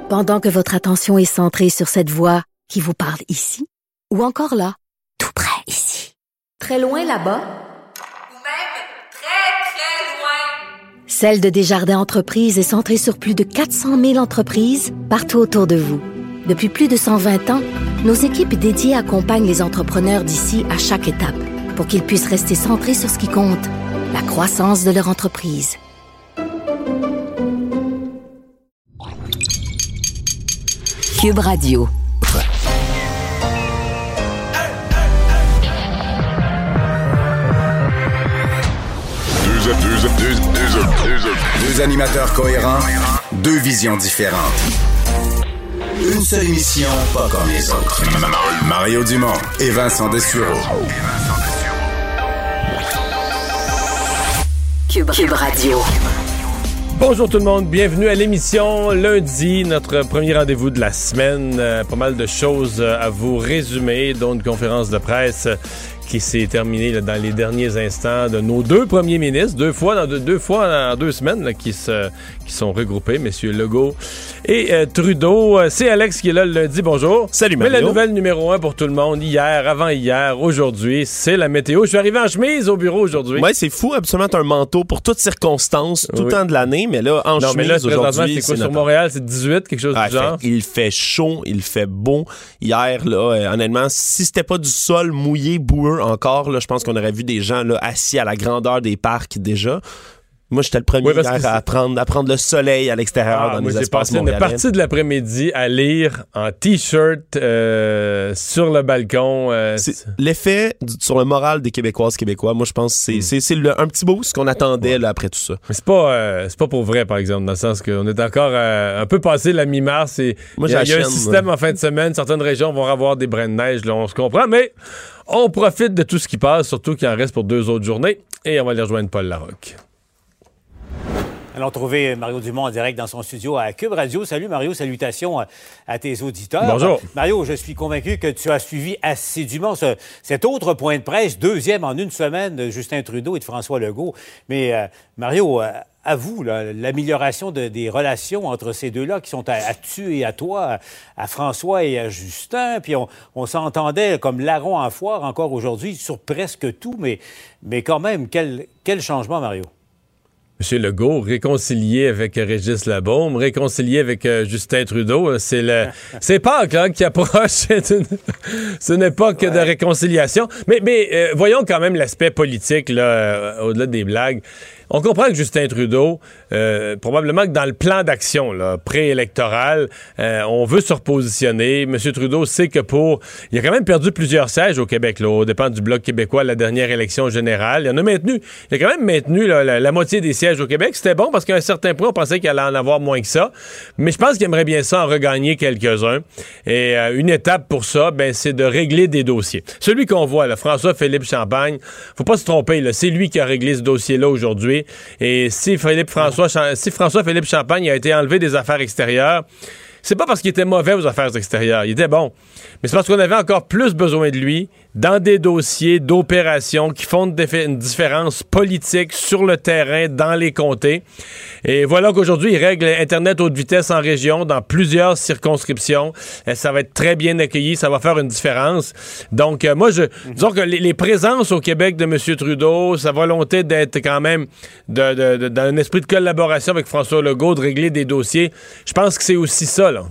Pendant que votre attention est centrée sur cette voix qui vous parle ici, ou encore là, tout près ici, très loin là-bas, ou même très, très loin. Celle de Desjardins Entreprises est centrée sur plus de 400 000 entreprises partout autour de vous. Depuis plus de 120 ans, nos équipes dédiées accompagnent les entrepreneurs d'ici à chaque étape pour qu'ils puissent rester centrés sur ce qui compte, la croissance de leur entreprise. Cube Radio. Deux animateurs cohérents, deux visions différentes. Une seule émission, pas comme les autres. Mario Dumont et Vincent Dessureau. Cube Radio. Bonjour tout le monde, bienvenue à l'émission lundi, notre premier rendez-vous de la semaine. Pas mal de choses à vous résumer, dont une conférence de presse qui s'est terminée là, dans les derniers instants de nos deux premiers ministres, deux fois en 2 semaines là, qui sont regroupés, messieurs Legault et Trudeau. C'est Alex qui est là le lundi, bonjour. Salut Mario. Mais la nouvelle numéro 1 pour tout le monde, hier, avant-hier, aujourd'hui, c'est la météo. Je suis arrivé en chemise au bureau aujourd'hui. Ouais, c'est fou, absolument, t'as un manteau pour toutes circonstances, tout le temps de l'année, mais là, en chemise, mais là, aujourd'hui, c'est quoi, sur Montréal, c'est 18, quelque chose du genre? Il fait chaud, il fait beau. Hier, là, honnêtement, si c'était pas du sol mouillé, boueux encore, là, je pense qu'on aurait vu des gens là, assis à la grandeur des parcs déjà. Moi, j'étais le premier hier à prendre le soleil à l'extérieur dans les espaces montréalais. J'ai passé une partie de l'après-midi à lire en T-shirt sur le balcon. L'effet sur le moral des Québécoises, Québécois, moi, je pense que c'est un petit boost qu'on attendait là, après tout ça. Mais c'est pas pour vrai, par exemple, dans le sens qu'on est encore un peu passé la mi-mars. Et il y a un système en fin de semaine. Certaines régions vont avoir des brins de neige, là, on se comprend, mais on profite de tout ce qui passe, surtout qu'il en reste pour 2 autres journées. Et on va aller rejoindre Paul Larocque. Allons trouver Mario Dumont en direct dans son studio à Cube Radio. Salut Mario, salutations à tes auditeurs. Bonjour. Mario, je suis convaincu que tu as suivi assidûment cet autre point de presse, deuxième en une semaine de Justin Trudeau et de François Legault. Mais Mario, avoue l'amélioration des relations entre ces deux-là qui sont à tu et à toi, à François et à Justin. Puis on s'entendait comme larron en foire encore aujourd'hui sur presque tout, mais quand même, quel changement, Mario? M. Legault, réconcilié avec Régis Labaume, réconcilié avec Justin Trudeau, c'est Pâques là, qui approche. C'est une époque de réconciliation. Mais voyons quand même l'aspect politique, là, au-delà des blagues. On comprend que Justin Trudeau, probablement que dans le plan d'action là, préélectoral, on veut se repositionner. M. Trudeau sait que il a quand même perdu plusieurs sièges au Québec, là, aux dépens du Bloc québécois à la dernière élection générale. Il a quand même maintenu là, la moitié des sièges au Québec. C'était bon parce qu'à un certain point, on pensait qu'il allait en avoir moins que ça. Mais je pense qu'il aimerait bien ça en regagner quelques-uns. Et une étape pour ça, c'est de régler des dossiers. Celui qu'on voit, là, François-Philippe Champagne, faut pas se tromper, là, c'est lui qui a réglé ce dossier-là aujourd'hui. Et si François-Philippe Champagne a été enlevé des affaires extérieures, c'est pas parce qu'il était mauvais aux affaires extérieures. Il était bon. Mais c'est parce qu'on avait encore plus besoin de lui dans des dossiers d'opérations qui font une différence politique sur le terrain, dans les comtés. Et voilà qu'aujourd'hui, il règle Internet haute vitesse en région dans plusieurs circonscriptions. Et ça va être très bien accueilli. Ça va faire une différence. Donc, moi, disons que les présences au Québec de M. Trudeau, sa volonté d'être quand même dans un esprit de collaboration avec François Legault, de régler des dossiers, je pense que c'est aussi ça, là.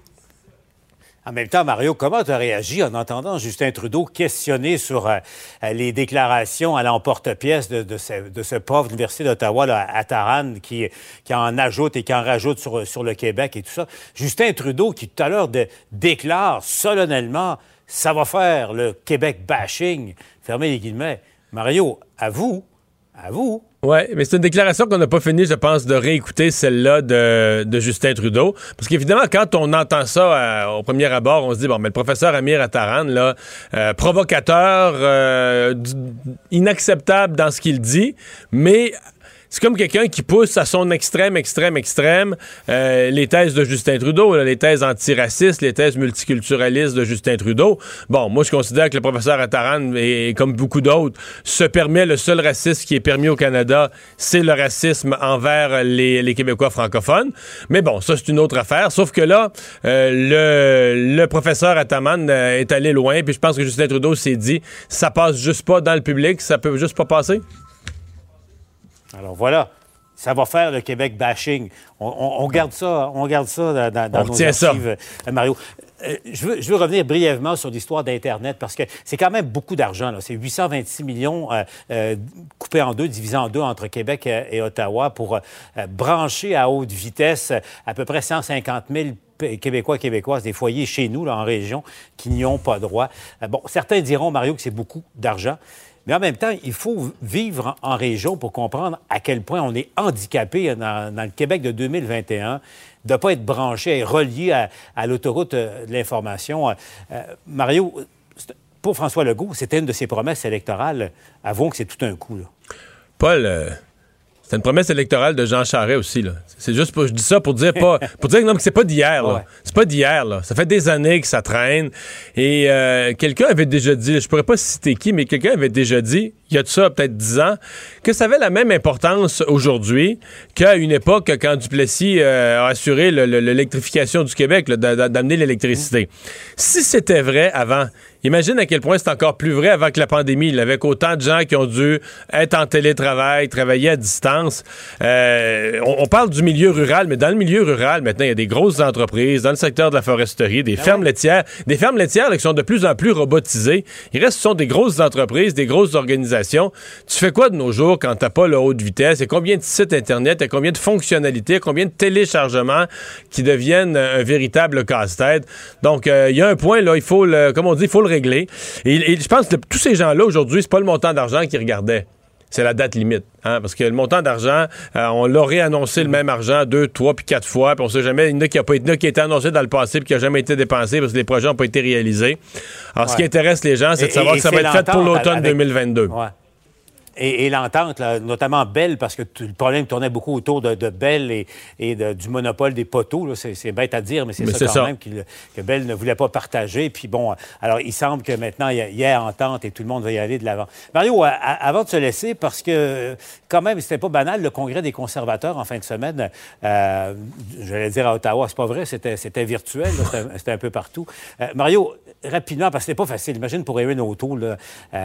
En même temps, Mario, comment tu as réagi en entendant Justin Trudeau questionner sur les déclarations à l'emporte-pièce de ce prof de l'Université d'Ottawa là, à Taran qui en ajoute et qui en rajoute sur le Québec et tout ça? Justin Trudeau qui tout à l'heure déclare solennellement « ça va faire le Québec bashing », fermez les guillemets. Mario, avoue. Oui, mais c'est une déclaration qu'on n'a pas fini, je pense, de réécouter celle-là de Justin Trudeau. Parce qu'évidemment, quand on entend ça au premier abord, on se dit, bon, mais le professeur Amir Attaran, là, provocateur, inacceptable dans ce qu'il dit, mais c'est comme quelqu'un qui pousse à son extrême les thèses de Justin Trudeau, là, les thèses antiracistes, les thèses multiculturalistes de Justin Trudeau. Bon, moi, je considère que le professeur Attaran, et comme beaucoup d'autres, se permet le seul racisme qui est permis au Canada, c'est le racisme envers les Québécois francophones. Mais bon, ça, c'est une autre affaire. Sauf que là, le professeur Attaman est allé loin, puis je pense que Justin Trudeau s'est dit, ça passe juste pas dans le public, ça peut juste pas passer. Alors voilà, ça va faire le Québec bashing. On garde ça, dans nos archives, Mario. Je veux revenir brièvement sur l'histoire d'Internet parce que c'est quand même beaucoup d'argent, là. C'est 826 millions coupés en deux, divisés en deux entre Québec et Ottawa pour brancher à haute vitesse à peu près 150 000 Québécois et Québécoises, des foyers chez nous, là, en région, qui n'y ont pas droit. Bon, certains diront, Mario, que c'est beaucoup d'argent. Mais en même temps, il faut vivre en région pour comprendre à quel point on est handicapé dans le Québec de 2021 de ne pas être branché et relié à l'autoroute de l'information. Mario, pour François Legault, c'était une de ses promesses électorales. Avouons que c'est tout un coup, là. Paul, c'est une promesse électorale de Jean Charest aussi, là. C'est juste je dis ça pour dire que non, que c'est pas d'hier, là. Ouais. C'est pas d'hier, là. Ça fait des années que ça traîne. Et quelqu'un avait déjà dit, je pourrais pas citer qui, mais quelqu'un avait déjà dit, il y a de ça peut-être 10 ans, que ça avait la même importance aujourd'hui qu'à une époque quand Duplessis a assuré l'électrification du Québec, là, d'amener l'électricité. Si c'était vrai avant, imagine à quel point c'est encore plus vrai avant que la pandémie, là, avec autant de gens qui ont dû être en télétravail, travailler à distance. On parle du milieu rural, mais dans le milieu rural, maintenant, il y a des grosses entreprises, dans le secteur de la foresterie, des fermes laitières là, qui sont de plus en plus robotisées. Il reste, ce sont des grosses entreprises, des grosses organisations. Tu fais quoi de nos jours quand t'as pas le haute vitesse? Il y a combien de sites Internet? Il y a combien de fonctionnalités? Combien de téléchargements qui deviennent un véritable casse-tête? Donc, il y a un point, là, comme on dit, il faut le régler. Et je pense que tous ces gens-là, aujourd'hui, c'est pas le montant d'argent qu'ils regardaient. C'est la date limite. Hein? Parce que le montant d'argent, on l'aurait annoncé le même argent 2, 3 puis 4 fois. Puis on sait jamais, il y en a qui a été annoncé dans le passé puis qui n'a jamais été dépensé parce que les projets n'ont pas été réalisés. Alors, ce qui intéresse les gens, c'est de savoir que ça va être fait pour l'automne 2022. Ouais. Et l'entente, là, notamment Bell, parce que le problème tournait beaucoup autour de Bell et du monopole des poteaux. Là. C'est bête à dire, mais c'est ça même que Bell ne voulait pas partager. Puis bon, alors il semble que maintenant, il y a entente et tout le monde va y aller de l'avant. Mario, avant de se laisser, parce que quand même, c'était pas banal, le congrès des conservateurs en fin de semaine, j'allais dire à Ottawa, c'est pas vrai, c'était virtuel, là, c'était un peu partout. Mario, rapidement, parce que c'était pas facile. Imagine pour Erin O'Toole,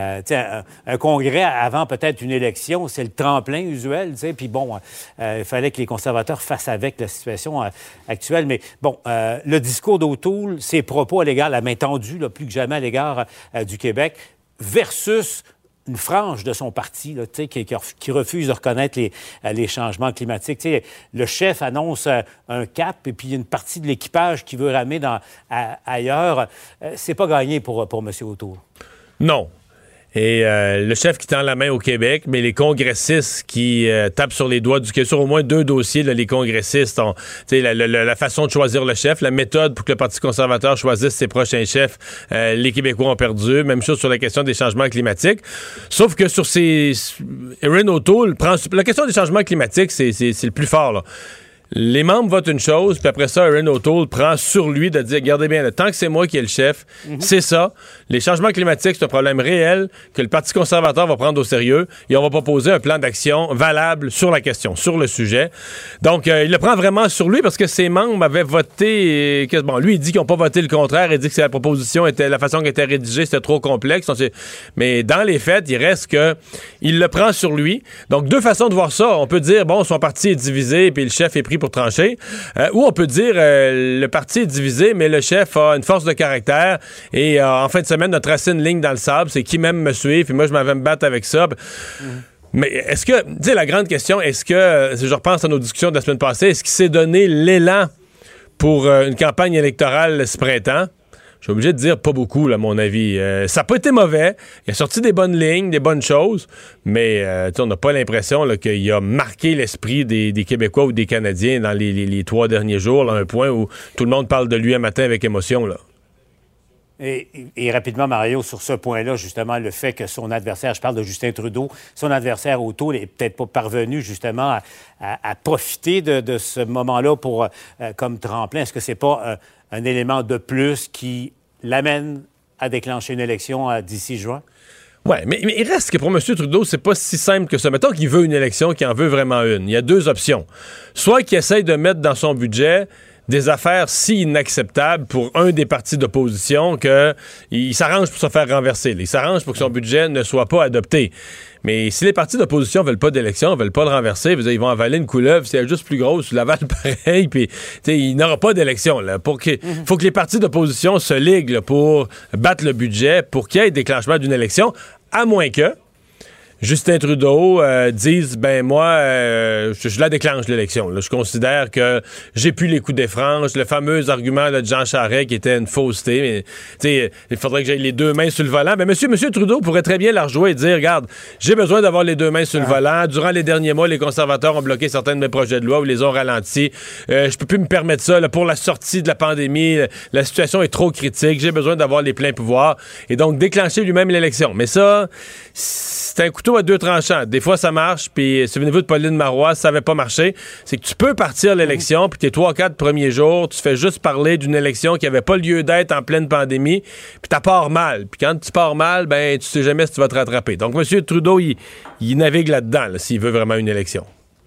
un congrès avant peut-être une élection, c'est le tremplin usuel, tu sais, puis bon, il fallait que les conservateurs fassent avec la situation actuelle. Mais bon, le discours d'O'Toole, ses propos à l'égard, la main tendue, là, plus que jamais à l'égard du Québec, versus une frange de son parti là, qui refuse de reconnaître les changements climatiques. T'sais, le chef annonce un cap et puis il y a une partie de l'équipage qui veut ramer ailleurs. C'est pas gagné pour M. O'Toole. Non. Et le chef qui tend la main au Québec, mais les congressistes qui tapent sur les doigts du Québec, sur au moins 2 dossiers, là, les congressistes ont la façon de choisir le chef, la méthode pour que le Parti conservateur choisisse ses prochains chefs, les Québécois ont perdu. Même chose sur la question des changements climatiques. Sauf que sur Erin O'Toole la question des changements climatiques, c'est le plus fort, là. Les membres votent une chose, puis après ça, Erin O'Toole prend sur lui de dire, regardez bien, tant que c'est moi qui ai le chef, c'est ça. Les changements climatiques, c'est un problème réel que le Parti conservateur va prendre au sérieux et on va proposer un plan d'action valable sur la question, sur le sujet. Donc, il le prend vraiment sur lui parce que ses membres avaient voté... lui, il dit qu'ils n'ont pas voté le contraire. Il dit que la proposition la façon qu'elle était rédigée, c'était trop complexe. Mais dans les faits, il reste que il le prend sur lui. Donc, 2 façons de voir ça. On peut dire, bon, son parti est divisé puis le chef est pris pour trancher. Ou on peut dire, le parti est divisé, mais le chef a une force de caractère et en fin de semaine, a tracé une ligne dans le sable. C'est qui m'aime me suivre, puis moi, je m'en vais me battre avec ça. Mais est-ce que, tu sais, la grande question, est-ce que, si je repense à nos discussions de la semaine passée, est-ce qu'il s'est donné l'élan pour une campagne électorale ce printemps? Je suis obligé de dire pas beaucoup, là, à mon avis. Ça n'a pas été mauvais. Il a sorti des bonnes lignes, des bonnes choses, mais on n'a pas l'impression là, qu'il a marqué l'esprit des Québécois ou des Canadiens dans les 3 derniers jours, là, un point où tout le monde parle de lui un matin avec émotion, là. Et rapidement, Mario, sur ce point-là, justement, le fait que son adversaire, je parle de Justin Trudeau, son adversaire O'Toole n'est peut-être pas parvenu, justement, à profiter de ce moment-là pour comme tremplin. Est-ce que c'est pas un élément de plus qui l'amène à déclencher une élection d'ici juin? Oui, mais il reste que pour M. Trudeau, c'est pas si simple que ça. Mettons qu'il veut une élection, qu'il en veut vraiment une. Il y a deux options. Soit qu'il essaye de mettre dans son budget des affaires si inacceptables pour un des partis d'opposition qu'il s'arrange pour se faire renverser. Il s'arrange pour que son budget ne soit pas adopté. Mais si les partis d'opposition veulent pas d'élection, veulent pas le renverser, ils vont avaler une couleuvre, si elle est juste plus grosse, l'aval pareil, puis il n'aura pas d'élection. Faut que les partis d'opposition se liguent là, pour battre le budget, pour qu'il y ait déclenchement d'une élection, à moins que Justin Trudeau dise, moi, je la déclenche l'élection. Là. Je considère que j'ai plus les coups des franges. Le fameux argument de Jean Charest qui était une fausseté. Mais, il faudrait que j'aie les deux mains sur le volant. Mais Monsieur Trudeau pourrait très bien la rejouer et dire, regarde, j'ai besoin d'avoir les deux mains sur le volant. Durant les derniers mois, les conservateurs ont bloqué certains de mes projets de loi ou les ont ralentis. Je peux plus me permettre ça. Là, pour la sortie de la pandémie, la situation est trop critique. J'ai besoin d'avoir les pleins pouvoirs. Et donc, déclencher lui-même l'élection. Mais ça, c'est un couteau à deux tranchants. Des fois, ça marche, puis souvenez-vous de Pauline Marois, ça n'avait pas marché. C'est que tu peux partir l'élection, puis tes 3-4 premiers jours, tu fais juste parler d'une élection qui n'avait pas lieu d'être en pleine pandémie, puis tu pars mal. Puis quand tu pars mal, tu sais jamais si tu vas te rattraper. Donc, M. Trudeau, il navigue là-dedans, s'il veut vraiment une élection.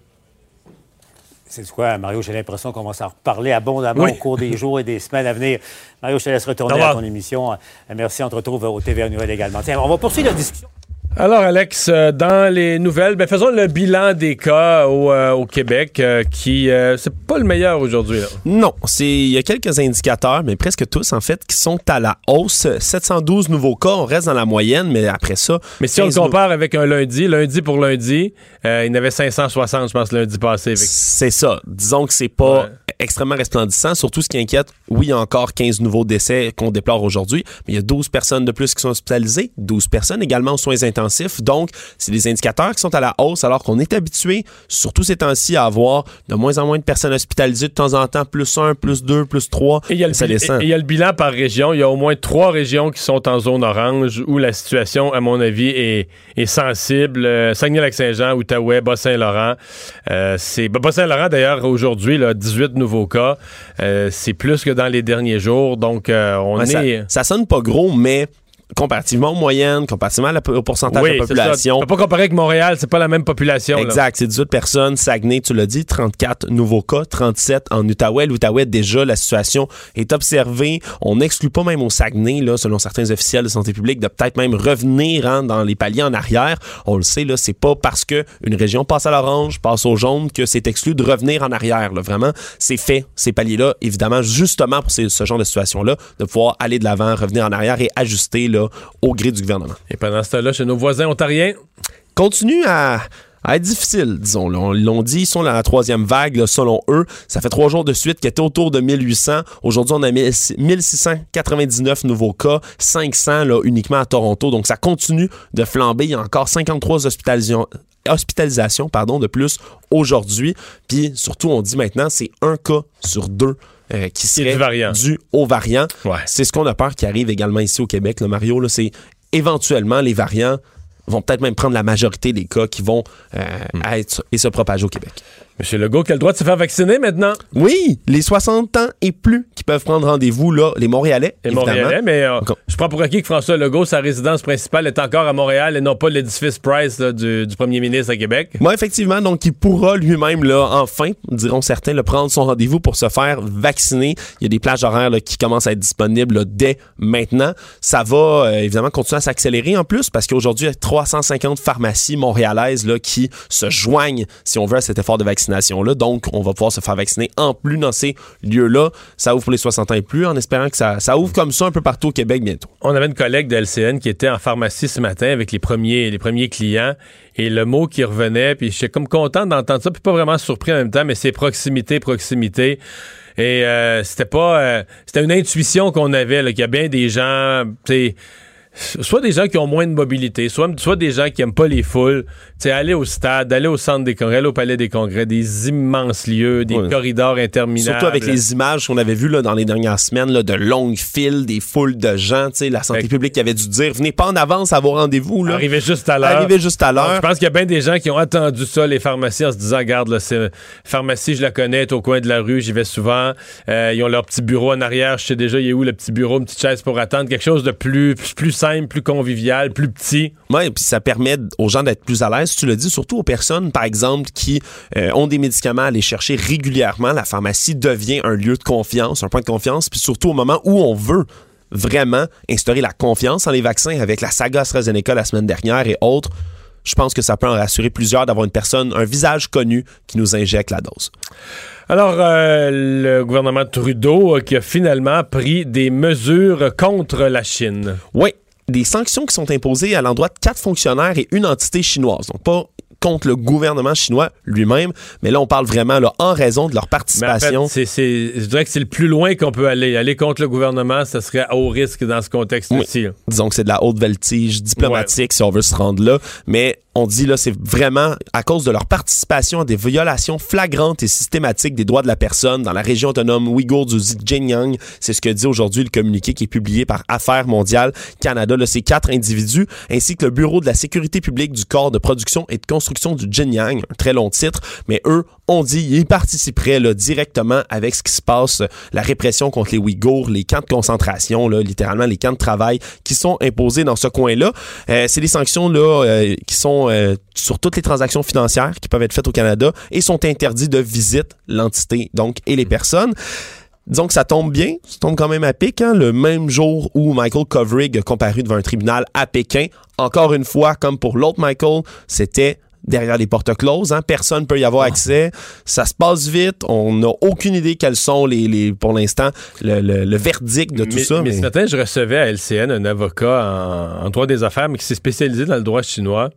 C'est quoi, Mario? J'ai l'impression qu'on va s'en reparler abondamment au cours des jours et des semaines à venir. Mario, je te laisse retourner à ton émission. Merci, on te retrouve au TVA Nouvelles également. Tiens, on va poursuivre la discussion. Alors, Alex, dans les nouvelles, faisons le bilan des cas au Québec qui, c'est pas le meilleur aujourd'hui. Là. Non, il y a quelques indicateurs, mais presque tous, en fait, qui sont à la hausse. 712 nouveaux cas, on reste dans la moyenne, mais après ça... Mais si on le compare avec un lundi pour lundi, il y en avait 560, je pense, lundi passé. C'est ça. Disons que c'est pas extrêmement resplendissant. Surtout, ce qui inquiète, oui, il y a encore 15 nouveaux décès qu'on déplore aujourd'hui, mais il y a 12 personnes de plus qui sont hospitalisées, 12 personnes également aux soins intensifs. Donc, c'est des indicateurs qui sont à la hausse, alors qu'on est habitué, surtout ces temps-ci, à avoir de moins en moins de personnes hospitalisées de temps en temps, plus 1, plus 2, plus 3. Et il y a le bilan par région. Il y a au moins 3 régions qui sont en zone orange où la situation, à mon avis, est sensible. Saguenay-Lac-Saint-Jean, Outaouais, Bas-Saint-Laurent. Bas-Saint-Laurent, d'ailleurs, aujourd'hui, là, 18 nouveaux cas. C'est plus que dans les derniers jours. Donc, Ça sonne pas gros, mais comparativement aux moyennes, comparativement au pourcentage de la population. On peut pas comparer avec Montréal, c'est pas la même population. Exact, c'est 18 personnes. Saguenay, tu l'as dit, 34 nouveaux cas, 37 en Outaouais. L'Outaouais, déjà, la situation est observée. On n'exclut pas même au Saguenay, là, selon certains officiels de santé publique, de peut-être même revenir dans les paliers en arrière. On le sait, là, c'est pas parce qu'une région passe à l'orange, passe au jaune, que c'est exclu de revenir en arrière. Là. Vraiment, c'est fait, ces paliers-là, évidemment, justement pour ce genre de situation-là, de pouvoir aller de l'avant, revenir en arrière et ajuster là, au gré du gouvernement. Et pendant ce temps-là, chez nos voisins ontariens, continue à être difficile, disons. Là. Ils l'ont dit, ils sont dans la 3e vague, là, selon eux. Ça fait 3 jours de suite qu'ils étaient autour de 1800. Aujourd'hui, on a 1699 nouveaux cas, 500 là, uniquement à Toronto. Donc, ça continue de flamber. Il y a encore 53 hospitalisations de plus aujourd'hui. Puis, surtout, on dit maintenant, c'est 1 cas sur 2 qui serait dû au variant. Ouais. C'est ce qu'on a peur qui arrive également ici au Québec, là, Mario. Là, c'est éventuellement les variants vont peut-être même prendre la majorité des cas qui vont être et se propager au Québec. M. Legault, qui a le droit de se faire vacciner maintenant? Oui, les 60 ans et plus qui peuvent prendre rendez-vous, là, les Montréalais, évidemment. Montréalais, mais je prends pour acquis que François Legault, sa résidence principale est encore à Montréal et non pas l'édifice Price là, du premier ministre à Québec. Oui, effectivement, donc il pourra lui-même, là, enfin, diront certains, le prendre son rendez-vous pour se faire vacciner. Il y a des plages horaires là, qui commencent à être disponibles là, dès maintenant. Ça va évidemment continuer à s'accélérer en plus parce qu'aujourd'hui, il y a 350 pharmacies montréalaises là, qui se joignent, si on veut, à cet effort de vaccination. Là. Donc, on va pouvoir se faire vacciner en plus dans ces lieux-là. Ça ouvre pour les 60 ans et plus, en espérant que ça ouvre comme ça un peu partout au Québec bientôt. On avait une collègue de LCN qui était en pharmacie ce matin avec les premiers clients et le mot qui revenait, puis j'étais comme content d'entendre ça, puis pas vraiment surpris en même temps, mais c'est proximité. Et c'était une intuition qu'on avait, là, qu'il y a bien des gens, tu sais, soit des gens qui ont moins de mobilité, soit des gens qui aiment pas les foules, aller au stade, aller au centre des congrès, aller au palais des congrès, des immenses lieux, des corridors interminables. Surtout avec les images qu'on avait vues là, dans les dernières semaines, là, de longues files, des foules de gens, la santé publique qui avait dû dire, venez pas en avance à vos rendez-vous. Là. Arrivez juste à l'heure. Donc, je pense qu'il y a bien des gens qui ont attendu ça, les pharmacies, en se disant, regarde, là, pharmacie, je la connais, elle est au coin de la rue, j'y vais souvent. Ils ont leur petit bureau en arrière, je sais déjà, il est où le petit bureau, une petite chaise pour attendre, quelque chose de plus simple, plus convivial, plus petit. Oui, puis ça permet aux gens d'être plus à l'aise, tu l'as dit, surtout aux personnes, par exemple, qui ont des médicaments à aller chercher régulièrement. La pharmacie devient un lieu de confiance, un point de confiance, puis surtout au moment où on veut vraiment instaurer la confiance en les vaccins avec la saga AstraZeneca la semaine dernière et autres. Je pense que ça peut en rassurer plusieurs d'avoir une personne, un visage connu qui nous injecte la dose. Alors, le gouvernement Trudeau qui a finalement pris des mesures contre la Chine. Oui, des sanctions qui sont imposées à l'endroit de 4 fonctionnaires et une entité chinoise. Donc, pas contre le gouvernement chinois lui-même, mais là, on parle vraiment là, en raison de leur participation. Mais en fait, je dirais que c'est le plus loin qu'on peut aller. Aller contre le gouvernement, ça serait à haut risque dans ce contexte-ci. Oui. Disons que c'est de la haute voltige diplomatique si on veut se rendre là, mais on dit là, c'est vraiment à cause de leur participation à des violations flagrantes et systématiques des droits de la personne dans la région autonome ouïghour du Xinjiang. C'est ce que dit aujourd'hui le communiqué qui est publié par Affaires mondiales Canada. Là, ces 4 individus, ainsi que le Bureau de la sécurité publique du corps de production et de construction du Xinjiang, un très long titre, mais eux ont dit qu'ils participeraient là, directement avec ce qui se passe, la répression contre les Ouïghours, les camps de concentration, là, littéralement les camps de travail qui sont imposés dans ce coin-là. C'est des sanctions là, qui sont sur toutes les transactions financières qui peuvent être faites au Canada et sont interdits de visite l'entité donc et les personnes. Disons que ça tombe bien, ça tombe quand même à pic, hein? Le même jour où Michael Kovrig a comparu devant un tribunal à Pékin. Encore une fois, comme pour l'autre Michael, c'était derrière les portes closes, hein? Personne ne peut y avoir accès. Ça se passe vite. On n'a aucune idée quels sont pour l'instant le verdict de tout ça. Mais ce matin, je recevais à LCN un avocat en droit des affaires, mais qui s'est spécialisé dans le droit chinois.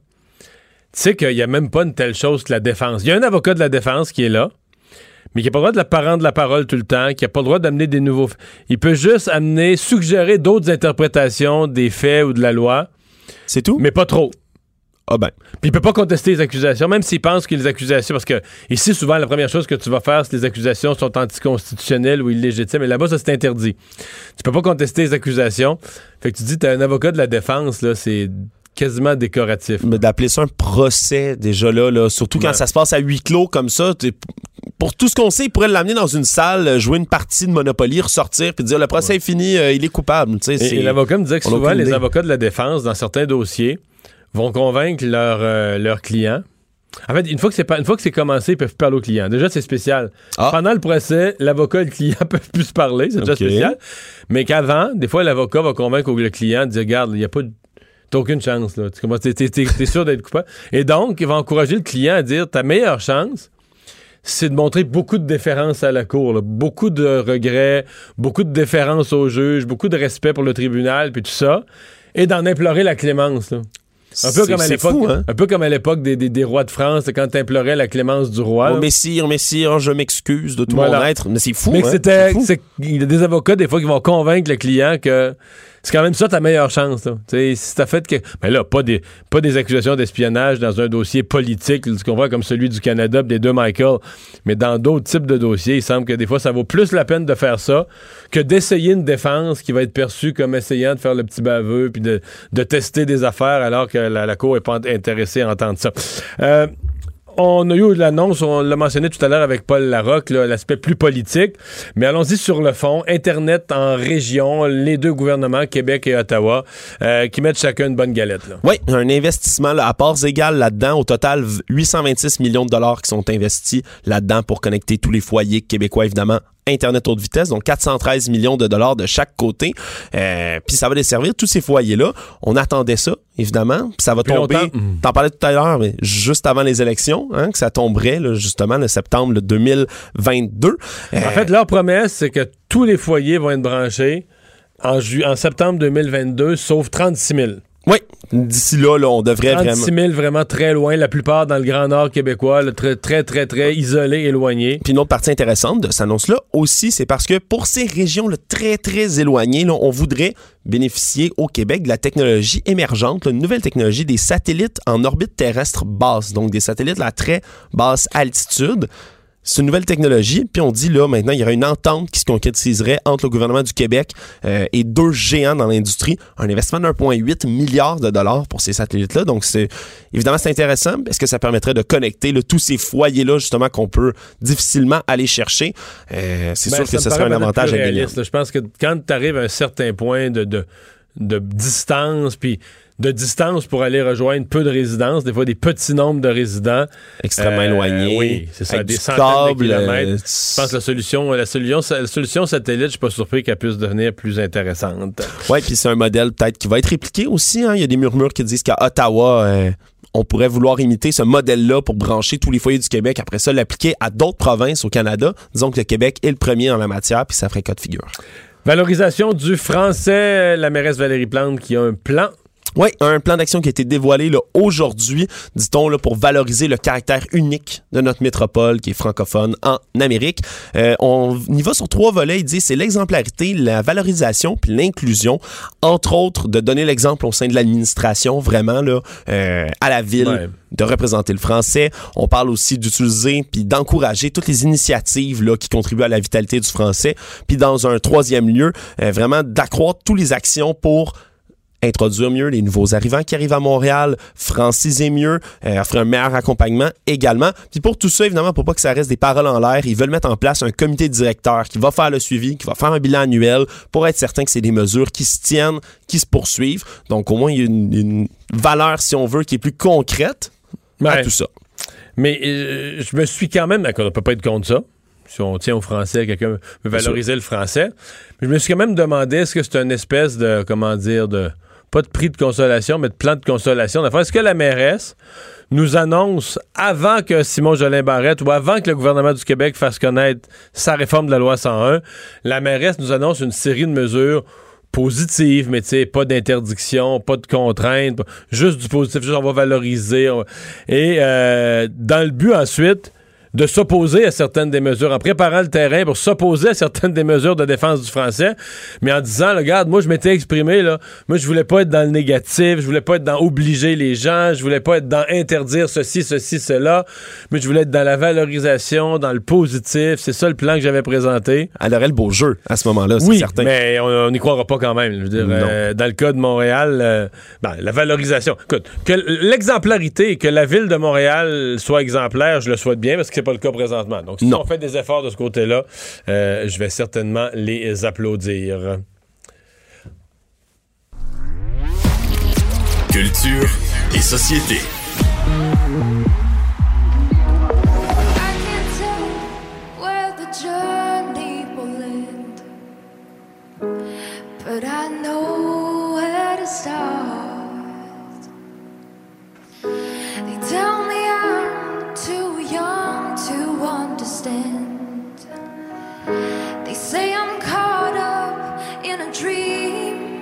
Tu sais qu'il n'y a même pas une telle chose que la défense. Il y a un avocat de la défense qui est là, mais qui n'a pas le droit de prendre la parole tout le temps, qui n'a pas le droit d'amener des nouveaux... Il peut juste suggérer d'autres interprétations des faits ou de la loi. C'est tout? Mais pas trop. Ah ben. Puis il peut pas contester les accusations, même s'il pense que les accusations... Parce que ici, souvent, la première chose que tu vas faire, si les accusations sont anticonstitutionnelles ou illégitimes, et là-bas, ça, c'est interdit. Tu peux pas contester les accusations. Fait que tu dis, t'as un avocat de la défense, là, c'est... quasiment décoratif. Mais d'appeler ça un procès, déjà là surtout quand ça se passe à huis clos comme ça, pour tout ce qu'on sait, il pourrait l'amener dans une salle, jouer une partie de Monopoly, ressortir, puis dire le procès est fini, il est coupable. Et l'avocat me disait que souvent, les avocats de la défense, dans certains dossiers, vont convaincre leurs clients. En fait, une fois que c'est commencé, ils peuvent plus parler aux clients. Déjà, c'est spécial. Pendant le procès, l'avocat et le client peuvent plus se parler, c'est déjà spécial. Mais qu'avant, des fois, l'avocat va convaincre le client de dire, regarde, il n'y a pas de... T'as aucune chance, là. T'es sûr d'être coupable. Et donc, il va encourager le client à dire, ta meilleure chance, c'est de montrer beaucoup de déférence à la cour, là. Beaucoup de regrets, beaucoup de déférence au juge, beaucoup de respect pour le tribunal, puis tout ça, et d'en implorer la clémence, là. Un peu comme à l'époque des rois de France, quand t'implorais la clémence du roi. Oh, messire, je m'excuse de tout mon être. Mais c'est fou, mais il y a des avocats, des fois, qui vont convaincre le client que c'est quand même ça ta meilleure chance. Là. Si t'as fait que... Mais là, pas des accusations d'espionnage dans un dossier politique, tu comprends, comme celui du Canada, des 2 Michael, mais dans d'autres types de dossiers, il semble que des fois, ça vaut plus la peine de faire ça que d'essayer une défense qui va être perçue comme essayant de faire le petit baveux puis de tester des affaires alors que la Cour n'est pas intéressée à entendre ça. On a eu l'annonce, on l'a mentionné tout à l'heure avec Paul Larocque, là, l'aspect plus politique, mais allons-y sur le fond. Internet en région, les 2 gouvernements, Québec et Ottawa, qui mettent chacun une bonne galette. Là. Oui, un investissement là, à parts égales là-dedans. Au total, 826 millions de dollars qui sont investis là-dedans pour connecter tous les foyers québécois, évidemment, Internet haute vitesse, donc 413 millions de dollars de chaque côté. Puis ça va desservir tous ces foyers-là. On attendait ça, évidemment. Puis ça va tomber, t'en parlais tout à l'heure, mais juste avant les élections, hein, que ça tomberait là, justement le septembre 2022. En fait, leur promesse, c'est que tous les foyers vont être branchés en septembre 2022, sauf 36 000. Oui, d'ici là, on devrait 36 000 vraiment très loin, la plupart dans le Grand Nord québécois, là, très, très, très, très isolé, éloigné. Puis une autre partie intéressante de cette annonce-là aussi, c'est parce que pour ces régions là, très, très éloignées, là, on voudrait bénéficier au Québec de la technologie émergente, là, une nouvelle technologie des satellites en orbite terrestre basse, donc des satellites à très basse altitude. C'est une nouvelle technologie, puis on dit là, maintenant, il y aurait une entente qui se concrétiserait entre le gouvernement du Québec et 2 géants dans l'industrie, un investissement de 1,8 milliard de dollars pour ces satellites-là. Donc, évidemment, c'est intéressant parce que ça permettrait de connecter là, tous ces foyers-là, justement, qu'on peut difficilement aller chercher. C'est sûr que ce serait un avantage à gagner. Je pense que quand tu arrives à un certain point de distance, puis de distance pour aller rejoindre peu de résidences, des fois des petits nombres de résidents. Extrêmement éloignés. Oui, c'est ça, des centaines de kilomètres. Je pense que la solution satellite, je suis pas surpris qu'elle puisse devenir plus intéressante. Oui, puis c'est un modèle peut-être qui va être répliqué aussi. Hein. Il y a des murmures qui disent qu'à Ottawa, on pourrait vouloir imiter ce modèle-là pour brancher tous les foyers du Québec. Après ça, l'appliquer à d'autres provinces au Canada. Disons que le Québec est le premier en la matière, puis ça ferait cas de figure. Valorisation du français. La mairesse Valérie Plante qui a un plan. Oui, un plan d'action qui a été dévoilé là, aujourd'hui, dit-on, là, pour valoriser le caractère unique de notre métropole qui est francophone en Amérique. On y va sur 3 volets. Il dit c'est l'exemplarité, la valorisation puis l'inclusion. Entre autres, de donner l'exemple au sein de l'administration, vraiment, là, à la ville. Ouais. De représenter le français. On parle aussi d'utiliser puis d'encourager toutes les initiatives là, qui contribuent à la vitalité du français. Puis dans un 3e lieu, vraiment d'accroître toutes les actions pour introduire mieux les nouveaux arrivants qui arrivent à Montréal, franciser mieux, offrir un meilleur accompagnement également. Puis pour tout ça, évidemment, pour pas que ça reste des paroles en l'air, ils veulent mettre en place un comité directeur qui va faire le suivi, qui va faire un bilan annuel pour être certain que c'est des mesures qui se tiennent, qui se poursuivent. Donc au moins, il y a une valeur, si on veut, qui est plus concrète à tout ça. Mais je me suis quand même... On ne peut pas être contre ça. Si on tient au français, quelqu'un veut valoriser le français. Mais je me suis quand même demandé, est-ce que c'est une espèce de, pas de prix de consolation, mais de plan de consolation. Est-ce que la mairesse nous annonce, avant que Simon Jolin Barrette ou avant que le gouvernement du Québec fasse connaître sa réforme de la loi 101, la mairesse nous annonce une série de mesures positives, mais tu sais, pas d'interdiction, pas de contraintes, juste du positif, juste on va valoriser. Et dans le but ensuite de s'opposer à certaines des mesures, en préparant le terrain pour s'opposer à certaines des mesures de défense du français, mais en disant, regarde, moi je m'étais exprimé, là, moi je voulais pas être dans le négatif, je voulais pas être dans obliger les gens, je voulais pas être dans interdire ceci, cela, mais je voulais être dans la valorisation, dans le positif, c'est ça le plan que j'avais présenté. Elle aurait le beau jeu à ce moment-là, c'est certain. Oui, mais on n'y croira pas quand même. Je veux dire, dans le cas de Montréal, la valorisation, écoute, que l'exemplarité et que la ville de Montréal soit exemplaire, je le souhaite bien, parce que c'est pas le cas présentement. Donc, si on fait des efforts de ce côté-là, je vais certainement les applaudir. Culture et société. They say I'm caught up in a dream.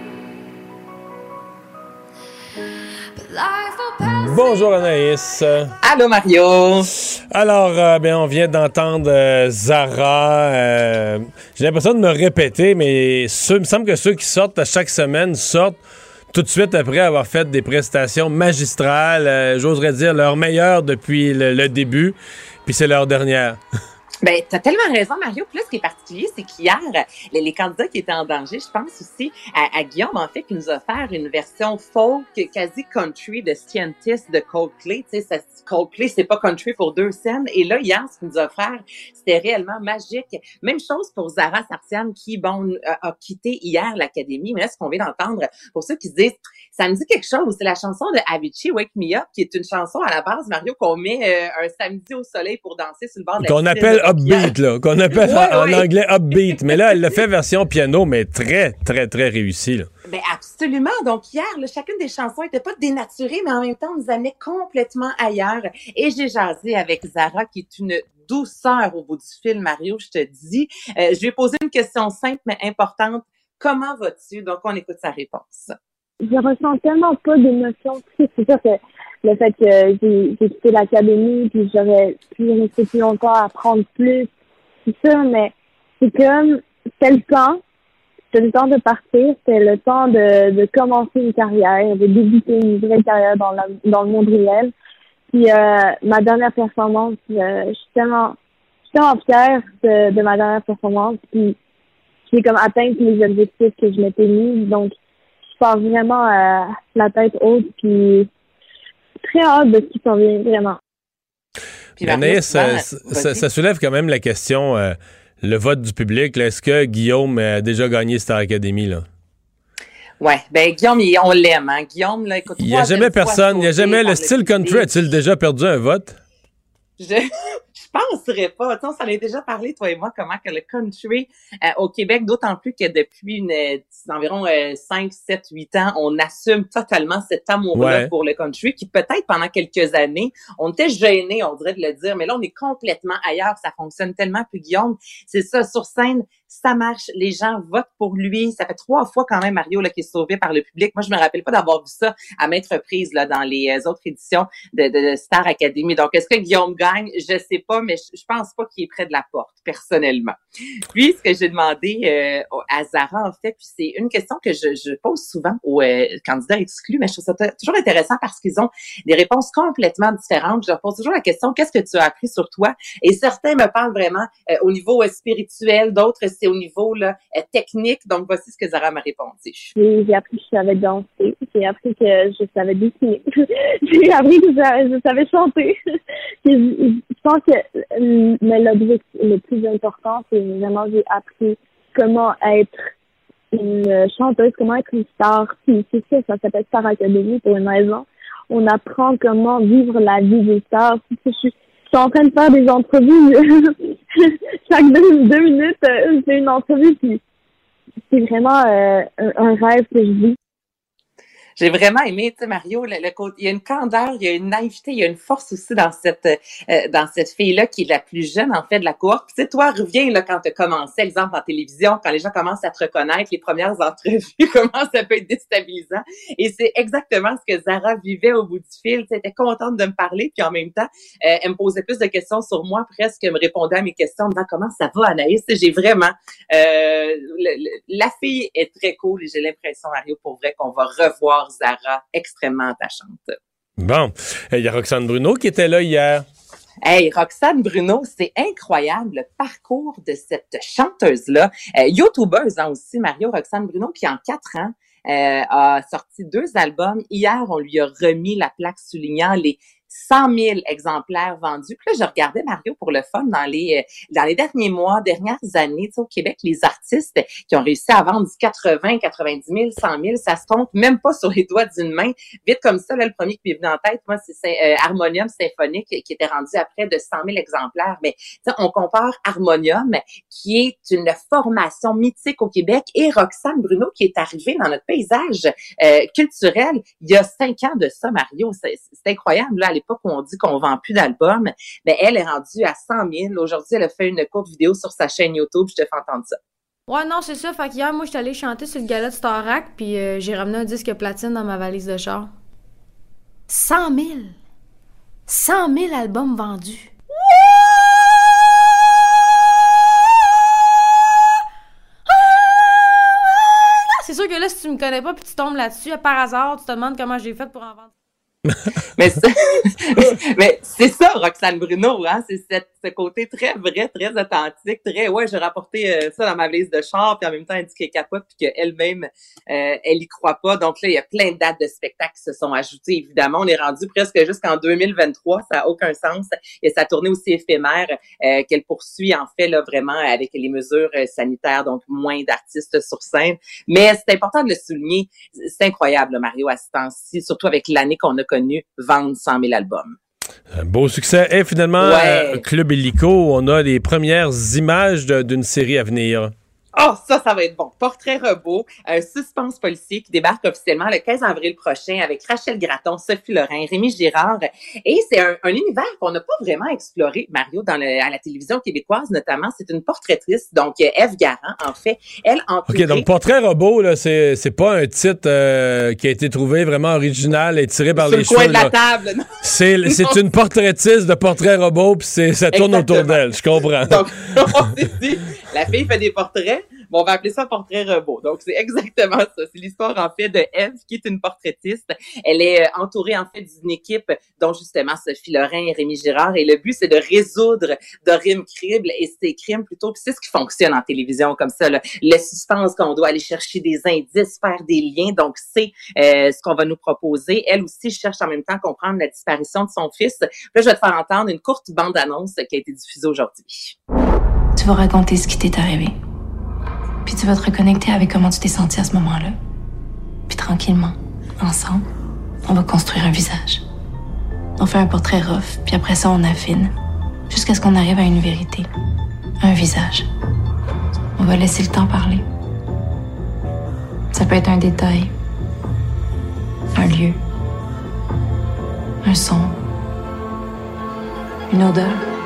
But life will pass. Bonjour Anaïs. Allô Mario. Alors, on vient d'entendre Zara. J'ai l'impression de me répéter, mais il me semble que ceux qui sortent à chaque semaine sortent tout de suite après avoir fait des prestations magistrales, j'oserais dire leur meilleure depuis le début, puis c'est leur dernière. Ben, t'as tellement raison, Mario. Puis là, ce qui est particulier, c'est qu'hier, les candidats qui étaient en danger, je pense aussi à Guillaume, en fait, qui nous a offert une version folk, quasi country de Scientist de Coldplay. Tu sais, Coldplay, c'est pas country pour 2 scènes. Et là, hier, ce qu'il nous a offert, c'était réellement magique. Même chose pour Zara Sartian, qui, a quitté hier l'Académie. Mais là, ce qu'on vient d'entendre, pour ceux qui se disent, ça me dit quelque chose, c'est la chanson de Avicii, Wake Me Up, qui est une chanson à la base, Mario, qu'on met un samedi au soleil pour danser sur le bord de la piscine. Qu'on appelle upbeat, là. Qu'on appelle en anglais upbeat. Mais là, elle l'a fait version piano, mais très, très, très réussi, là. Ben absolument. Donc hier, là, chacune des chansons était pas dénaturée, mais en même temps, nous amenait complètement ailleurs. Et j'ai jasé avec Zara, qui est une douceur au bout du fil, Mario, je te dis. Je lui ai posé une question simple, mais importante. Comment vas-tu? Donc, on écoute sa réponse. je ressens tellement pas d'émotions. Tu sais, c'est sûr que le fait que j'ai quitté l'académie, puis j'aurais pu rester plus longtemps, apprendre plus, c'est ça, mais c'est comme, c'était le temps de partir, c'était le temps de commencer une carrière, de débuter une vraie carrière dans le monde réel. Puis ma dernière performance, je suis tellement fière de ma dernière performance, puis j'ai comme atteint tous les objectifs que je m'étais mis, donc je pars vraiment la tête haute, puis très hâte de ce qui s'en vient, vraiment. Anaïs, ça soulève quand même la question, le vote du public. Là, est-ce que Guillaume a déjà gagné Star Academy, là? Ouais, ben Guillaume, on l'aime, hein. Guillaume, là, écoute, il n'y a jamais personne, il n'y a jamais le style country. A-t-il déjà perdu un vote? Je penserais pas. Tu sais, on s'en a déjà parlé, toi et moi, comment que le country au Québec, d'autant plus que depuis environ 5, 7, 8 ans, on assume totalement cet amour-là pour le country, qui peut-être pendant quelques années, on était gênés, on dirait de le dire, mais là, on est complètement ailleurs. Ça fonctionne tellement. Puis Guillaume, c'est ça, sur scène, ça marche, les gens votent pour lui. Ça fait 3 fois quand même, Mario, là, qui est sauvé par le public. Moi, je me rappelle pas d'avoir vu ça à maintes reprises là, dans les autres éditions de Star Academy. Donc, est-ce que Guillaume gagne? Je sais pas, mais je pense pas qu'il est près de la porte, personnellement. Puis, ce que j'ai demandé à Zara, en fait, puis c'est une question que je pose souvent aux candidats exclus, mais je trouve ça toujours intéressant parce qu'ils ont des réponses complètement différentes. Je leur pose toujours la question, qu'est-ce que tu as appris sur toi? Et certains me parlent vraiment au niveau spirituel, d'autres c'est au niveau là, technique. Donc, voici ce que Zara m'a répondu. J'ai appris que je savais danser. J'ai appris que je savais dessiner. J'ai appris que je savais chanter. Je pense que mais l'objectif le plus important, c'est vraiment j'ai appris comment être une chanteuse, comment être une star. Puis c'est ça s'appelle Star Academy pour une raison. On apprend comment vivre la vie des stars. Je suis en train de faire des entrevues. Chaque 2 minutes, je fais une entrevue, puis c'est vraiment un rêve que je vis. J'ai vraiment aimé, tu sais, Mario, il y a une candeur, il y a une naïveté, il y a une force aussi dans cette fille-là qui est la plus jeune, en fait, de la cohorte. Puis, tu sais, toi, reviens, là, quand tu as commencé, exemple, en télévision, quand les gens commencent à te reconnaître, les premières entrevues, comment ça peut être déstabilisant. Et c'est exactement ce que Zara vivait au bout du fil. Tu sais, elle était contente de me parler, puis en même temps, elle me posait plus de questions sur moi, presque, elle me répondait à mes questions en me disant comment ça va, Anaïs. J'ai vraiment, la fille est très cool et j'ai l'impression, Mario, pour vrai, qu'on va revoir Zara extrêmement attachante. Bon, il y a Roxane Bruno qui était là hier. Hey, Roxane Bruno, c'est incroyable le parcours de cette chanteuse-là. YouTubeuse hein, aussi, Mario. Roxane Bruno, qui en 4 ans a sorti 2 albums. Hier, on lui a remis la plaque soulignant les 100 000 exemplaires vendus. Puis là, je regardais, Mario, pour le fun, dans les derniers mois, dernières années, tu sais, au Québec, les artistes qui ont réussi à vendre 80, 90 000, 100 000, ça se compte même pas sur les doigts d'une main. Vite comme ça, là, le premier qui m'est venu en tête, moi, c'est Harmonium Symphonique qui était rendu à près de 100 000 exemplaires. Mais tu sais, on compare Harmonium, qui est une formation mythique au Québec, et Roxane Bruno, qui est arrivée dans notre paysage culturel il y a 5 ans de ça, Mario. C'est incroyable, là, à l'époque où on dit qu'on vend plus d'albums, mais elle est rendue à 100 000. Aujourd'hui, elle a fait une courte vidéo sur sa chaîne YouTube. Je te fais entendre ça. Ouais, non, c'est ça. Fait qu'hier, moi, j'étais allée chanter sur le gala de Starac, puis j'ai ramené un disque platine dans ma valise de char. 100 000! 100 000 albums vendus! C'est sûr que là, si tu me connais pas puis tu tombes là-dessus, par hasard, tu te demandes comment j'ai fait pour en vendre. mais c'est ça, Roxane Bruno, hein, c'est ce côté très vrai, très authentique, très, ouais, j'ai rapporté ça dans ma valise de char, puis en même temps, elle dit qu'elle capote, puis qu'elle-même, elle y croit pas. Donc là, il y a plein de dates de spectacles qui se sont ajoutées, évidemment. On est rendu presque jusqu'en 2023, ça a aucun sens. Et sa tournée aussi éphémère qu'elle poursuit, en fait, là, vraiment, avec les mesures sanitaires, donc moins d'artistes sur scène. Mais c'est important de le souligner. C'est incroyable, là, Mario, à ce temps-ci, surtout avec l'année qu'on a connue, vendre 100 000 albums. Un beau succès. Et finalement, Club Illico, on a les premières images d'une série à venir. Oh, ça va être bon. Portrait robot, un suspense policier qui débarque officiellement le 15 avril prochain avec Rachel Gratton, Sophie Lorrain, Rémi Girard. Et c'est un univers qu'on n'a pas vraiment exploré, Mario, à la télévision québécoise notamment. C'est une portratrice, donc Ève Garand, en fait. Elle entourée... OK, donc Portrait robot, là, c'est pas un titre qui a été trouvé vraiment original et tiré par les cheveux. Sur le coin de la table, non? C'est une portraitiste de Portrait robot, puis ça tourne autour d'elle, je comprends. Donc, on s'est dit, la fille fait des portraits, bon, on va appeler ça Portrait robot. Donc, c'est exactement ça. C'est l'histoire, en fait, de Ève, qui est une portraitiste. Elle est entourée, en fait, d'une équipe dont, justement, Sophie Lorrain et Rémi Girard. Et le but, c'est de résoudre d'horribles crimes et ces crimes plutôt. Puis c'est ce qui fonctionne en télévision comme ça, là. Le suspense qu'on doit aller chercher des indices, faire des liens. Donc, c'est ce qu'on va nous proposer. Elle aussi cherche en même temps à comprendre la disparition de son fils. Là, je vais te faire entendre une courte bande-annonce qui a été diffusée aujourd'hui. Tu vas raconter ce qui t'est arrivé. Puis tu vas te reconnecter avec comment tu t'es senti à ce moment-là. Puis tranquillement, ensemble, on va construire un visage. On fait un portrait rough, puis après ça, on affine. Jusqu'à ce qu'on arrive à une vérité. Un visage. On va laisser le temps parler. Ça peut être un détail. Un lieu. Un son. Une odeur.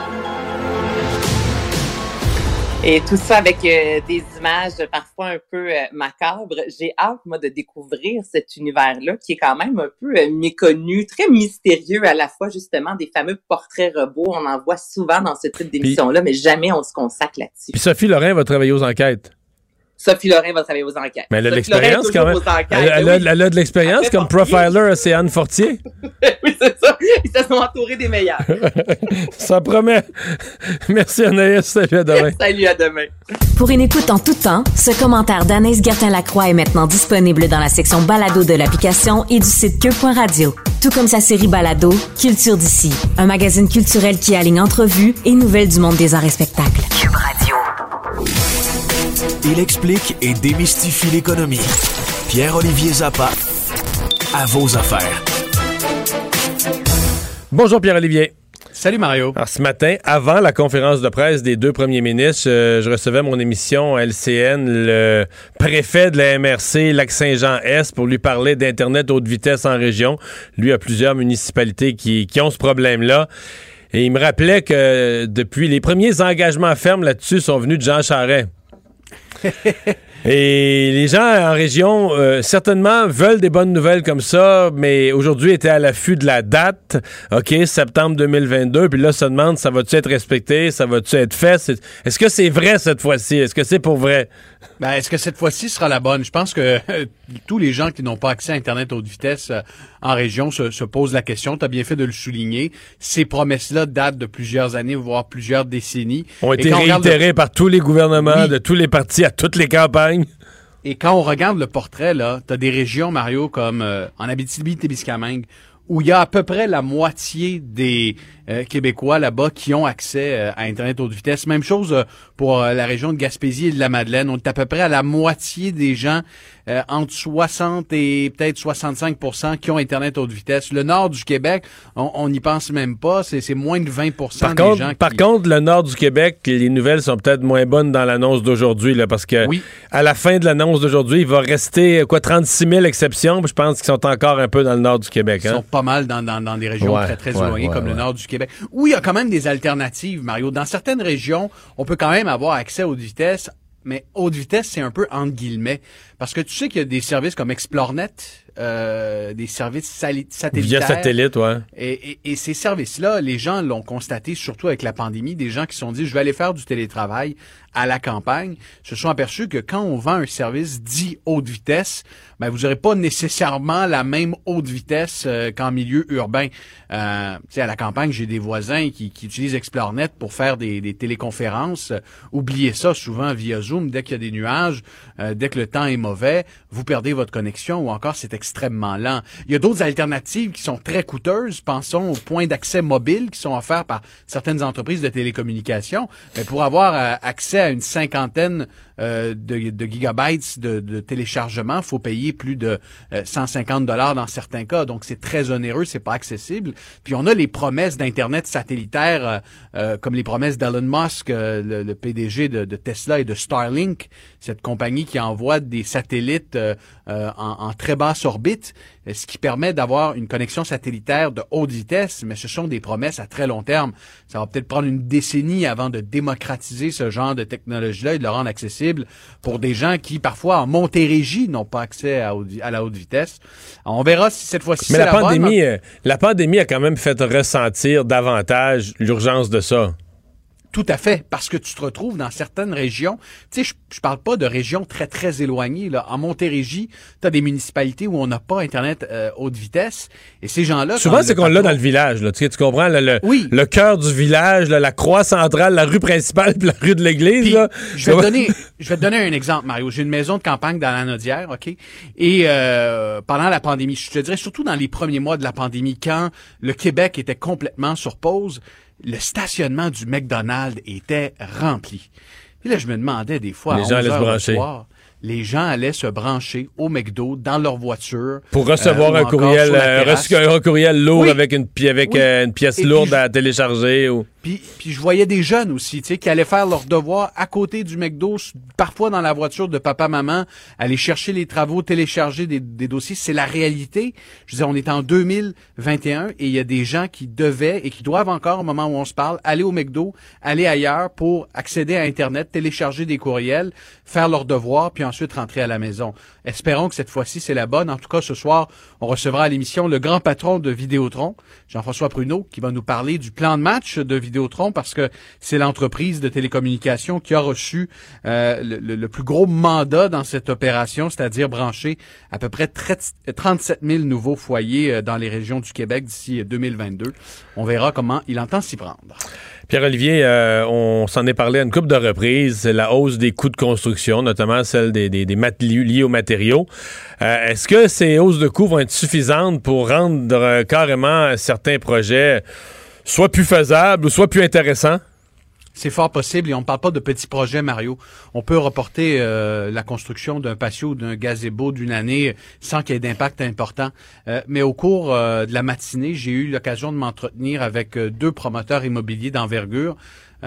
Et tout ça avec des images parfois un peu macabres. J'ai hâte, moi, de découvrir cet univers-là qui est quand même un peu méconnu, très mystérieux à la fois, justement, des fameux portraits robots. On en voit souvent dans ce type d'émission-là, mais jamais on se consacre là-dessus. Puis Sophie Lorrain va travailler aux enquêtes. Sophie Lorrain va travailler aux enquêtes. Mais elle a de l'expérience quand même. Elle a de l'expérience comme profiler, c'est Anne Fortier. Oui, c'est ça. Ils se sont entourés des meilleurs. Ça promet. Merci Anaïs. Salut, à demain. Salut, à demain. Pour une écoute en tout temps, ce commentaire d'Anaïs Gertin-Lacroix est maintenant disponible dans la section balado de l'application et du site cube.radio. Tout comme sa série balado Culture d'ici, un magazine culturel qui aligne entrevues et nouvelles du monde des arts et spectacles. Cube Radio. Il explique et démystifie l'économie. Pierre-Olivier Zappa, à vos affaires. Bonjour Pierre-Olivier. Salut Mario. Alors ce matin, avant la conférence de presse des deux premiers ministres, je recevais mon émission LCN, le préfet de la MRC Lac-Saint-Jean-Est, pour lui parler d'Internet haute vitesse en région. Lui a plusieurs municipalités qui ont ce problème-là. Et il me rappelait que depuis les premiers engagements fermes là-dessus sont venus de Jean Charest. Et les gens en région, certainement, veulent des bonnes nouvelles comme ça, mais aujourd'hui étaient à l'affût de la date. OK, septembre 2022, puis là, se demande, ça va-tu être respecté? Ça va-tu être fait? Est-ce que c'est vrai cette fois-ci? Est-ce que c'est pour vrai? Ben, est-ce que cette fois-ci sera la bonne? Je pense que tous les gens qui n'ont pas accès à Internet haute vitesse en région se posent la question. Tu as bien fait de le souligner. Ces promesses-là datent de plusieurs années, voire plusieurs décennies. Ont été réitérées par tous les gouvernements, de tous les partis, à toutes les campagnes. Et quand on regarde le portrait, là, t'as des régions, Mario, comme en Abitibi-Témiscamingue, où il y a à peu près la moitié des Québécois là-bas qui ont accès à Internet haute vitesse. Même chose pour la région de Gaspésie et de la Madeleine. On est à peu près à la moitié des gens, entre 60 et peut-être 65% qui ont Internet haute vitesse. Le nord du Québec, on n'y pense même pas. C'est moins de 20% des gens. Par contre, le nord du Québec, les nouvelles sont peut-être moins bonnes dans l'annonce d'aujourd'hui, là, parce que à la fin de l'annonce d'aujourd'hui, il va rester 36 000 exceptions. Je pense qu'ils sont encore un peu dans le nord du Québec. Ils sont pas mal dans des régions très éloignées comme le nord du Québec. Où il y a quand même des alternatives, Mario. Dans certaines régions, on peut quand même avoir accès à haute vitesse, mais haute vitesse, c'est un peu entre guillemets. Parce que tu sais qu'il y a des services comme ExploreNet, des services satellitaires. Via satellite, ouais. Et ces services-là, les gens l'ont constaté, surtout avec la pandémie, des gens qui se sont dit, je vais aller faire du télétravail à la campagne, se sont aperçus que quand on vend un service dit haute vitesse, ben vous n'aurez pas nécessairement la même haute vitesse qu'en milieu urbain. Tu sais, à la campagne, j'ai des voisins qui utilisent ExploreNet pour faire des téléconférences. Oubliez ça souvent via Zoom, dès qu'il y a des nuages, dès que le temps est mauvais, vous perdez votre connexion ou encore c'est extrêmement lent. Il y a d'autres alternatives qui sont très coûteuses. Pensons aux points d'accès mobiles qui sont offerts par certaines entreprises de télécommunications. Mais pour avoir accès à une cinquantaine de gigabytes de téléchargement, faut payer plus de 150 $ dans certains cas. Donc, c'est très onéreux, c'est pas accessible. Puis, on a les promesses d'Internet satellitaire, comme les promesses d'Elon Musk, le PDG de Tesla et de Starlink, cette compagnie qui envoie des satellites en très basse orbite, ce qui permet d'avoir une connexion satellitaire de haute vitesse, mais ce sont des promesses à très long terme. Ça va peut-être prendre une décennie avant de démocratiser ce genre de technologie-là et de le rendre accessible pour des gens qui, parfois, en Montérégie, n'ont pas accès à la haute vitesse. On verra si cette fois-ci mais la pandémie a quand même fait ressentir davantage l'urgence de ça. Tout à fait, parce que tu te retrouves dans certaines régions. Tu sais, je parle pas de régions très, très éloignées. Là. En Montérégie, tu as des municipalités où on n'a pas Internet haute vitesse. Et ces gens-là... Souvent, c'est qu'on l'a dans le village. Là. Tu comprends? Le cœur du village, là, la croix centrale, la rue principale puis la rue de l'église. Puis, là. Je vais te donner un exemple, Mario. J'ai une maison de campagne dans la Naudière, OK? Et pendant la pandémie, je te dirais surtout dans les premiers mois de la pandémie, quand le Québec était complètement sur pause, le stationnement du McDonald's était rempli. Puis là, je me demandais des fois, les gens allaient se brancher. Soir, les gens allaient se brancher au McDo dans leur voiture. Pour recevoir un courriel lourd avec une pièce lourde à télécharger. Puis je voyais des jeunes aussi, tu sais, qui allaient faire leurs devoirs à côté du McDo, parfois dans la voiture de papa-maman, aller chercher les travaux, télécharger des dossiers. C'est la réalité. Je veux dire, on est en 2021 et il y a des gens qui devaient et qui doivent encore, au moment où on se parle, aller au McDo, aller ailleurs pour accéder à Internet, télécharger des courriels, faire leurs devoirs, puis ensuite rentrer à la maison. Espérons que cette fois-ci, c'est la bonne. En tout cas, ce soir, on recevra à l'émission le grand patron de Vidéotron, Jean-François Pruneau, qui va nous parler du plan de match de Vidéotron, parce que c'est l'entreprise de télécommunications qui a reçu le plus gros mandat dans cette opération, c'est-à-dire brancher à peu près 37 000 nouveaux foyers dans les régions du Québec d'ici 2022. On verra comment il entend s'y prendre. Pierre-Olivier, on s'en est parlé à une couple de reprises, la hausse des coûts de construction, notamment celle des liés aux matériaux. Est-ce que ces hausses de coûts vont être suffisantes pour rendre carrément certains projets soit plus faisables ou soit plus intéressants? C'est fort possible et on ne parle pas de petits projets, Mario. On peut reporter la construction d'un patio ou d'un gazebo d'une année sans qu'il y ait d'impact important. Mais au cours de la matinée, j'ai eu l'occasion de m'entretenir avec 2 promoteurs immobiliers d'envergure,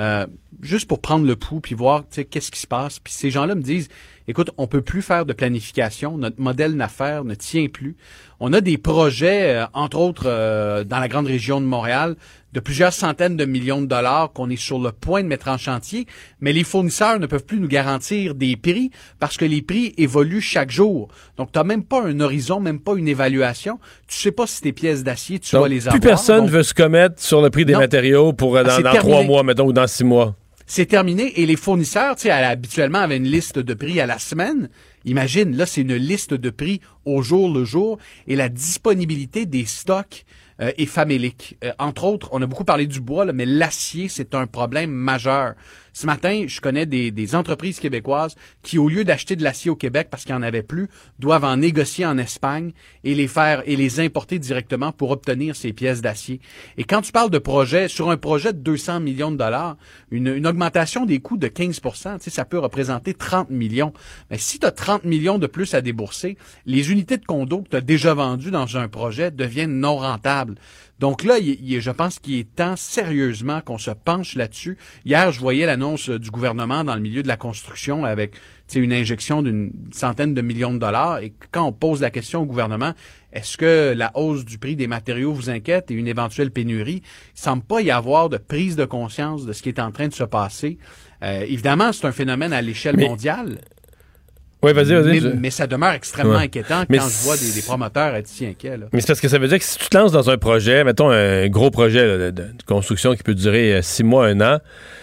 juste pour prendre le pouls puis voir qu'est-ce qui se passe. Puis ces gens-là me disent, écoute, on peut plus faire de planification, notre modèle d'affaires ne tient plus. On a des projets, entre autres dans la grande région de Montréal, de plusieurs centaines de millions de dollars qu'on est sur le point de mettre en chantier, mais les fournisseurs ne peuvent plus nous garantir des prix parce que les prix évoluent chaque jour. Donc, tu n'as même pas un horizon, même pas une évaluation. Tu sais pas si tes pièces d'acier, tu vas les avoir. Plus personne veut se commettre sur le prix des matériaux pour dans 3 mois, mettons, ou dans 6 mois. C'est terminé et les fournisseurs, tu sais, habituellement avaient une liste de prix à la semaine. Imagine, là, c'est une liste de prix au jour le jour et la disponibilité des stocks est famélique. Entre autres, on a beaucoup parlé du bois, là, mais l'acier, c'est un problème majeur. Ce matin, je connais des entreprises québécoises qui, au lieu d'acheter de l'acier au Québec parce qu'il n'y en avait plus, doivent en négocier en Espagne et les importer directement pour obtenir ces pièces d'acier. Et quand tu parles de projet, sur un projet de 200 millions de dollars, une augmentation des coûts de 15 %, ça peut représenter 30 millions. Mais si tu as 30 millions de plus à débourser, les unités de condo que tu as déjà vendues dans un projet deviennent non rentables. Donc là, je pense qu'il est temps sérieusement qu'on se penche là-dessus. Hier, je voyais l'annonce du gouvernement dans le milieu de la construction avec une injection d'une centaine de millions de dollars. Et quand on pose la question au gouvernement, est-ce que la hausse du prix des matériaux vous inquiète et une éventuelle pénurie? Il semble pas y avoir de prise de conscience de ce qui est en train de se passer. Évidemment, c'est un phénomène à l'échelle mondiale. Oui, vas-y. Mais ça demeure extrêmement inquiétant quand je vois des promoteurs être si inquiets. Là. Mais c'est parce que ça veut dire que si tu te lances dans un projet, mettons un gros projet là, de construction qui peut durer 6 mois, 1 an,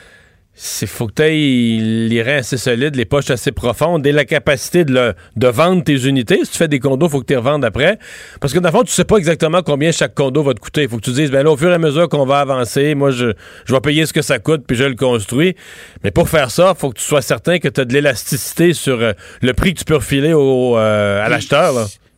il faut que tu aies les reins assez solides, les poches assez profondes et la capacité de vendre tes unités. Si tu fais des condos, il faut que tu les revendes après. Parce que dans le fond, tu sais pas exactement combien chaque condo va te coûter. Il faut que tu dises, là, au fur et à mesure qu'on va avancer, moi, je vais payer ce que ça coûte puis je le construis. Mais pour faire ça, il faut que tu sois certain que tu as de l'élasticité sur le prix que tu peux refiler à l'acheteur. Là.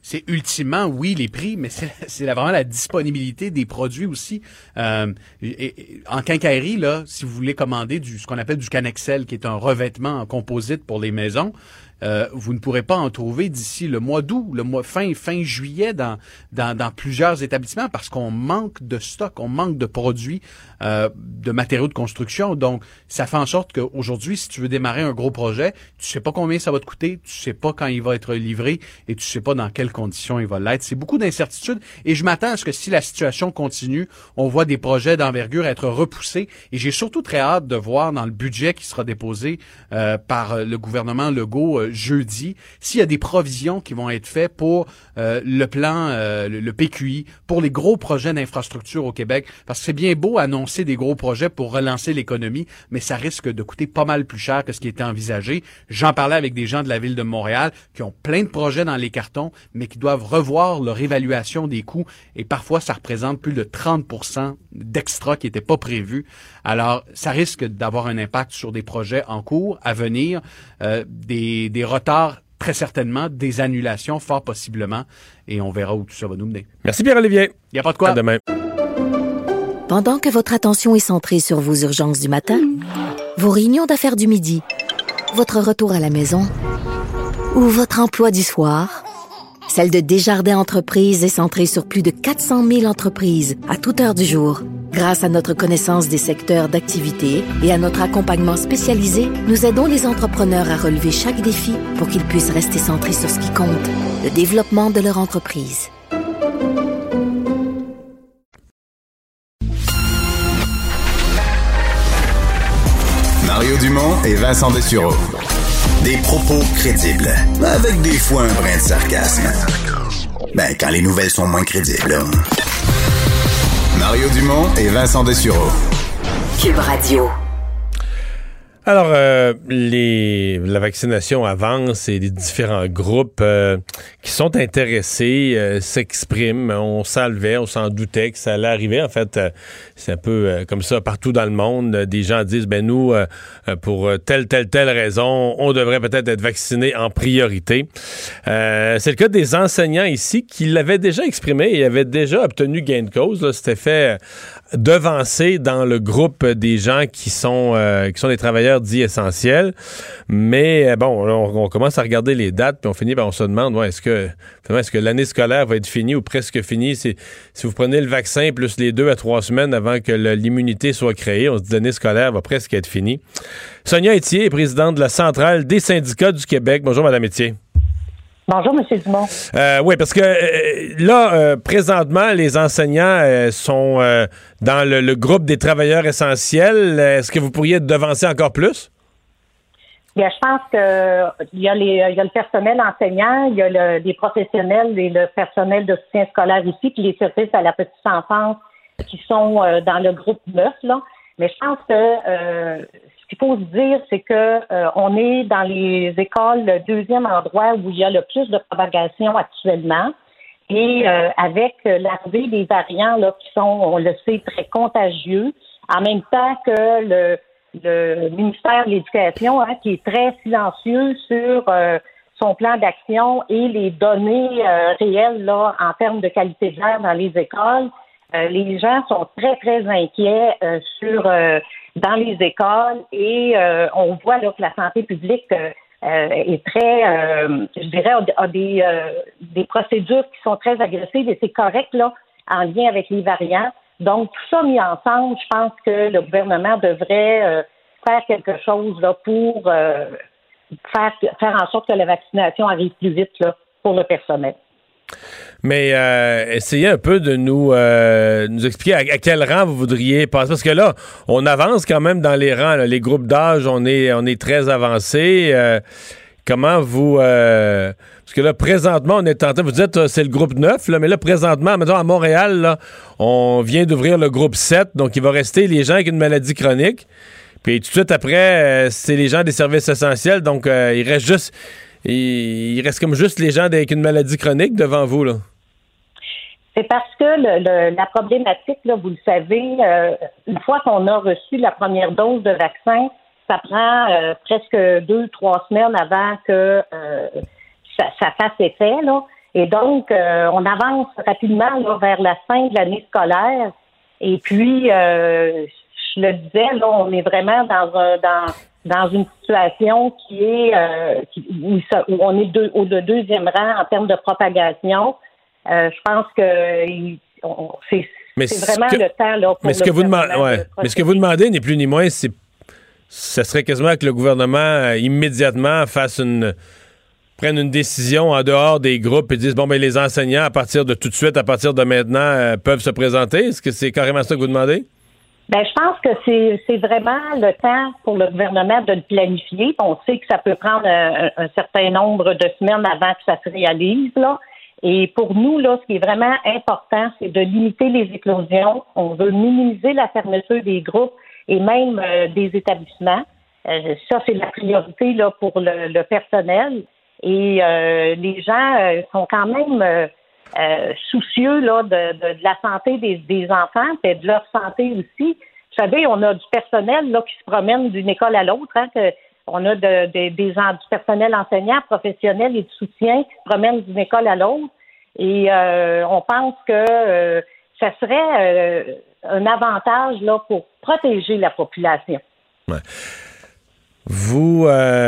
c'est ultimement, oui, les prix, mais c'est vraiment la disponibilité des produits aussi. En quincaillerie, là, si vous voulez commander ce qu'on appelle du Canexel, qui est un revêtement en composite pour les maisons, vous ne pourrez pas en trouver d'ici le mois d'août, fin juillet dans plusieurs établissements parce qu'on manque de stock, on manque de produits, de matériaux de construction. Donc, ça fait en sorte qu'aujourd'hui, si tu veux démarrer un gros projet, tu sais pas combien ça va te coûter, tu sais pas quand il va être livré et tu sais pas dans quelles conditions il va l'être. C'est beaucoup d'incertitudes et je m'attends à ce que si la situation continue, on voit des projets d'envergure être repoussés et j'ai surtout très hâte de voir dans le budget qui sera déposé par le gouvernement Legault jeudi, s'il y a des provisions qui vont être faites pour le plan, le PQI, pour les gros projets d'infrastructure au Québec, parce que c'est bien beau annoncer des gros projets pour relancer l'économie, mais ça risque de coûter pas mal plus cher que ce qui était envisagé. J'en parlais avec des gens de la ville de Montréal qui ont plein de projets dans les cartons, mais qui doivent revoir leur évaluation des coûts, et parfois ça représente plus de 30% d'extra qui n'étaient pas prévus. Alors, ça risque d'avoir un impact sur des projets en cours, à venir, des retards, très certainement, des annulations, fort possiblement, et on verra où tout ça va nous mener. Merci Pierre-Olivier. Il n'y a pas de quoi. À demain. Pendant que votre attention est centrée sur vos urgences du matin, vos réunions d'affaires du midi, votre retour à la maison ou votre emploi du soir, celle de Desjardins Entreprises est centrée sur plus de 400 000 entreprises à toute heure du jour. Grâce à notre connaissance des secteurs d'activité et à notre accompagnement spécialisé, nous aidons les entrepreneurs à relever chaque défi pour qu'ils puissent rester centrés sur ce qui compte, le développement de leur entreprise. Mario Dumont et Vincent Dessureau. Des propos crédibles, avec des fois un brin de sarcasme. Ben, quand les nouvelles sont moins crédibles, là. Mario Dumont et Vincent Dessureau. Cube Radio. Alors, la vaccination avance et les différents groupes qui sont intéressés s'expriment. On savait, on s'en doutait que ça allait arriver. En fait, c'est un peu comme ça partout dans le monde. Des gens disent, nous, pour telle raison, on devrait peut-être être vaccinés en priorité. C'est le cas des enseignants ici qui l'avaient déjà exprimé et avaient déjà obtenu gain de cause. Là. C'était fait devancer dans le groupe des gens qui sont des travailleurs dits essentiels. Mais on commence à regarder les dates puis on finit, on se demande, est-ce que l'année scolaire va être finie ou presque finie? Si vous prenez le vaccin plus les 2 à 3 semaines avant que l'immunité soit créée, on se dit l'année scolaire va presque être finie. Sonia Etier est présidente de la Centrale des syndicats du Québec. Bonjour, Mme Etier. Bonjour, M. Dumont. Oui, parce que là, présentement, les enseignants sont dans le groupe des travailleurs essentiels. Est-ce que vous pourriez devancer encore plus? Bien, je pense que il y a le personnel enseignant, il y a les professionnels et le personnel de soutien scolaire ici, puis les services à la petite enfance qui sont dans le groupe 9, là. Mais je pense que ce qu'il faut se dire, c'est que on est dans les écoles le deuxième endroit où il y a le plus de propagation actuellement. Et avec l'arrivée des variants là, qui sont, on le sait, très contagieux, en même temps que le ministère de l'Éducation, qui est très silencieux sur son plan d'action et les données réelles là en termes de qualité de l'air dans les écoles. Les gens sont très, très inquiets dans les écoles et on voit là que la santé publique est très, je dirais, a des procédures qui sont très agressives et c'est correct là en lien avec les variants. Donc, tout ça mis ensemble, je pense que le gouvernement devrait faire quelque chose là pour faire en sorte que la vaccination arrive plus vite là, pour le personnel. Mais essayez un peu de nous expliquer à quel rang vous voudriez passer. Parce que là, on avance quand même dans les rangs. Là. Les groupes d'âge, on est très avancés. Comment vous... parce que là, présentement, on est en train... Vous dites c'est le groupe 9, là, mais là, présentement, mettons, à Montréal, là, on vient d'ouvrir le groupe 7. Donc, il va rester les gens avec une maladie chronique. Puis tout de suite après, c'est les gens des services essentiels. Donc, il reste comme juste les gens avec une maladie chronique devant vous, là. C'est parce que la problématique, là, vous le savez, une fois qu'on a reçu la première dose de vaccin, ça prend presque 2-3 semaines avant que ça fasse effet, là. Et donc, on avance rapidement là, vers la fin de l'année scolaire. Et puis, je le disais, là, on est vraiment dans une situation qui est où on est au deuxième rang en termes de propagation. Je pense que c'est vraiment le temps là, pour ce que vous demandez n'est plus ni moins, ça serait quasiment que le gouvernement immédiatement prenne une décision en dehors des groupes et dise les enseignants à partir de maintenant peuvent se présenter. Est-ce que c'est carrément ça que vous demandez? Ben, je pense que c'est vraiment le temps pour le gouvernement de le planifier. On sait que ça peut prendre un certain nombre de semaines avant que ça se réalise, là. Et pour nous, là, ce qui est vraiment important, c'est de limiter les éclosions. On veut minimiser la fermeture des groupes et même des établissements. Ça, c'est la priorité là pour le personnel. Et les gens sont quand même soucieux là de la santé des enfants et de leur santé aussi. Vous savez, on a du personnel là qui se promène d'une école à l'autre. On a du personnel enseignant, professionnel et de soutien qui se promènent d'une école à l'autre. Et on pense que ça serait un avantage là pour protéger la population. Ouais. Vous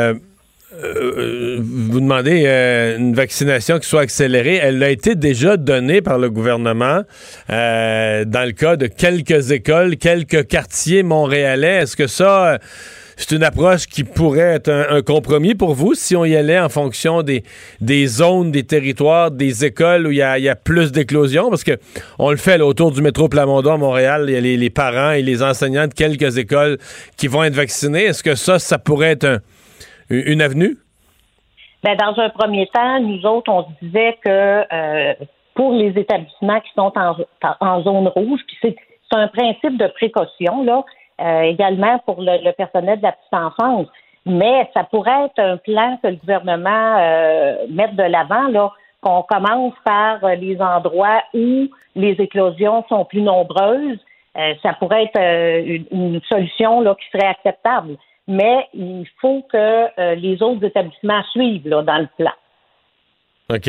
demandez une vaccination qui soit accélérée. Elle a été déjà donnée par le gouvernement dans le cas de quelques écoles, quelques quartiers montréalais. Est-ce que ça, c'est une approche qui pourrait être un compromis pour vous si on y allait en fonction des zones, des territoires, des écoles où il y a plus d'éclosions? Parce que on le fait là, autour du métro Plamondon à Montréal, il y a les parents et les enseignants de quelques écoles qui vont être vaccinés. Est-ce que ça pourrait être une avenue? Ben, dans un premier temps, nous autres, on se disait que pour les établissements qui sont en zone rouge, puis c'est un principe de précaution, là, également pour le personnel de la petite enfance. Mais ça pourrait être un plan que le gouvernement mette de l'avant, là, qu'on commence par les endroits où les éclosions sont plus nombreuses. Ça pourrait être une solution là, qui serait acceptable. Mais il faut que les autres établissements suivent là, dans le plan. OK.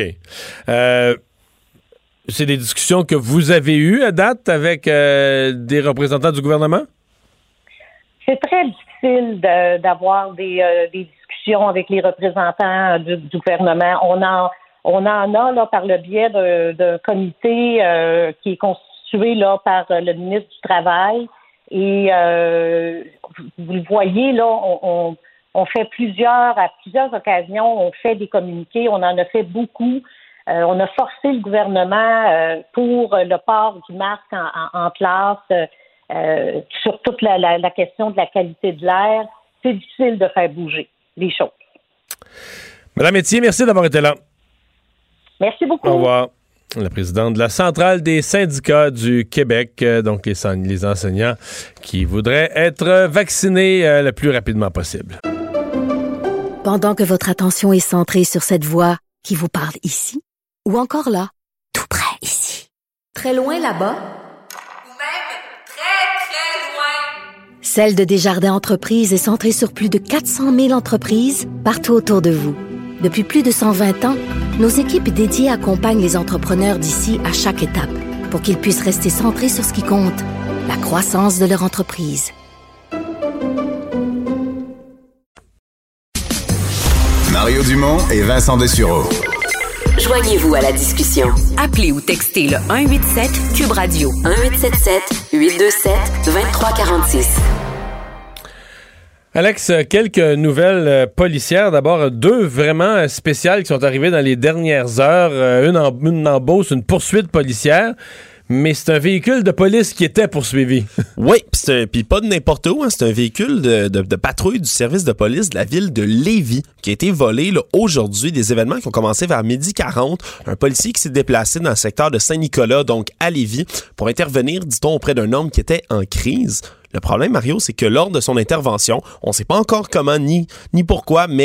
C'est des discussions que vous avez eues à date avec des représentants du gouvernement? C'est très difficile d'avoir des discussions avec les représentants du gouvernement. On en a là par le biais d'un comité qui est constitué là par le ministre du Travail. Et vous le voyez, là, on fait à plusieurs occasions, on fait des communiqués, on en a fait beaucoup. On a forcé le gouvernement pour le port du masque en classe, sur toute la question de la qualité de l'air. C'est difficile de faire bouger les choses. Madame Etier, merci d'avoir été là. Merci beaucoup. Au revoir. La présidente de la Centrale des syndicats du Québec, donc les enseignants qui voudraient être vaccinés le plus rapidement possible. Pendant que votre attention est centrée sur cette voix qui vous parle ici, ou encore là, tout près ici, très loin là-bas, ou même très, très loin, Celle de Desjardins Entreprises est centrée sur plus de 400 000 entreprises partout autour de vous. Depuis plus de 120 ans, nos équipes dédiées accompagnent les entrepreneurs d'ici à chaque étape pour qu'ils puissent rester centrés sur ce qui compte, la croissance de leur entreprise. Mario Dumont et Vincent Dessureau. Joignez-vous à la discussion. Appelez ou textez le 187 Cube Radio 1877 827 2346. Alex, quelques nouvelles policières. D'abord, 2 vraiment spéciales qui sont arrivées dans les dernières heures. Une en Beauce, une poursuite policière. Mais c'est un véhicule de police qui était poursuivi. Oui, puis pas de n'importe où. Hein, c'est un véhicule de patrouille du service de police de la ville de Lévis qui a été volé là, aujourd'hui. Des événements qui ont commencé vers 12h40. Un policier qui s'est déplacé dans le secteur de Saint-Nicolas, donc à Lévis, pour intervenir, dit-on, auprès d'un homme qui était en crise. Le problème, Mario, c'est que lors de son intervention, on ne sait pas encore comment ni pourquoi, mais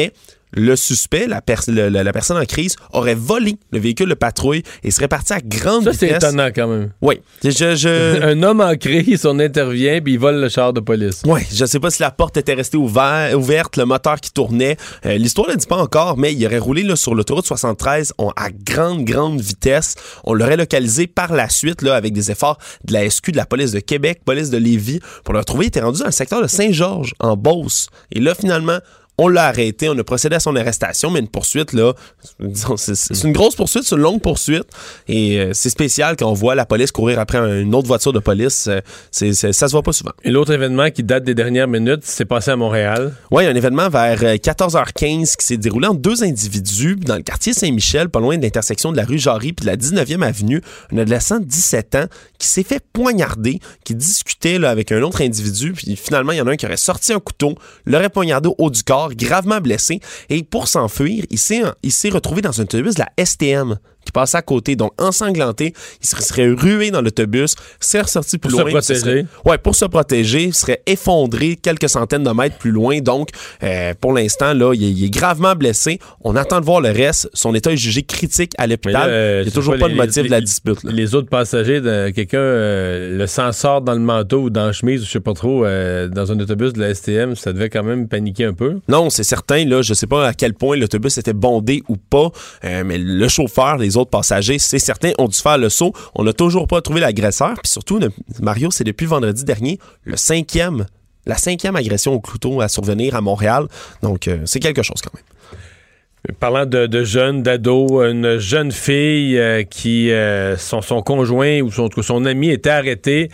le suspect, la personne en crise, aurait volé le véhicule de patrouille et serait parti à grande vitesse. Ça, c'est étonnant quand même. Oui. Un homme en crise, on intervient puis il vole le char de police. Oui, je sais pas si la porte était restée ouverte, le moteur qui tournait. L'histoire ne dit pas encore, mais il aurait roulé là, sur l'autoroute 73 à grande vitesse. On l'aurait localisé par la suite là, avec des efforts de la SQ, de la police de Québec, police de Lévis. Pour le retrouver, il était rendu dans le secteur de Saint-Georges, en Beauce. Et là, finalement, on l'a arrêté, on a procédé à son arrestation, mais une poursuite, là, disons, c'est une grosse poursuite, c'est une longue poursuite. Et c'est spécial quand on voit la police courir après une autre voiture de police. Ça se voit pas souvent. Et l'autre événement qui date des dernières minutes, c'est passé à Montréal. Oui, un événement vers 14h15 qui s'est déroulé entre deux individus dans le quartier Saint-Michel, pas loin de l'intersection de la rue Jarry puis de la 19e avenue. Un adolescent de 17 ans qui s'est fait poignarder, qui discutait là, avec un autre individu. Puis finalement, il y en a un qui aurait sorti un couteau, l'aurait poignardé au haut du corps, gravement blessé, et pour s'enfuir, il s'est retrouvé dans un autobus de la STM qui passait à côté, donc ensanglanté, il serait rué dans l'autobus, serait ressorti plus loin. Pour se protéger? Pour se protéger, il serait effondré quelques centaines de mètres plus loin, donc pour l'instant, là, il est gravement blessé. On attend de voir le reste. Son état est jugé critique à l'hôpital. Il n'y a toujours pas de motif de la dispute. Là. Les autres passagers, quelqu'un le sang sort dans le manteau ou dans la chemise, je sais pas trop, dans un autobus de la STM, ça devait quand même paniquer un peu. Non, c'est certain. Là, je sais pas à quel point l'autobus était bondé ou pas, mais le chauffeur, les autres passagers, c'est certain, ont dû faire le saut. On n'a toujours pas trouvé l'agresseur. Puis surtout, Mario, c'est depuis vendredi dernier la cinquième agression au couteau à survenir à Montréal. Donc, c'est quelque chose quand même. Parlant de jeunes, d'ados, une jeune fille qui, son conjoint ou son ami était arrêté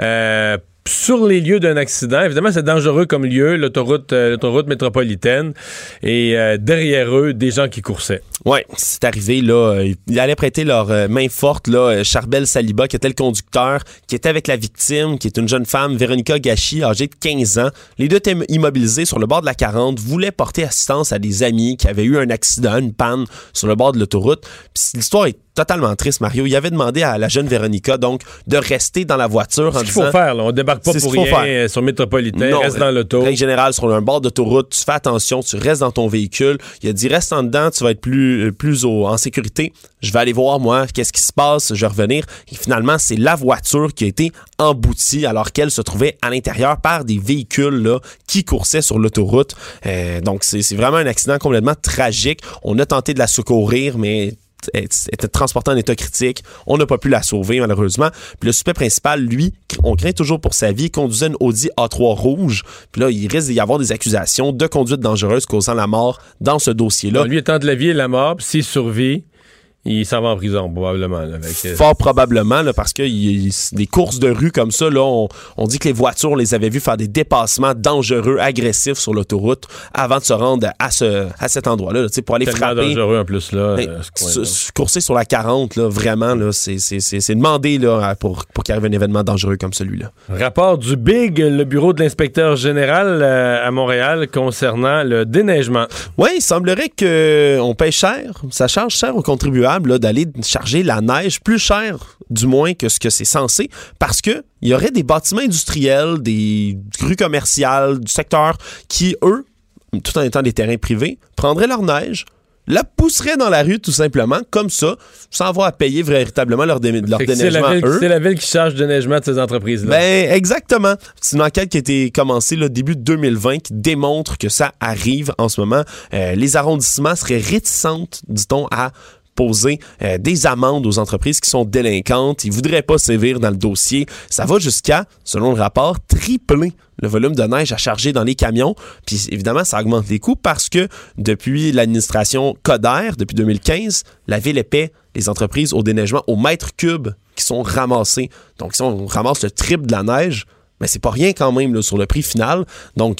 sur les lieux d'un accident. Évidemment, c'est dangereux comme lieu, l'autoroute métropolitaine. Et derrière eux, des gens qui coursaient. Oui, c'est arrivé, là. Ils allaient prêter leur main forte, là. Charbel Saliba, qui était le conducteur, qui était avec la victime, qui est une jeune femme, Véronica Gachy, âgée de 15 ans. Les deux étaient immobilisés sur le bord de la 40, voulaient porter assistance à des amis qui avaient eu un accident, une panne sur le bord de l'autoroute. Puis l'histoire est totalement triste, Mario. Il avait demandé à la jeune Véronica, donc, de rester dans la voiture en disant... C'est ce qu'il faut faire, là. On débarque pas pour rien sur Métropolitain, non, reste dans l'auto. Règle générale, sur un bord d'autoroute, tu fais attention, tu restes dans ton véhicule. Il a dit, reste en dedans, tu vas être plus en sécurité. Je vais aller voir, moi, qu'est-ce qui se passe, je vais revenir. Et finalement, c'est la voiture qui a été emboutie alors qu'elle se trouvait à l'intérieur par des véhicules là, qui coursaient sur l'autoroute. Donc, c'est vraiment un accident complètement tragique. On a tenté de la secourir, mais... était transportée en état critique. On n'a pas pu la sauver, malheureusement. Puis le suspect principal, lui, on craint toujours pour sa vie, conduisait une Audi A3 rouge. Puis là, il risque d'y avoir des accusations de conduite dangereuse causant la mort dans ce dossier-là. Bon, lui étant de la vie et la mort, puis s'il survit, il s'en va en prison, probablement. Là, Fort probablement, là, parce que des courses de rue comme ça, là, on dit que les voitures, on les avait vues faire des dépassements dangereux, agressifs sur l'autoroute avant de se rendre à cet endroit-là, là, pour aller tellement frapper. Dangereux en plus, là. Courser sur la 40, là, vraiment, là, c'est demandé là, pour qu'il arrive un événement dangereux comme celui-là. Rapport du BIG, le bureau de l'inspecteur général à Montréal, concernant le déneigement. Oui, il semblerait qu'on paye cher, ça charge cher aux contribuables là, d'aller charger la neige plus cher, du moins, que ce que c'est censé, parce que il y aurait des bâtiments industriels, des rues commerciales, du secteur qui, eux, tout en étant des terrains privés, prendraient leur neige, la pousseraient dans la rue tout simplement, comme ça, sans avoir à payer véritablement leur déneigement. C'est la ville qui charge le déneigement de ces entreprises-là. Ben, exactement. C'est une enquête qui a été commencée le début de 2020 qui démontre que ça arrive en ce moment. Les arrondissements seraient réticentes, dit-on, à poser des amendes aux entreprises qui sont délinquantes. Ils ne voudraient pas sévir dans le dossier. Ça va jusqu'à, selon le rapport, tripler le volume de neige à charger dans les camions. Puis évidemment, ça augmente les coûts parce que depuis l'administration Coder, depuis 2015, la ville paie les entreprises au déneigement au mètre cube qui sont ramassés. Donc, si on ramasse le triple de la neige, mais c'est pas rien quand même là, sur le prix final. Donc,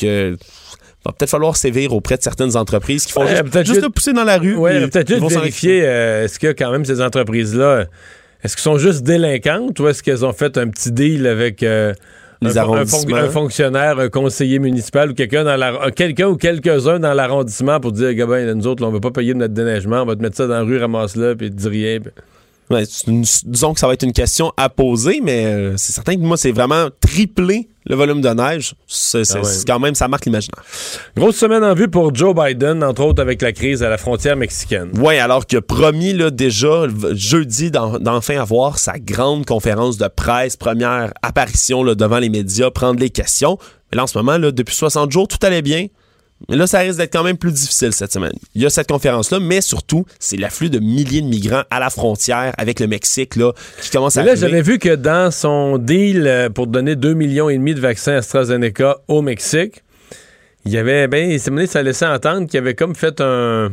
va peut-être falloir sévir auprès de certaines entreprises qui font juste le pousser dans la rue. Oui, peut-être juste vérifier est-ce que quand même ces entreprises-là, est-ce qu'elles sont juste délinquantes ou est-ce qu'elles ont fait un petit deal avec un fonctionnaire, un conseiller municipal ou quelqu'un ou quelques-uns dans l'arrondissement pour dire, ben, nous autres, là, on ne va pas payer de notre déneigement, on va te mettre ça dans la rue, ramasse-le, puis dis rien. Ouais, disons que ça va être une question à poser, mais c'est certain que moi, c'est vraiment tripler le volume de neige, c'est quand même, ça marque l'imaginaire. Grosse semaine en vue pour Joe Biden, entre autres avec la crise à la frontière mexicaine. Oui, alors qu'il a promis là, déjà jeudi d'enfin avoir sa grande conférence de presse, première apparition là, devant les médias, prendre les questions. Mais là, en ce moment, là, depuis 60 jours, tout allait bien. Mais là, ça risque d'être quand même plus difficile cette semaine. Il y a cette conférence-là, mais surtout, c'est l'afflux de milliers de migrants à la frontière avec le Mexique là, qui commence à arriver. Là, j'avais vu que dans son deal pour donner 2,5 millions de vaccins AstraZeneca au Mexique, il y avait, ça laissait entendre qu'il avait comme fait un...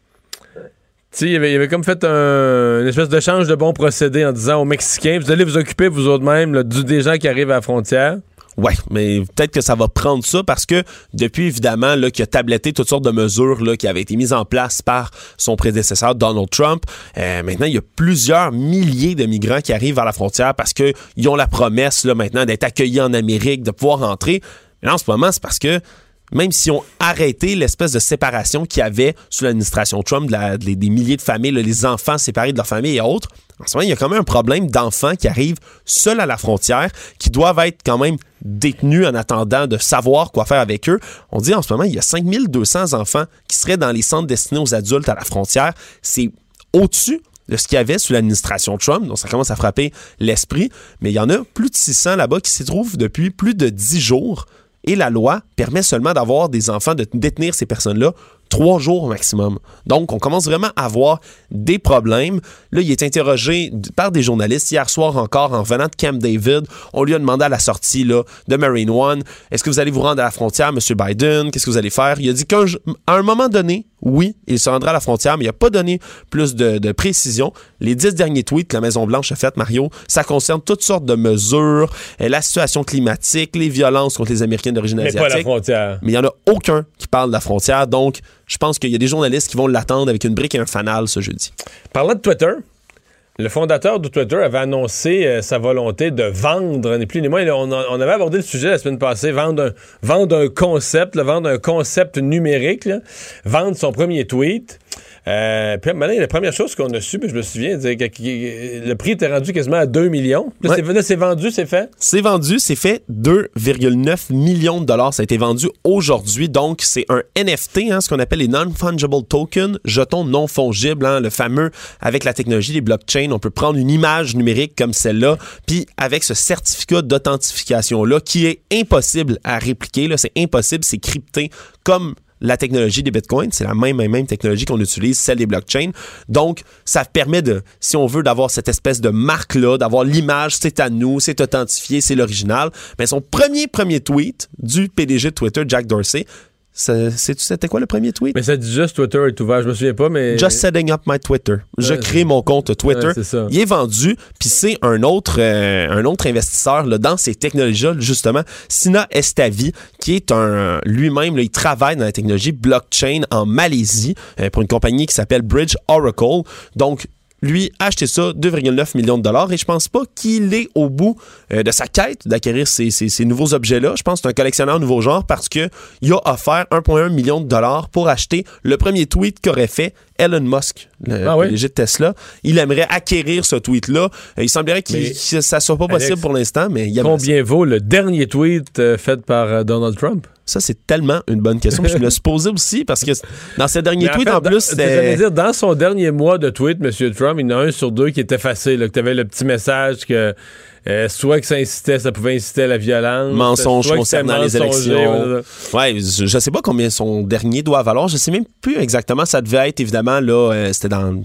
Tu sais, il avait comme fait une espèce de change de bons procédés en disant aux Mexicains, vous allez vous occuper vous autres mêmes là, des gens qui arrivent à la frontière. Ouais, mais peut-être que ça va prendre ça parce que depuis, évidemment, là, qu'il a tabletté toutes sortes de mesures là, qui avaient été mises en place par son prédécesseur Donald Trump, maintenant, il y a plusieurs milliers de migrants qui arrivent vers la frontière parce qu'ils ont la promesse là, maintenant d'être accueillis en Amérique, de pouvoir rentrer. Mais là, en ce moment, c'est parce que même si on arrêté l'espèce de séparation qu'il y avait sous l'administration Trump des milliers de familles, là, les enfants séparés de leur famille et autres, en ce moment, il y a quand même un problème d'enfants qui arrivent seuls à la frontière, qui doivent être quand même détenus en attendant de savoir quoi faire avec eux. On dit en ce moment, il y a 5200 enfants qui seraient dans les centres destinés aux adultes à la frontière. C'est au-dessus de ce qu'il y avait sous l'administration Trump, donc ça commence à frapper l'esprit. Mais il y en a plus de 600 là-bas qui s'y trouvent depuis plus de 10 jours. Et la loi permet seulement d'avoir des enfants, de détenir ces personnes-là 3 jours au maximum. Donc, on commence vraiment à avoir des problèmes. Là, il est interrogé par des journalistes hier soir encore en venant de Camp David. On lui a demandé à la sortie là, de Marine One, est-ce que vous allez vous rendre à la frontière, M. Biden? Qu'est-ce que vous allez faire? Il a dit qu'à un moment donné, oui, il se rendra à la frontière, mais il n'a pas donné plus de précision. Les 10 derniers tweets que la Maison-Blanche a fait, Mario, ça concerne toutes sortes de mesures, la situation climatique, les violences contre les Américains d'origine asiatique. Mais pas la frontière. Mais il n'y en a aucun qui parle de la frontière, donc je pense qu'il y a des journalistes qui vont l'attendre avec une brique et un fanal ce jeudi. Parlant de Twitter, le fondateur de Twitter avait annoncé sa volonté de vendre, ni plus ni moins. On avait abordé le sujet la semaine passée, vendre un concept numérique, là, vendre son premier tweet. Puis maintenant, la première chose qu'on a su, je me souviens, le prix était rendu quasiment à 2 millions. Là, c'est vendu, c'est fait? C'est vendu, c'est fait 2,9 millions de dollars. Ça a été vendu aujourd'hui. Donc, c'est un NFT, ce qu'on appelle les non-fungible tokens, jetons non fongibles, le fameux, avec la technologie des blockchains, on peut prendre une image numérique comme celle-là, puis avec ce certificat d'authentification-là, qui est impossible à répliquer, là, c'est impossible, c'est crypté comme la technologie des bitcoins, c'est la même technologie qu'on utilise, celle des blockchains. Donc, ça permet si on veut, d'avoir cette espèce de marque-là, d'avoir l'image, c'est à nous, c'est authentifié, c'est l'original. Mais son premier tweet du PDG de Twitter, Jack Dorsey, c'était quoi le premier tweet? Mais ça dit juste Twitter est ouvert, je me souviens pas, mais... Just setting up my Twitter. Je crée mon compte Twitter. C'est ça. Il est vendu, puis c'est un autre investisseur là, dans ces technologies-là, justement, Sina Estavi, qui est lui-même, là, il travaille dans la technologie blockchain en Malaisie pour une compagnie qui s'appelle Bridge Oracle. Donc, lui, a acheté ça 2,9 millions de dollars et je pense pas qu'il est au bout de sa quête d'acquérir ces nouveaux objets-là. Je pense que c'est un collectionneur nouveau genre parce que il a offert 1,1 million de dollars pour acheter le premier tweet qu'aurait fait Elon Musk, le PDG de Tesla. Il aimerait acquérir ce tweet-là. Il semblerait que ça soit pas possible pour l'instant, mais il combien vaut le dernier tweet fait par Donald Trump? Ça, c'est tellement une bonne question. Je me l'ai posé aussi parce que dans ses derniers tweets, en plus, c'était... Dans son dernier mois de tweet, M. Trump, il y en a un sur 2 qui est effacé, là, que tu avais le petit message que soit que ça pouvait inciter à la violence. Mensonge concernant les élections. Ouais, je sais pas combien son dernier doit valoir. Je sais même plus exactement. Ça devait être, évidemment, là, c'était dans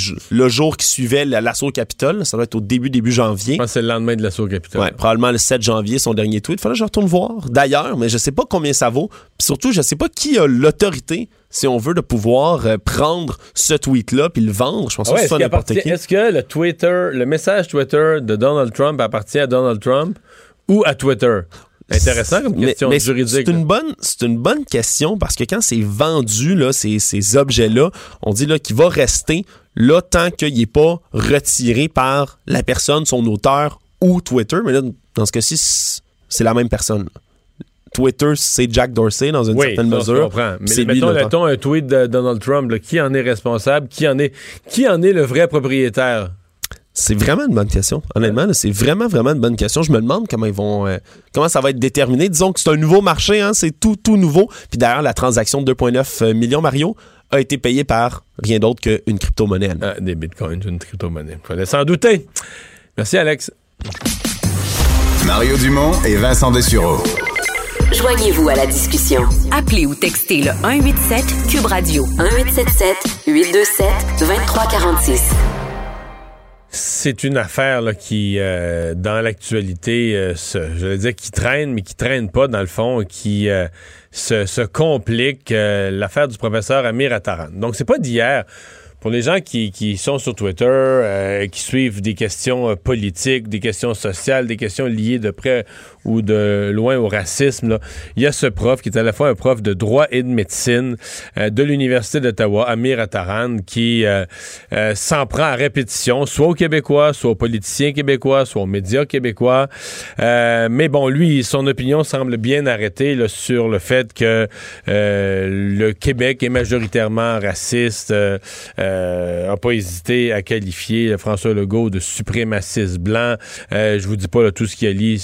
le jour qui suivait l'assaut au Capitole. Ça doit être au début janvier. Je pense que c'est le lendemain de l'assaut au Capitole. Ouais, probablement le 7 janvier, son dernier tweet. Faudrait que je retourne voir. D'ailleurs, mais je sais pas combien ça vaut. Puis surtout, je sais pas qui a l'autorité, si on veut, de pouvoir prendre ce tweet-là puis le vendre. Je pense que c'est n'importe qui. Est-ce que le message Twitter de Donald Trump appartient à Donald Trump ou à Twitter? Intéressant comme question juridique. C'est une bonne question parce que quand c'est vendu, là, ces objets-là, on dit là, qu'il va rester là tant qu'il n'est pas retiré par la personne, son auteur ou Twitter. Mais là, dans ce cas-ci, c'est la même personne. Twitter, c'est Jack Dorsey dans une certaine mesure. Je comprends. Mais mettons un tweet de Donald Trump, là, qui en est responsable? Qui en est le vrai propriétaire? C'est vraiment une bonne question. Honnêtement, là, c'est vraiment une bonne question. Je me demande comment ça va être déterminé. Disons que c'est un nouveau marché, hein, c'est tout nouveau. Puis d'ailleurs, la transaction de 2,9 millions, Mario, a été payée par rien d'autre qu'une crypto-monnaie. Des bitcoins, une crypto-monnaie. Il fallait s'en douter. Merci, Alex. Mario Dumont et Vincent Dessureau. Joignez-vous à la discussion. Appelez ou textez le 187 Cube Radio. 1877-827-2346. C'est une affaire là, qui, dans l'actualité, qui traîne, mais qui traîne pas, dans le fond, qui se complique, l'affaire du professeur Amir Attaran. Donc, c'est pas d'hier. Pour les gens qui sont sur Twitter, qui suivent des questions politiques, des questions sociales, des questions liées de près ou de loin au racisme, là, il y a ce prof qui est à la fois un prof de droit et de médecine de l'Université d'Ottawa, Amir Attaran, qui s'en prend à répétition, soit aux Québécois, soit aux politiciens québécois, soit aux médias québécois. Mais bon, lui, son opinion semble bien arrêtée là, sur le fait que le Québec est majoritairement raciste. N'a pas hésité à qualifier François Legault de suprémaciste blanc. Je vous dis pas là, tout ce qu'il a dit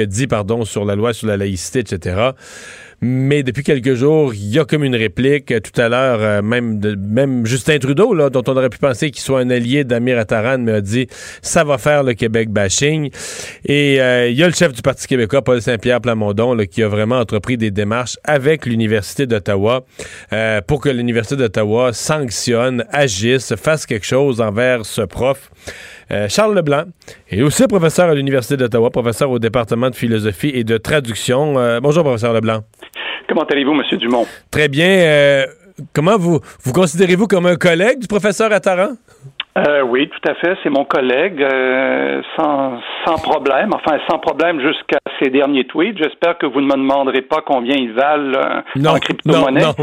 sur la loi sur la laïcité, etc. Mais depuis quelques jours, il y a comme une réplique. Tout à l'heure, même Justin Trudeau, là, dont on aurait pu penser qu'il soit un allié d'Amir Attaran, mais a dit « ça va faire le Québec bashing ». Et il y a le chef du Parti québécois, Paul Saint-Pierre Plamondon, là, qui a vraiment entrepris des démarches avec l'Université d'Ottawa pour que l'Université d'Ottawa sanctionne, agisse, fasse quelque chose envers ce prof. Charles Leblanc est aussi professeur à l'Université d'Ottawa, professeur au département de philosophie et de traduction. Bonjour, professeur Leblanc. Comment allez-vous, M. Dumont? Très bien. Comment vous considérez-vous comme un collègue du professeur Attaran? Oui, tout à fait. C'est mon collègue, sans problème. Enfin, sans problème jusqu'à ces derniers tweets. J'espère que vous ne me demanderez pas combien ils valent en crypto-monnaie. Non.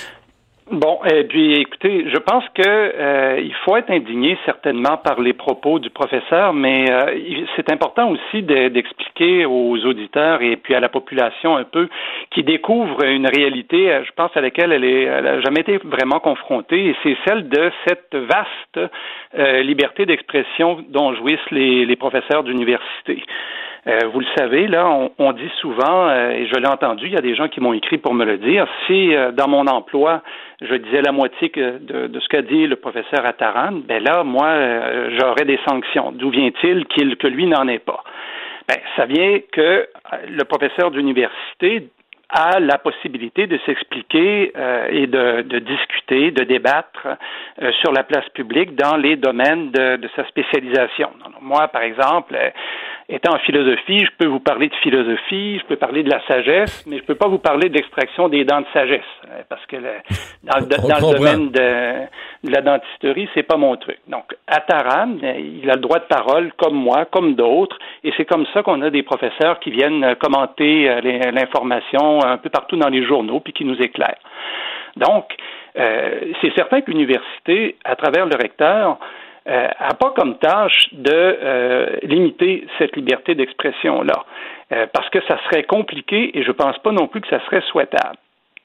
Bon, et puis écoutez, je pense que il faut être indigné certainement par les propos du professeur, mais c'est important aussi d'expliquer aux auditeurs et puis à la population un peu qui découvre une réalité, je pense à laquelle elle a jamais été vraiment confrontée, et c'est celle de cette vaste liberté d'expression dont jouissent les professeurs d'université. Vous le savez, là, on dit souvent, et je l'ai entendu, il y a des gens qui m'ont écrit pour me le dire, si dans mon emploi, je disais la moitié de ce qu'a dit le professeur Attaran, ben là, moi, j'aurais des sanctions. D'où vient-il que lui n'en ait pas? Ben, ça vient que le professeur d'université a la possibilité de s'expliquer et de discuter, de débattre sur la place publique dans les domaines de sa spécialisation. Donc, moi, par exemple, étant en philosophie, je peux vous parler de philosophie, je peux parler de la sagesse, mais je peux pas vous parler de l'extraction des dents de sagesse, parce que dans le domaine de la dentisterie, c'est pas mon truc. Donc, Attaran, il a le droit de parole comme moi, comme d'autres, et c'est comme ça qu'on a des professeurs qui viennent commenter l'information un peu partout dans les journaux, puis qui nous éclairent. Donc, c'est certain que l'université, à travers le recteur, a pas comme tâche de limiter cette liberté d'expression-là, parce que ça serait compliqué et je pense pas non plus que ça serait souhaitable.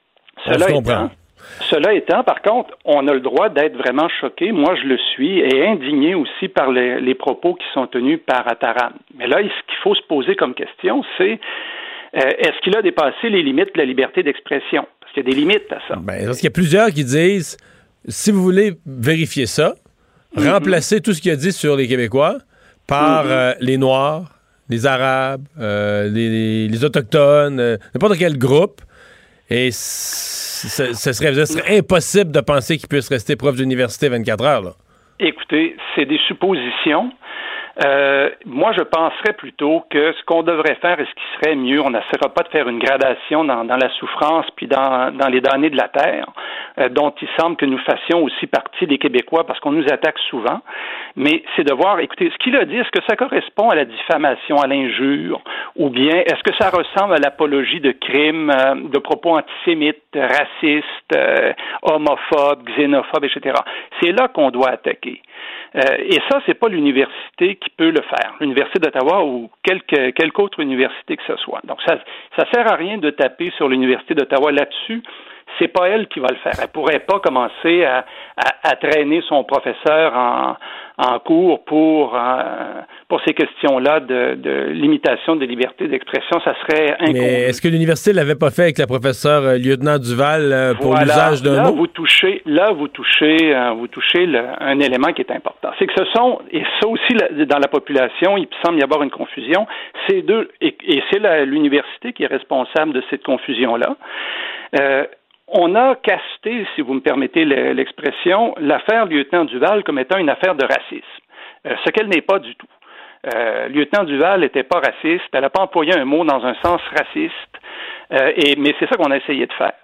Cela étant, par contre, on a le droit d'être vraiment choqué, moi je le suis, et indigné aussi par les propos qui sont tenus par Attaran. Mais là, ce qu'il faut se poser comme question, c'est est-ce qu'il a dépassé les limites de la liberté d'expression? Parce qu'il y a des limites à ça. Ben, parce qu'il y a plusieurs qui disent, si vous voulez vérifier ça, remplacer tout ce qu'il a dit sur les Québécois par les Noirs, les Arabes, les Autochtones, n'importe quel groupe. Et ce serait impossible de penser qu'il puisse rester prof d'université 24 heures. Là. Écoutez, c'est des suppositions. Moi, je penserais plutôt que ce qu'on devrait faire et ce qui serait mieux, on n'essaiera pas de faire une gradation dans la souffrance puis dans les damnés de la terre, dont il semble que nous fassions aussi partie des Québécois parce qu'on nous attaque souvent, mais c'est de voir, écoutez, ce qu'il a dit, est-ce que ça correspond à la diffamation, à l'injure, ou bien est-ce que ça ressemble à l'apologie de crimes, de propos antisémites, racistes, homophobes, xénophobes, etc. C'est là qu'on doit attaquer. Et ça, c'est pas l'université qui peut le faire. L'Université d'Ottawa ou quelque autre université que ce soit. Donc, ça sert à rien de taper sur l'Université d'Ottawa là-dessus. C'est pas elle qui va le faire. Elle pourrait pas commencer à traîner son professeur en cours pour ces questions-là de limitation de liberté d'expression, ça serait inconnu. Mais est-ce que l'université l'avait pas fait avec la professeure lieutenant Duval pour l'usage d'un mot? Vous touchez un élément qui est important. C'est que et ça aussi dans la population, il semble y avoir une confusion. C'est l'université qui est responsable de cette confusion-là. On a casté, si vous me permettez l'expression, l'affaire lieutenant Duval comme étant une affaire de racisme, ce qu'elle n'est pas du tout. Lieutenant Duval n'était pas raciste, elle n'a pas employé un mot dans un sens raciste, mais c'est ça qu'on a essayé de faire.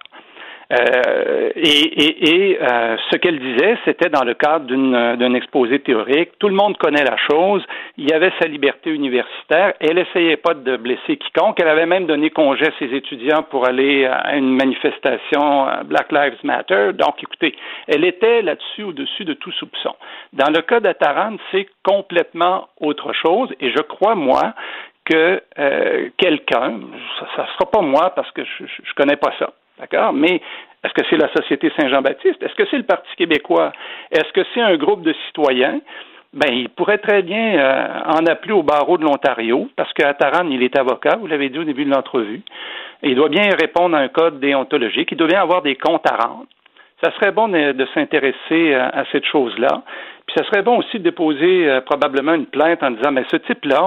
Ce qu'elle disait, c'était dans le cadre d'un exposé théorique. Tout le monde connaît la chose. Il y avait sa liberté universitaire. Elle essayait pas de blesser quiconque. Elle avait même donné congé à ses étudiants pour aller à une manifestation Black Lives Matter. Donc, écoutez, elle était là-dessus au-dessus de tout soupçon. Dans le cas d'Ataran, c'est complètement autre chose. Et je crois, moi, que quelqu'un, ça sera pas moi parce que je connais pas ça. D'accord? Mais est-ce que c'est la Société Saint-Jean-Baptiste? Est-ce que c'est le Parti québécois? Est-ce que c'est un groupe de citoyens? Ben, il pourrait très bien en appeler au barreau de l'Ontario, parce qu'à Taran, il est avocat, vous l'avez dit au début de l'entrevue. Il doit bien répondre à un code déontologique. Il doit bien avoir des comptes à rendre. Ça serait bon de s'intéresser à cette chose-là. Puis ça serait bon aussi de déposer probablement une plainte en disant, mais ce type-là,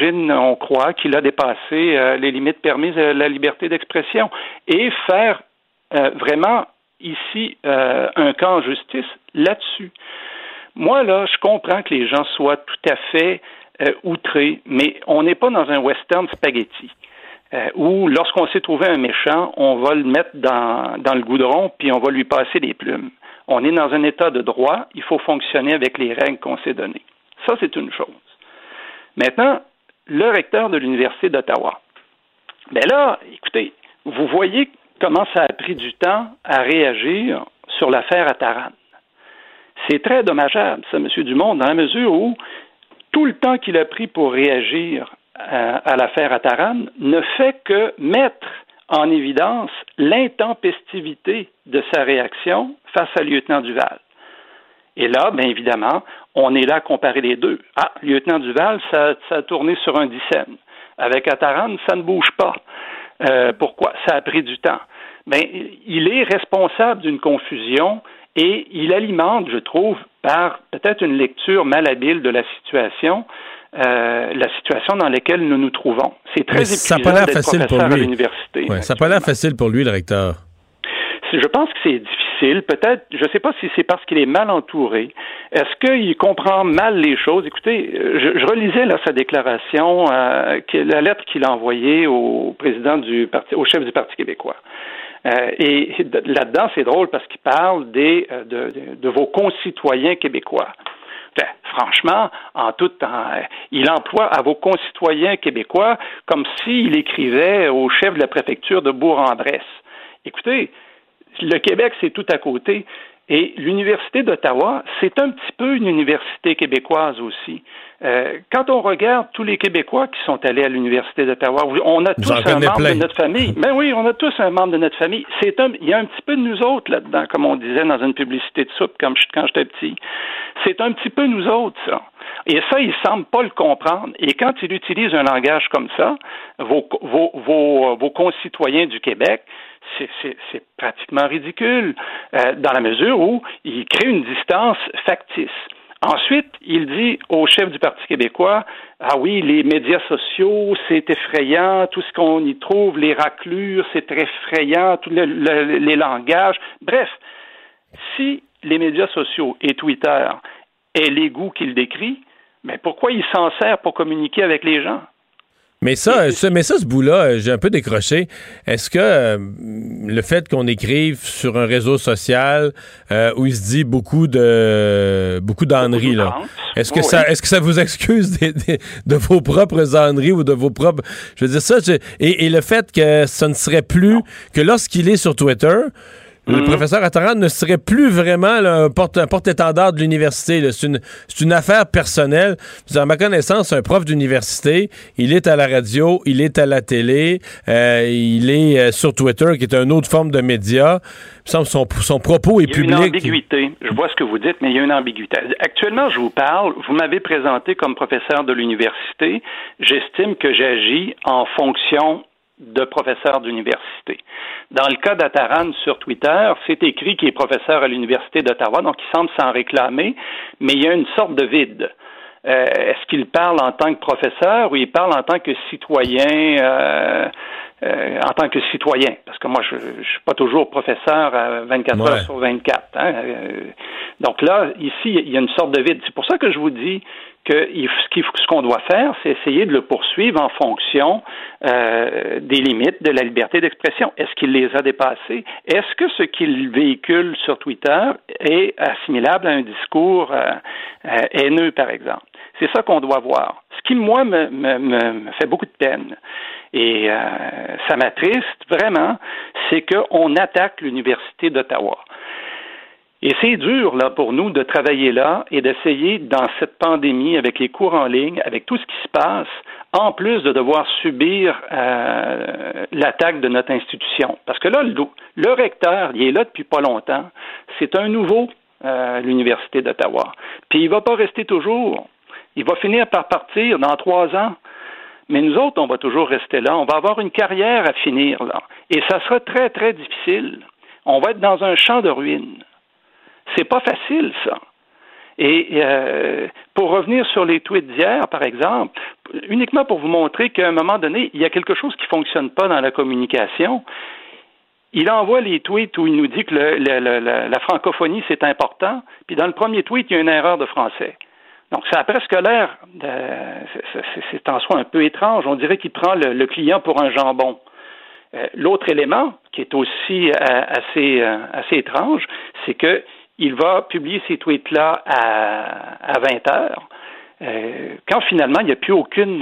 on croit qu'il a dépassé les limites permises à la liberté d'expression, et faire vraiment ici un cas en justice là-dessus. Moi, là, je comprends que les gens soient tout à fait outrés, mais on n'est pas dans un western spaghetti. Où lorsqu'on s'est trouvé un méchant, on va le mettre dans le goudron puis on va lui passer les plumes. On est dans un état de droit, il faut fonctionner avec les règles qu'on s'est données. Ça, c'est une chose. Maintenant, le recteur de l'Université d'Ottawa. Ben là, écoutez, vous voyez comment ça a pris du temps à réagir sur l'affaire Ataran. C'est très dommageable, ça, M. Dumont, dans la mesure où tout le temps qu'il a pris pour réagir à l'affaire Ataran ne fait que mettre en évidence l'intempestivité de sa réaction face à lieutenant Duval. Et là, bien évidemment, on est là à comparer les deux. Ah, lieutenant Duval, ça a tourné sur un dixaine. Avec Ataran, ça ne bouge pas. Pourquoi? Ça a pris du temps. Bien, il est responsable d'une confusion et il alimente, je trouve, par peut-être une lecture malhabile de la situation dans laquelle nous nous trouvons. C'est très épuisant d'être professeur à l'université. Ouais, ça n'a pas l'air facile pour lui, le recteur. Je pense que c'est difficile. Peut-être, je ne sais pas si c'est parce qu'il est mal entouré. Est-ce qu'il comprend mal les choses? Écoutez, je relisais là sa déclaration, la lettre qu'il a envoyée au président au chef du Parti québécois. Et là-dedans, c'est drôle parce qu'il parle de vos concitoyens québécois. Franchement, il emploie à vos concitoyens québécois comme s'il écrivait au chef de la préfecture de Bourg-en-Bresse. Écoutez, le Québec, c'est tout à côté. Et l'Université d'Ottawa, c'est un petit peu une université québécoise aussi. Quand on regarde tous les Québécois qui sont allés à l'Université d'Ottawa, on a tous un membre de notre famille. Ben oui, on a tous un membre de notre famille. Il y a un petit peu de nous autres là-dedans, comme on disait dans une publicité de soupe quand j'étais petit. C'est un petit peu nous autres, ça. Et ça, il semble pas le comprendre. Et quand il utilise un langage comme ça, vos concitoyens du Québec, c'est pratiquement ridicule, dans la mesure où il crée une distance factice. Ensuite, il dit au chef du Parti québécois, ah oui, les médias sociaux, c'est effrayant, tout ce qu'on y trouve, les raclures, c'est très effrayant, tous les langages. Bref, si les médias sociaux et Twitter aient les goûts qu'il décrit, mais pourquoi il s'en sert pour communiquer avec les gens? Mais ce bout-là, j'ai un peu décroché. Est-ce que le fait qu'on écrive sur un réseau social où il se dit beaucoup d'âneries, là, est-ce que ça vous excuse de vos propres âneries ou de vos propres... Je veux dire ça, et le fait que ce ne serait plus que lorsqu'il est sur Twitter, le professeur Attaran ne serait plus vraiment là, un porte-étendard de l'université. Là. C'est une affaire personnelle. À ma connaissance, un prof d'université, il est à la radio, il est à la télé, il est sur Twitter, qui est une autre forme de média. Il me semble son propos est public. Il y a une ambiguïté. Je vois ce que vous dites, mais il y a une ambiguïté. Actuellement, je vous parle, vous m'avez présenté comme professeur de l'université. J'estime que j'agis en fonction de professeur d'université. Dans le cas d'Attaran sur Twitter, c'est écrit qu'il est professeur à l'Université d'Ottawa, donc il semble s'en réclamer, mais il y a une sorte de vide. Est-ce qu'il parle en tant que professeur ou il parle en tant que citoyen parce que moi, je suis pas toujours professeur à 24 heures sur 24. Hein? Donc là, ici, il y a une sorte de vide. C'est pour ça que je vous dis que ce qu'on doit faire, c'est essayer de le poursuivre en fonction des limites de la liberté d'expression. Est-ce qu'il les a dépassées? Est-ce que ce qu'il véhicule sur Twitter est assimilable à un discours haineux, par exemple? C'est ça qu'on doit voir. Ce qui, moi, me fait beaucoup de peine, et ça m'attriste vraiment, c'est qu'on attaque l'Université d'Ottawa. Et c'est dur là pour nous de travailler là et d'essayer, dans cette pandémie, avec les cours en ligne, avec tout ce qui se passe, en plus de devoir subir l'attaque de notre institution. Parce que là, le recteur, il est là depuis pas longtemps. C'est un nouveau à l'Université d'Ottawa. Puis il va pas rester toujours. Il va finir par partir dans 3 ans. Mais nous autres, on va toujours rester là. On va avoir une carrière à finir là. Et ça sera très, très difficile. On va être dans un champ de ruines. C'est pas facile, ça. Et pour revenir sur les tweets d'hier, par exemple, uniquement pour vous montrer qu'à un moment donné, il y a quelque chose qui fonctionne pas dans la communication. Il envoie les tweets où il nous dit que la francophonie, c'est important. Puis dans le premier tweet, il y a une erreur de français. Donc, ça a presque l'air, c'est en soi un peu étrange. On dirait qu'il prend le client pour un jambon. L'autre élément, qui est aussi assez étrange, c'est que il va publier ces tweets-là à 20 heures, quand finalement il n'y a plus aucune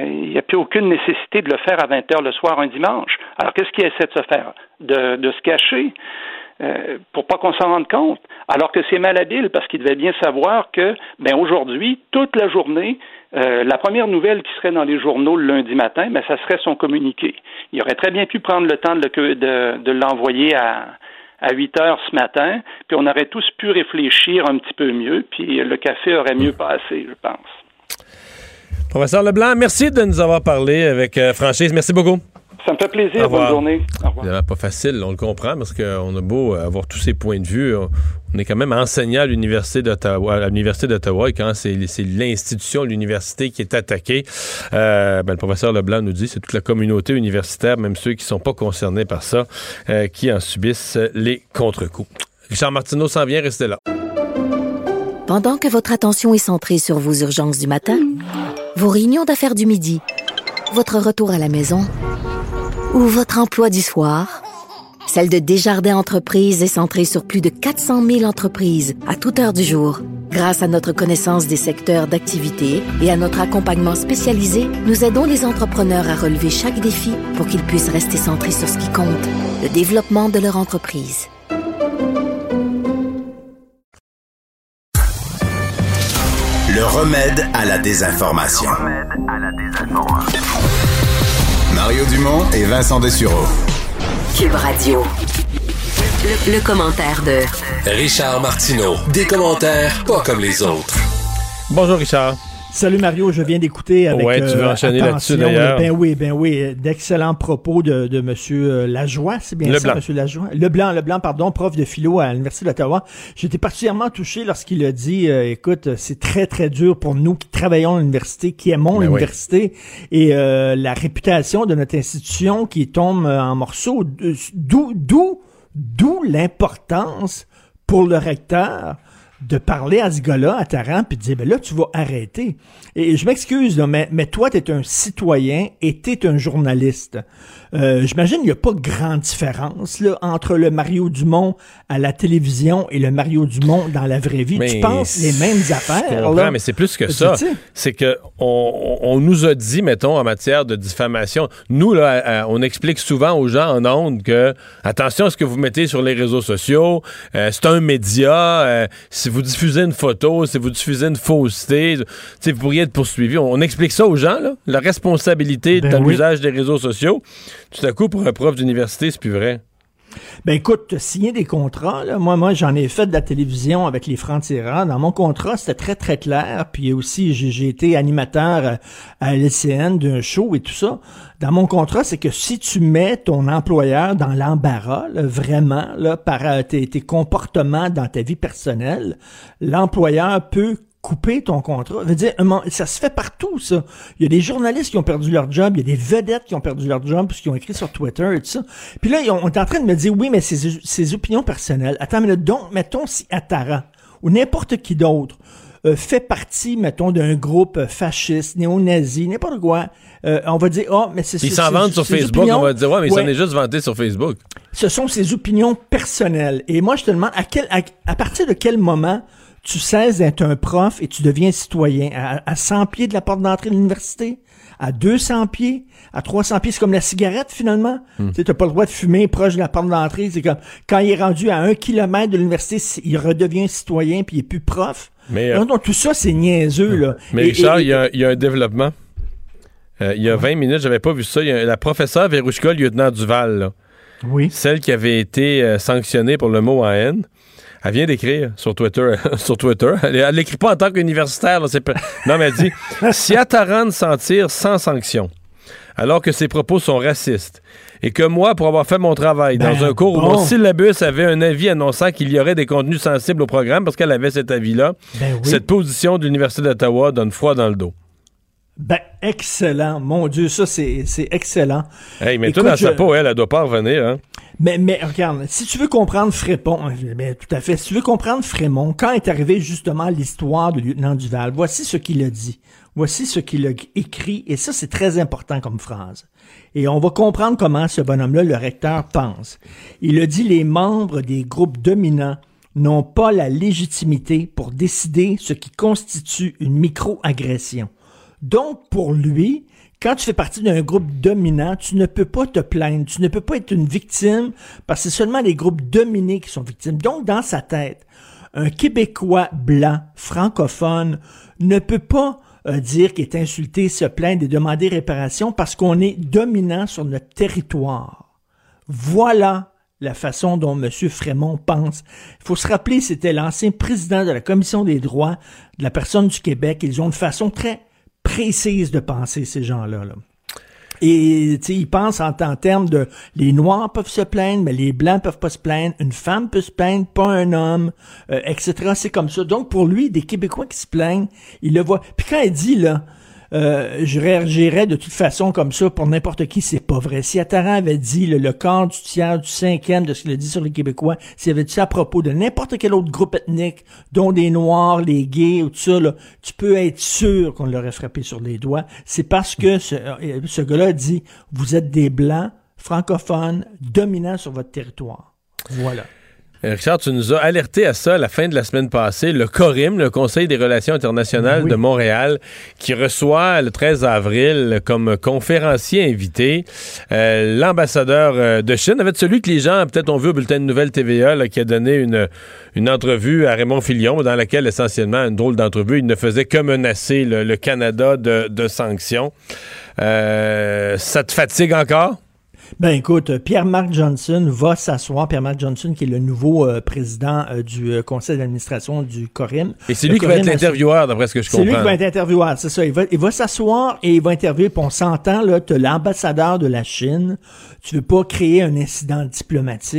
nécessité de le faire à 20 heures le soir un dimanche. Alors, qu'est-ce qu'il essaie de se faire? De se cacher pour pas qu'on s'en rende compte. Alors que c'est malhabile parce qu'il devait bien savoir que, aujourd'hui, toute la journée, la première nouvelle qui serait dans les journaux le lundi matin, ça serait son communiqué. Il aurait très bien pu prendre le temps de l'envoyer à 8 heures ce matin, puis on aurait tous pu réfléchir un petit peu mieux, puis le café aurait mieux passé, je pense. Professeur Leblanc, merci de nous avoir parlé avec franchise. Merci beaucoup. Ça me fait plaisir. Bonne journée. Au revoir. C'est pas facile, on le comprend, parce qu'on a beau avoir tous ces points de vue, on est quand même enseignant à l'Université d'Ottawa, et quand c'est l'institution, l'université qui est attaquée, le professeur Leblanc nous dit que c'est toute la communauté universitaire, même ceux qui ne sont pas concernés par ça, qui en subissent les contre-coups. Richard Martineau s'en vient, restez là. Pendant que votre attention est centrée sur vos urgences du matin, vos réunions d'affaires du midi, votre retour à la maison ou votre emploi du soir, celle de Desjardins Entreprises est centrée sur plus de 400 000 entreprises à toute heure du jour. Grâce à notre connaissance des secteurs d'activité et à notre accompagnement spécialisé, nous aidons les entrepreneurs à relever chaque défi pour qu'ils puissent rester centrés sur ce qui compte, le développement de leur entreprise. Le remède à la désinformation. Mario Dumont et Vincent Dessureau. Cube Radio. Le commentaire de Richard Martineau. Des commentaires pas comme les autres. Bonjour Richard. Salut Mario, je viens d'écouter avec tu veux enchaîner là-dessus d'ailleurs. Ben oui, d'excellents propos de M. Lajoie, c'est bien ça, M. Lajoie? Leblanc, prof de philo à l'Université d'Ottawa. J'étais particulièrement touché lorsqu'il a dit, écoute, c'est très, très dur pour nous qui travaillons à l'université, qui aimons l'université, et la réputation de notre institution qui tombe en morceaux, d'où l'importance pour le recteur de parler à ce gars-là, à Taran, puis de dire, ben là, tu vas arrêter. Et je m'excuse, là, mais toi, t'es un citoyen et t'es un journaliste. J'imagine qu'il n'y a pas de grande différence là, entre le Mario Dumont à la télévision et le Mario Dumont dans la vraie vie. Tu penses les mêmes affaires. Je comprends, là. Mais c'est plus que ça. C'est que on nous a dit, mettons, en matière de diffamation, nous, là, on explique souvent aux gens en ondes que, attention à ce que vous mettez sur les réseaux sociaux, c'est un média, si vous diffusez une photo, si vous diffusez une fausseté, vous pourriez être poursuivi. On explique ça aux gens, là, la responsabilité de l'usage des réseaux sociaux. Tout à coup, pour un prof d'université, c'est plus vrai. Ben écoute, signer des contrats, là, moi j'en ai fait de la télévision avec les francs-tireurs. Dans mon contrat, c'était très, très clair. Puis aussi, j'ai été animateur à LCN d'un show et tout ça. Dans mon contrat, c'est que si tu mets ton employeur dans l'embarras, là, vraiment, là, par tes comportements dans ta vie personnelle, l'employeur peut couper ton contrat. Je veux dire, ça se fait partout, ça. Il y a des journalistes qui ont perdu leur job, il y a des vedettes qui ont perdu leur job parce qu'ils ont écrit sur Twitter et tout ça. Puis là, on est en train de me dire, oui, mais c'est opinions personnelles. Attends, mais donc, mettons si Attara ou n'importe qui d'autre fait partie, mettons, d'un groupe fasciste, néo-nazi, n'importe quoi, on va dire, mais c'est... Ils s'en vantent sur Facebook, opinions, on va dire, mais ils s'en est juste vanté sur Facebook. Ce sont ses opinions personnelles. Et moi, je te demande, à partir de quel moment tu cesses d'être un prof et tu deviens citoyen à 100 pieds de la porte d'entrée de l'université, à 200 pieds, à 300 pieds. C'est comme la cigarette, finalement. Tu sais, t'as pas le droit de fumer proche de la porte d'entrée. C'est comme, quand il est rendu à 1 kilomètre de l'université, il redevient citoyen puis il est plus prof. Mais, donc, tout ça, c'est niaiseux, là. Mais Richard, il y a un développement. Il y a 20 minutes, j'avais pas vu ça. Il y a la professeure Verouchka, lieutenant Duval, là. Oui. Celle qui avait été sanctionnée pour le mot en haine. Elle vient d'écrire sur Twitter. Elle l'écrit pas en tant qu'universitaire. Non, mais elle dit « Si Attaran s'en tire sans sanction, alors que ses propos sont racistes, et que moi, pour avoir fait mon travail dans un cours où mon syllabus avait un avis annonçant qu'il y aurait des contenus sensibles au programme, parce qu'elle avait cet avis-là, cette position de l'Université d'Ottawa donne froid dans le dos. » Ben, excellent. Mon Dieu, ça, c'est excellent. Hey, mais toi, dans sa peau, elle doit pas revenir, hein? Mais regarde, si tu veux comprendre Frépon, ben, tout à fait, si tu veux comprendre Frémont, quand est arrivée justement l'histoire du lieutenant Duval, voici ce qu'il a dit. Voici ce qu'il a écrit, et ça, c'est très important comme phrase. Et on va comprendre comment ce bonhomme-là, le recteur, pense. Il a dit « Les membres des groupes dominants n'ont pas la légitimité pour décider ce qui constitue une micro-agression. » Donc, pour lui, quand tu fais partie d'un groupe dominant, tu ne peux pas te plaindre, tu ne peux pas être une victime parce que c'est seulement les groupes dominés qui sont victimes. Donc, dans sa tête, un Québécois blanc, francophone, ne peut pas dire qu'il est insulté, se plaindre et demander réparation parce qu'on est dominant sur notre territoire. Voilà la façon dont M. Frémont pense. Il faut se rappeler, c'était l'ancien président de la Commission des droits de la personne du Québec. Ils ont une façon très précise de penser, ces gens-là. Là. Et ils pensent en termes de les Noirs peuvent se plaindre, mais les Blancs peuvent pas se plaindre, une femme peut se plaindre, pas un homme, etc. C'est comme ça. Donc, pour lui, des Québécois qui se plaignent, il le voit. Puis quand il dit, là, je réagirais de toute façon comme ça pour n'importe qui, c'est pas vrai. Si Attaran avait dit le quart, du tiers, du cinquième de ce qu'il a dit sur les Québécois, s'il avait dit ça à propos de n'importe quel autre groupe ethnique, dont des Noirs, les gays ou tout ça, là, tu peux être sûr qu'on l'aurait frappé sur les doigts. C'est parce que ce gars-là dit, vous êtes des Blancs, francophones, dominants sur votre territoire. Voilà. Richard, tu nous as alerté à ça à la fin de la semaine passée. Le CORIM, le Conseil des relations internationales de Montréal, qui reçoit le 13 avril comme conférencier invité l'ambassadeur de Chine. En fait, celui que les gens peut-être ont vu au bulletin de nouvelles TVA là, qui a donné une entrevue à Raymond Filion dans laquelle essentiellement, une drôle d'entrevue, il ne faisait que menacer le Canada de sanctions. Ça te fatigue encore? Ben écoute, Pierre-Marc Johnson va s'asseoir. Pierre-Marc Johnson, qui est le nouveau président du conseil d'administration du CORIM. Et c'est lui qui va être l'intervieweur, d'après ce que je comprends. C'est lui qui va être intervieweur, c'est ça. Il va s'asseoir et il va interviewer. Puis on s'entend, là, t'as l'ambassadeur de la Chine. Tu veux pas créer un incident diplomatique.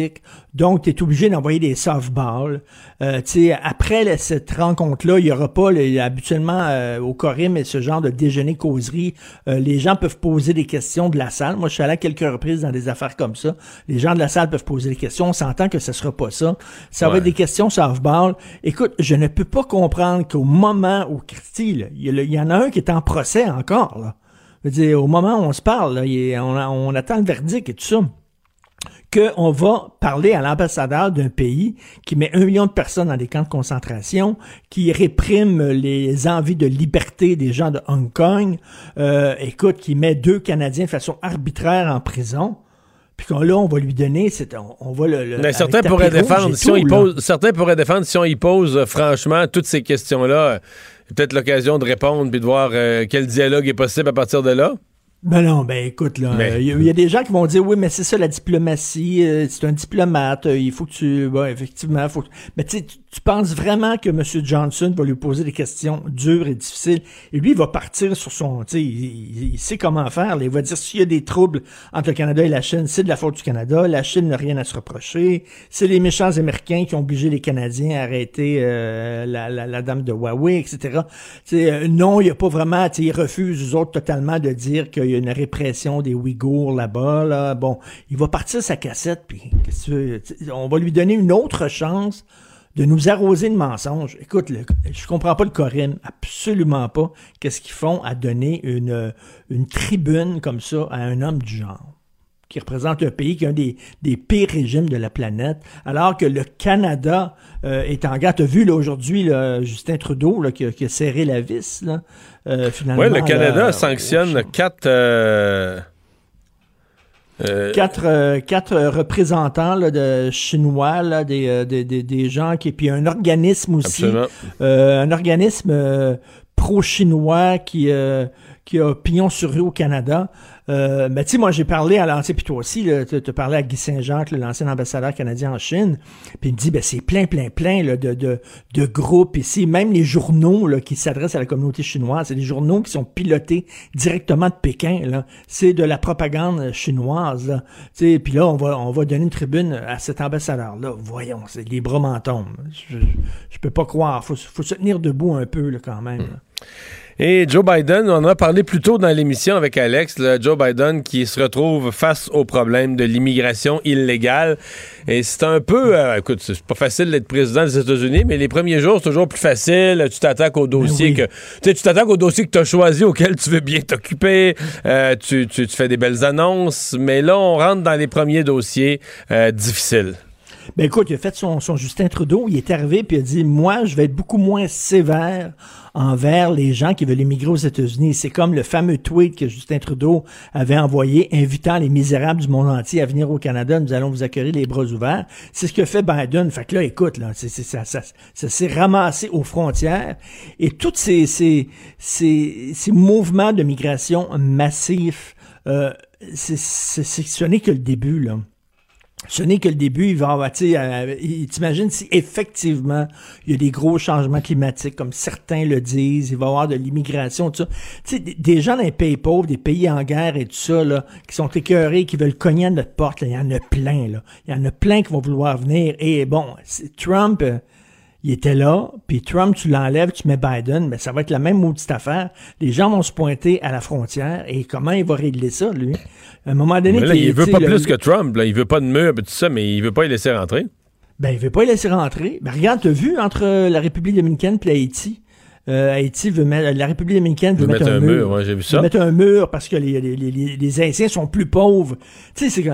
Donc, tu es obligé d'envoyer des softballs. Après cette rencontre-là, il n'y aura pas, habituellement, au Corim et ce genre de déjeuner-causerie, les gens peuvent poser des questions de la salle. Moi, je suis allé à quelques reprises dans des affaires comme ça. Les gens de la salle peuvent poser des questions. On s'entend que ce sera pas ça. Ça va être des questions softball. Écoute, je ne peux pas comprendre qu'au moment où, Christy, là, il y en a un qui est en procès encore, là. Je veux dire, au moment où on se parle, là, on attend le verdict et tout ça, qu'on va parler à l'ambassadeur d'un pays qui met 1 million de personnes dans des camps de concentration, qui réprime les envies de liberté des gens de Hong Kong, qui met 2 Canadiens de façon arbitraire en prison. Puis là, on va lui donner, on va Mais certains pourraient défendre, certains pourraient défendre si on y pose franchement toutes ces questions-là, peut-être l'occasion de répondre puis de voir quel dialogue est possible à partir de là. Ben non, écoute, là, il y a des gens qui vont dire, oui, mais c'est ça la diplomatie, c'est un diplomate, il faut que tu, effectivement, mais tu penses vraiment que M. Johnson va lui poser des questions dures et difficiles, et lui, il va partir sur son, il sait comment faire, là, il va dire s'il y a des troubles entre le Canada et la Chine, c'est de la faute du Canada, la Chine n'a rien à se reprocher, c'est les méchants Américains qui ont obligé les Canadiens à arrêter la dame de Huawei, etc. Non, il n'y a pas vraiment, ils refusent, eux autres, totalement de dire qu'il y a une répression des Ouïghours là-bas, là. Bon, il va partir sa cassette, puis on va lui donner une autre chance de nous arroser de mensonges. Écoute, je comprends pas le Corim, absolument pas, qu'est-ce qu'ils font à donner une tribune comme ça à un homme du genre, qui représente un pays qui a un des pires régimes de la planète, alors que le Canada est en garde. Tu as vu là, aujourd'hui Justin Trudeau là, qui a serré la vis, là, finalement. Oui, le Canada sanctionne 4 représentants là, de Chinois, là, des gens qui... Puis un organisme aussi, un organisme pro-chinois qui a pignon sur rue au Canada. Mais tu sais, moi, j'ai parlé à l'ancien, puis toi aussi, tu as parlé à Guy Saint-Jacques, l'ancien ambassadeur canadien en Chine, puis il me dit, c'est plein là, de groupes ici, même les journaux là, qui s'adressent à la communauté chinoise, c'est des journaux qui sont pilotés directement de Pékin, là. C'est de la propagande chinoise, là. Tu sais, puis là, on va donner une tribune à cet ambassadeur-là. Voyons, c'est les bras m'en tombent. Je peux pas croire. Faut se tenir debout un peu, là, quand même. Là. Et Joe Biden, on en a parlé plus tôt dans l'émission avec Alex, là, Joe Biden qui se retrouve face au problème de l'immigration illégale. Et c'est un peu... écoute, c'est pas facile d'être président des États-Unis, mais les premiers jours, c'est toujours plus facile. Tu t'attaques au dossier tu t'attaques au dossier que tu as choisi, auquel tu veux bien t'occuper. Tu fais des belles annonces. Mais là, on rentre dans les premiers dossiers difficiles. Ben écoute, il a fait son Justin Trudeau, il est arrivé puis il a dit, moi, je vais être beaucoup moins sévère envers les gens qui veulent émigrer aux États-Unis. C'est comme le fameux tweet que Justin Trudeau avait envoyé, invitant les misérables du monde entier à venir au Canada. Nous allons vous accueillir les bras ouverts. C'est ce que fait Biden. Fait que là, écoute, là, ça s'est ramassé aux frontières. Et tous ces mouvements de migration massifs, ce n'est que le début, là. Ce n'est que le début, il va y avoir, t'imagines si effectivement il y a des gros changements climatiques, comme certains le disent, il va y avoir de l'immigration, tout ça. Tu sais, des gens dans les pays pauvres, des pays en guerre et tout ça, là, qui sont écœurés, qui veulent cogner à notre porte, là, il y en a plein, là. Il y en a plein qui vont vouloir venir. Et bon, Trump, il était là, puis Trump, tu l'enlèves, tu mets Biden, mais ça va être la même maudite affaire. Les gens vont se pointer à la frontière, et comment il va régler ça, lui? À un moment donné... Mais là, il veut pas plus que Trump, là. Il veut pas de mur, tout ça, mais il veut pas y laisser rentrer. Ben, il veut pas y laisser rentrer. Ben, regarde, t'as vu entre la République dominicaine et Haïti? Haïti veut mettre... La République dominicaine veut mettre un mur. Ouais, j'ai vu ça. Veut mettre un mur parce que les Haïtiens sont plus pauvres. Tu sais,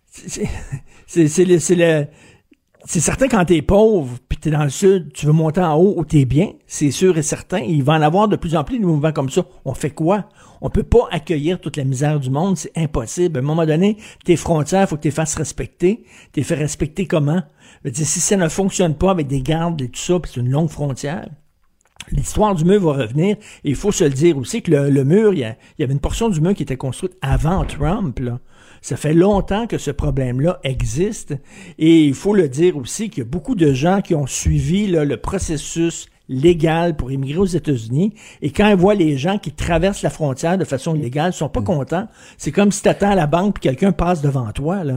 c'est certain quand t'es pauvre, puis t'es dans le sud, tu veux monter en haut où t'es bien, c'est sûr et certain. Il va en avoir de plus en plus de mouvements comme ça. On fait quoi? On peut pas accueillir toute la misère du monde, c'est impossible. À un moment donné, tes frontières, faut que tu les fasses respecter. T'es fait respecter comment? Je veux dire, si ça ne fonctionne pas avec des gardes et tout ça, puis c'est une longue frontière, l'histoire du mur va revenir. Et il faut se le dire aussi que le mur, il y avait une portion du mur qui était construite avant Trump, là. Ça fait longtemps que ce problème-là existe et il faut le dire aussi qu'il y a beaucoup de gens qui ont suivi là, le processus légal pour immigrer aux États-Unis et quand ils voient les gens qui traversent la frontière de façon illégale, ils sont pas contents. C'est comme si tu attends à la banque puis quelqu'un passe devant toi, là.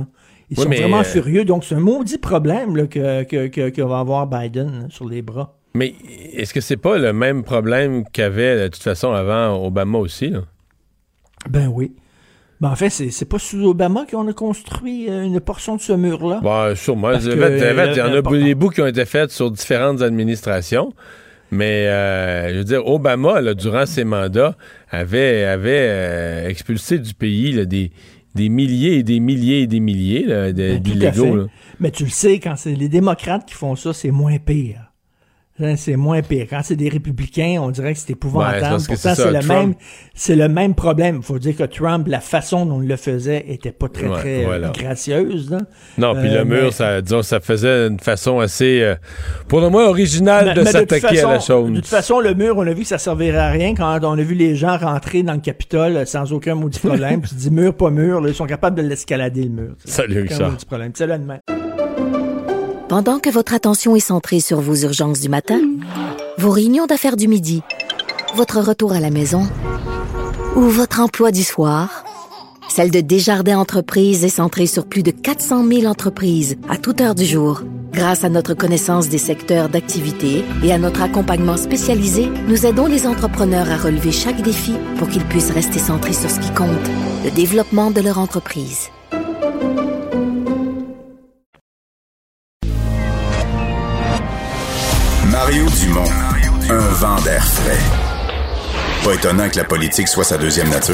Ils sont vraiment furieux. Donc, c'est un maudit problème là, que va avoir Biden sur les bras. Mais est-ce que c'est pas le même problème qu'avait, de toute façon, avant Obama aussi, là? Ben oui. Ben en fait, c'est pas sous Obama qu'on a construit une portion de ce mur-là? Ben, sûrement. Il y en a des bouts qui ont été faits sur différentes administrations. Mais, je veux dire, Obama, là, durant ses mandats, avait expulsé du pays là, des milliers et des milliers et des milliers là, d'illégaux. Là. Mais tu le sais, quand c'est les démocrates qui font ça, c'est moins pire. C'est moins pire. Quand c'est des républicains, on dirait que c'est épouvantable. Pourtant, c'est le même problème. Il faut dire que Trump, la façon dont il le faisait, était pas très gracieuse. Là. Non, puis le mur, ça faisait une façon assez, pour le moins, originale de s'attaquer à la chose. De toute façon, le mur, on a vu que ça servirait à rien quand on a vu les gens rentrer dans le Capitole sans aucun maudit problème. Tu te dis mur, pas mur, là, ils sont capables de l'escalader, le mur. Salut, ça. Aucun maudit problème. Salut, demain. Pendant que votre attention est centrée sur vos urgences du matin, vos réunions d'affaires du midi, votre retour à la maison ou votre emploi du soir, celle de Desjardins Entreprises est centrée sur plus de 400 000 entreprises à toute heure du jour. Grâce à notre connaissance des secteurs d'activité et à notre accompagnement spécialisé, nous aidons les entrepreneurs à relever chaque défi pour qu'ils puissent rester centrés sur ce qui compte, le développement de leur entreprise. Mario Dumont, un vent d'air frais. Pas étonnant que la politique soit sa deuxième nature.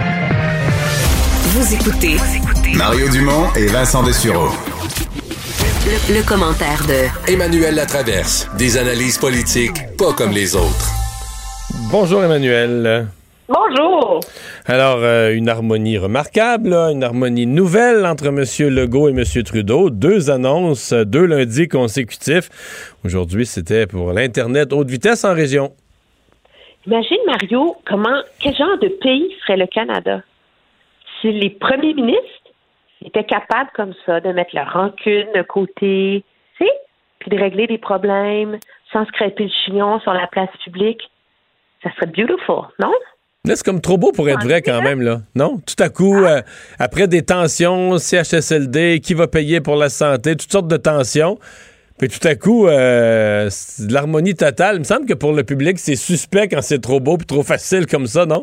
Vous écoutez Mario Dumont et Vincent Dessureau. Le commentaire de Emmanuel Latraverse. Des analyses politiques pas comme les autres. Bonjour Emmanuel. Bonjour. Alors, une harmonie remarquable, là, une harmonie nouvelle entre M. Legault et M. Trudeau. 2 annonces, 2 lundis consécutifs. Aujourd'hui, c'était pour l'Internet haute vitesse en région. Imagine, Mario, quel genre de pays serait le Canada si les premiers ministres étaient capables comme ça de mettre leur rancune de côté, tu sais, puis de régler des problèmes sans se crêper le chignon sur la place publique. Ça serait beautiful, non? Là, c'est comme trop beau pour être vrai quand même, là. Non? Tout à coup, après des tensions, CHSLD, qui va payer pour la santé, toutes sortes de tensions. Puis tout à coup, c'est de l'harmonie totale. Il me semble que pour le public, c'est suspect quand c'est trop beau puis trop facile comme ça, non?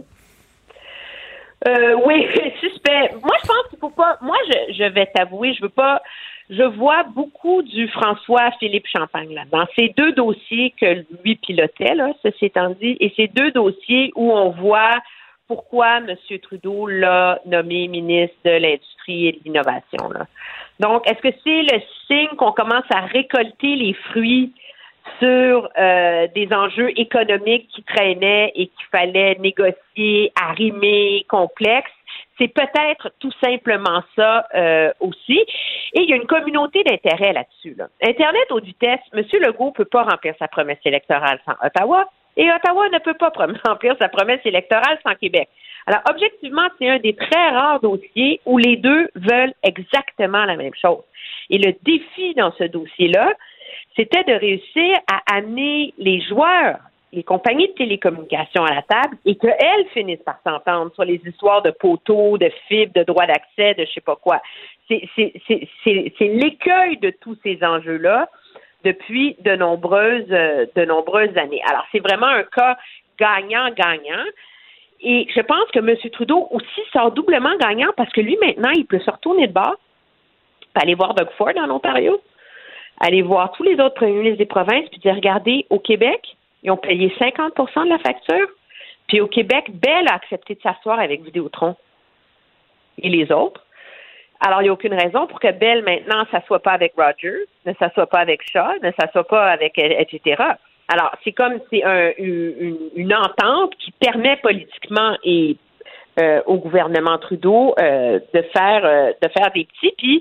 Oui, suspect. Moi, je pense qu'il faut pas... Moi, je vais t'avouer, je vois beaucoup du François-Philippe Champagne là. Dans ces 2 dossiers que lui pilotait, là, ceci étant dit, et ces 2 dossiers où on voit pourquoi M. Trudeau l'a nommé ministre de l'Industrie et de l'Innovation. Là. Donc, est-ce que c'est le signe qu'on commence à récolter les fruits sur des enjeux économiques qui traînaient et qu'il fallait négocier, arrimer, complexes? C'est peut-être tout simplement ça aussi. Et il y a une communauté d'intérêt là-dessus. Là. Internet haute vitesse, M. Legault ne peut pas remplir sa promesse électorale sans Ottawa et Ottawa ne peut pas remplir sa promesse électorale sans Québec. Alors, objectivement, c'est un des très rares dossiers où les deux veulent exactement la même chose. Et le défi dans ce dossier-là, c'était de réussir à amener les joueurs, les compagnies de télécommunications à la table et qu'elles finissent par s'entendre sur les histoires de poteaux, de fibres, de droits d'accès, de je sais pas quoi. C'est l'écueil de tous ces enjeux-là depuis de nombreuses années. Alors, c'est vraiment un cas gagnant-gagnant. Et je pense que M. Trudeau aussi sort doublement gagnant parce que lui, maintenant, il peut se retourner de bord, aller voir Doug Ford en Ontario, aller voir tous les autres premiers ministres des provinces puis dire, regardez, au Québec, ils ont payé 50 % de la facture. Puis au Québec, Bell a accepté de s'asseoir avec Vidéotron et les autres. Alors, il n'y a aucune raison pour que Bell, maintenant, ne s'assoie pas avec Rogers, ne s'assoie pas avec Shaw, ne s'assoie pas avec etc. Alors, c'est comme c'est une entente qui permet politiquement et au gouvernement Trudeau de faire des petits. Puis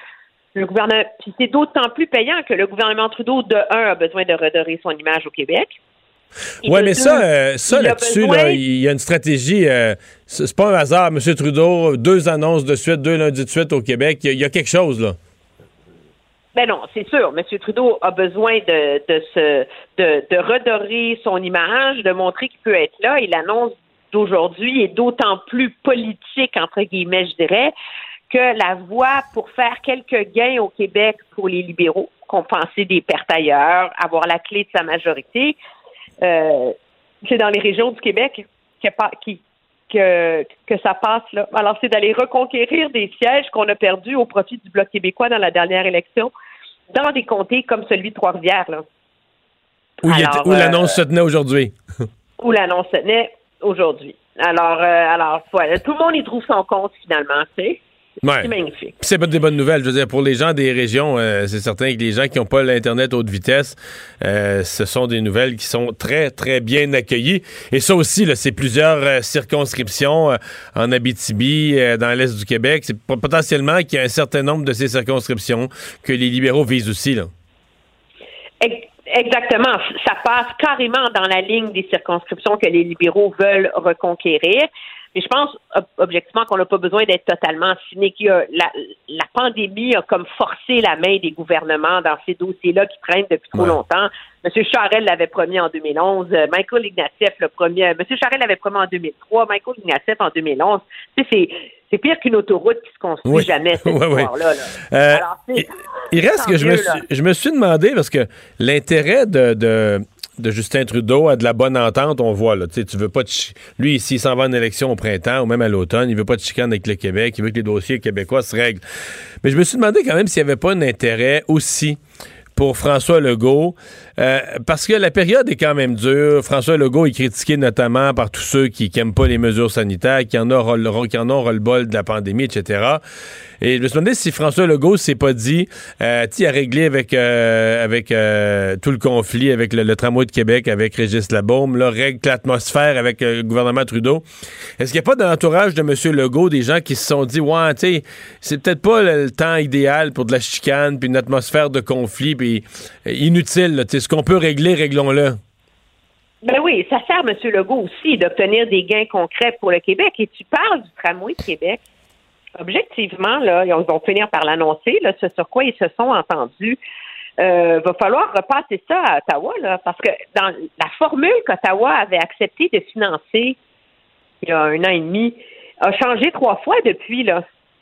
puis c'est d'autant plus payant que le gouvernement Trudeau, de un, a besoin de redorer son image au Québec. Oui, mais ça là-dessus, là, il y a une stratégie. C'est pas un hasard, M. Trudeau, 2 annonces de suite, 2 lundis de suite au Québec. Il y a quelque chose, là. Ben non, c'est sûr. M. Trudeau a besoin de redorer son image, de montrer qu'il peut être là. Et l'annonce d'aujourd'hui est d'autant plus politique, entre guillemets, je dirais, que la voie pour faire quelques gains au Québec pour les libéraux, compenser des pertes ailleurs, avoir la clé de sa majorité, c'est dans les régions du Québec que ça passe, là. Alors, c'est d'aller reconquérir des sièges qu'on a perdus au profit du Bloc québécois dans la dernière élection, dans des comtés comme celui de Trois-Rivières, là. Où l'annonce se tenait aujourd'hui. Où l'annonce se tenait aujourd'hui. Alors, voilà, tout le monde y trouve son compte, finalement, tu sais. Ouais. C'est magnifique. Puis c'est pas des bonnes nouvelles. Je veux dire, pour les gens des régions, c'est certain que les gens qui n'ont pas l'Internet haute vitesse, ce sont des nouvelles qui sont très, très bien accueillies. Et ça aussi, là, c'est plusieurs circonscriptions en Abitibi, dans l'Est du Québec. C'est potentiellement qu'il y a un certain nombre de ces circonscriptions que les libéraux visent aussi, là. Exactement. Ça passe carrément dans la ligne des circonscriptions que les libéraux veulent reconquérir. Mais je pense, objectivement, qu'on n'a pas besoin d'être totalement cynique. La pandémie a comme forcé la main des gouvernements dans ces dossiers-là qui traînent depuis trop longtemps. M. Charest l'avait promis en 2011. Michael Ignatieff l'a promis. M. Charest l'avait promis en 2003. Michael Ignatieff en 2011. Tu sais, c'est pire qu'une autoroute qui se construit jamais, cette histoire-là. Alors, il reste que je me suis demandé, parce que l'intérêt de Justin Trudeau à de la bonne entente, on voit, là. Tu veux pas lui, s'il s'en va en élection au printemps ou même à l'automne, il veut pas de chicane avec le Québec, il veut que les dossiers québécois se règlent. Mais je me suis demandé quand même s'il n'y avait pas un intérêt aussi pour François Legault, parce que la période est quand même dure. François Legault est critiqué notamment par tous ceux qui n'aiment pas les mesures sanitaires, qui en ont ras-le-bol de la pandémie, etc. Et je me suis demandé si François Legault s'est pas dit, à régler avec tout le conflit avec le tramway de Québec, avec Régis Labaume, là, règle l'atmosphère avec le gouvernement Trudeau. Est-ce qu'il n'y a pas dans l'entourage de M. Legault des gens qui se sont dit, ouais, tu sais, c'est peut-être pas le temps idéal pour de la chicane, puis une atmosphère de conflit, puis inutile, tu sais, ce qu'on peut régler, réglons-le. Ben oui, ça sert, M. Legault aussi, d'obtenir des gains concrets pour le Québec. Et tu parles du tramway de Québec. Objectivement, là, ils vont finir par l'annoncer, là, ce sur quoi ils se sont entendus. Va falloir repasser ça à Ottawa, là, parce que dans la formule qu'Ottawa avait accepté de financer il y a 1 an et demi a changé 3 fois depuis, là.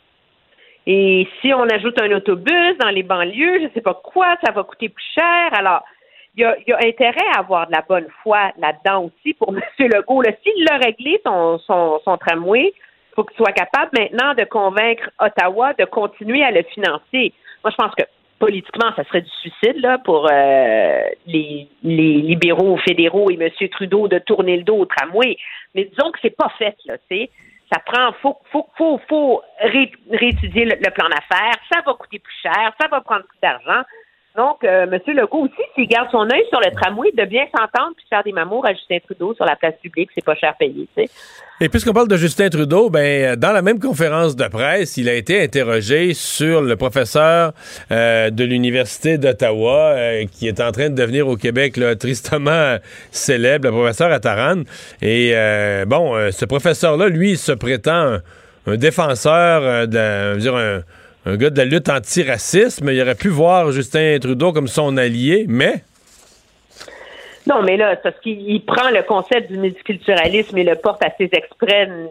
Et si on ajoute un autobus dans les banlieues, je ne sais pas quoi, ça va coûter plus cher. Alors, il y a intérêt à avoir de la bonne foi là-dedans aussi pour M. Legault. Là, s'il a réglé son tramway, il faut qu'il soit capable maintenant de convaincre Ottawa de continuer à le financer. Moi, je pense que politiquement, ça serait du suicide là pour les libéraux fédéraux et M. Trudeau de tourner le dos au tramway. Mais disons que c'est pas fait, là, tu sais. Ça prend, faut réétudier le plan d'affaires. Ça va coûter plus cher, ça va prendre plus d'argent. Donc, M. Legault aussi, s'il garde son œil sur le tramway, de bien s'entendre puis faire des mamours à Justin Trudeau sur la place publique, c'est pas cher payé, tu sais. Et puisqu'on parle de Justin Trudeau, ben dans la même conférence de presse, il a été interrogé sur le professeur de l'Université d'Ottawa qui est en train de devenir au Québec là, tristement célèbre, le professeur Attaran. Et ce professeur-là, lui, il se prétend un défenseur un gars de la lutte anti-racisme. Il aurait pu voir Justin Trudeau comme son allié, mais... Non, mais là, parce qu'il prend le concept du multiculturalisme et le porte à ses extrêmes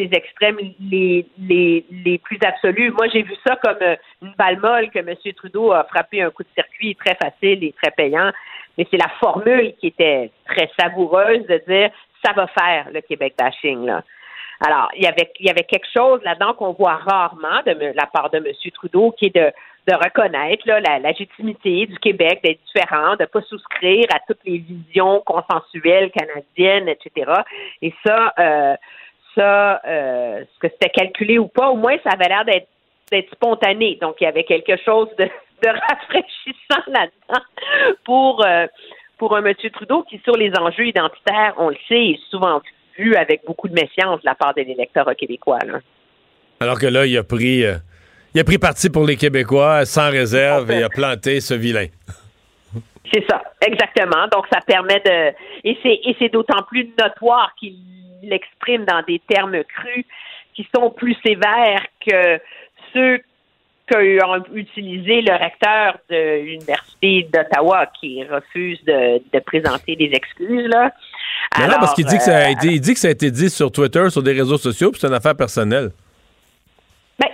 les plus absolus. Moi, j'ai vu ça comme une balle molle que M. Trudeau a frappé un coup de circuit très facile et très payant. Mais c'est la formule qui était très savoureuse de dire ça va faire le Québec bashing, là. Alors, il y avait quelque chose là-dedans qu'on voit rarement de la part de M. Trudeau, qui est de reconnaître là, la légitimité du Québec d'être différent, de ne pas souscrire à toutes les visions consensuelles canadiennes, etc. Et ça, est-ce que c'était calculé ou pas, au moins ça avait l'air d'être spontané. Donc, il y avait quelque chose de rafraîchissant là-dedans pour un M. Trudeau qui, sur les enjeux identitaires, on le sait, est souvent vu avec beaucoup de méfiance de la part de l'électorat québécois, là. Alors que là, il a pris parti pour les Québécois sans réserve et a planté ce vilain. C'est ça, exactement. Donc, ça permet de... Et c'est d'autant plus notoire qu'il l'exprime dans des termes crus qui sont plus sévères que ceux qu'a utilisé le recteur de l'Université d'Ottawa qui refuse de présenter des excuses, là. Mais alors, non, parce qu'il dit que ça a été dit sur Twitter, sur des réseaux sociaux, puis c'est une affaire personnelle. Ben, moi, je vais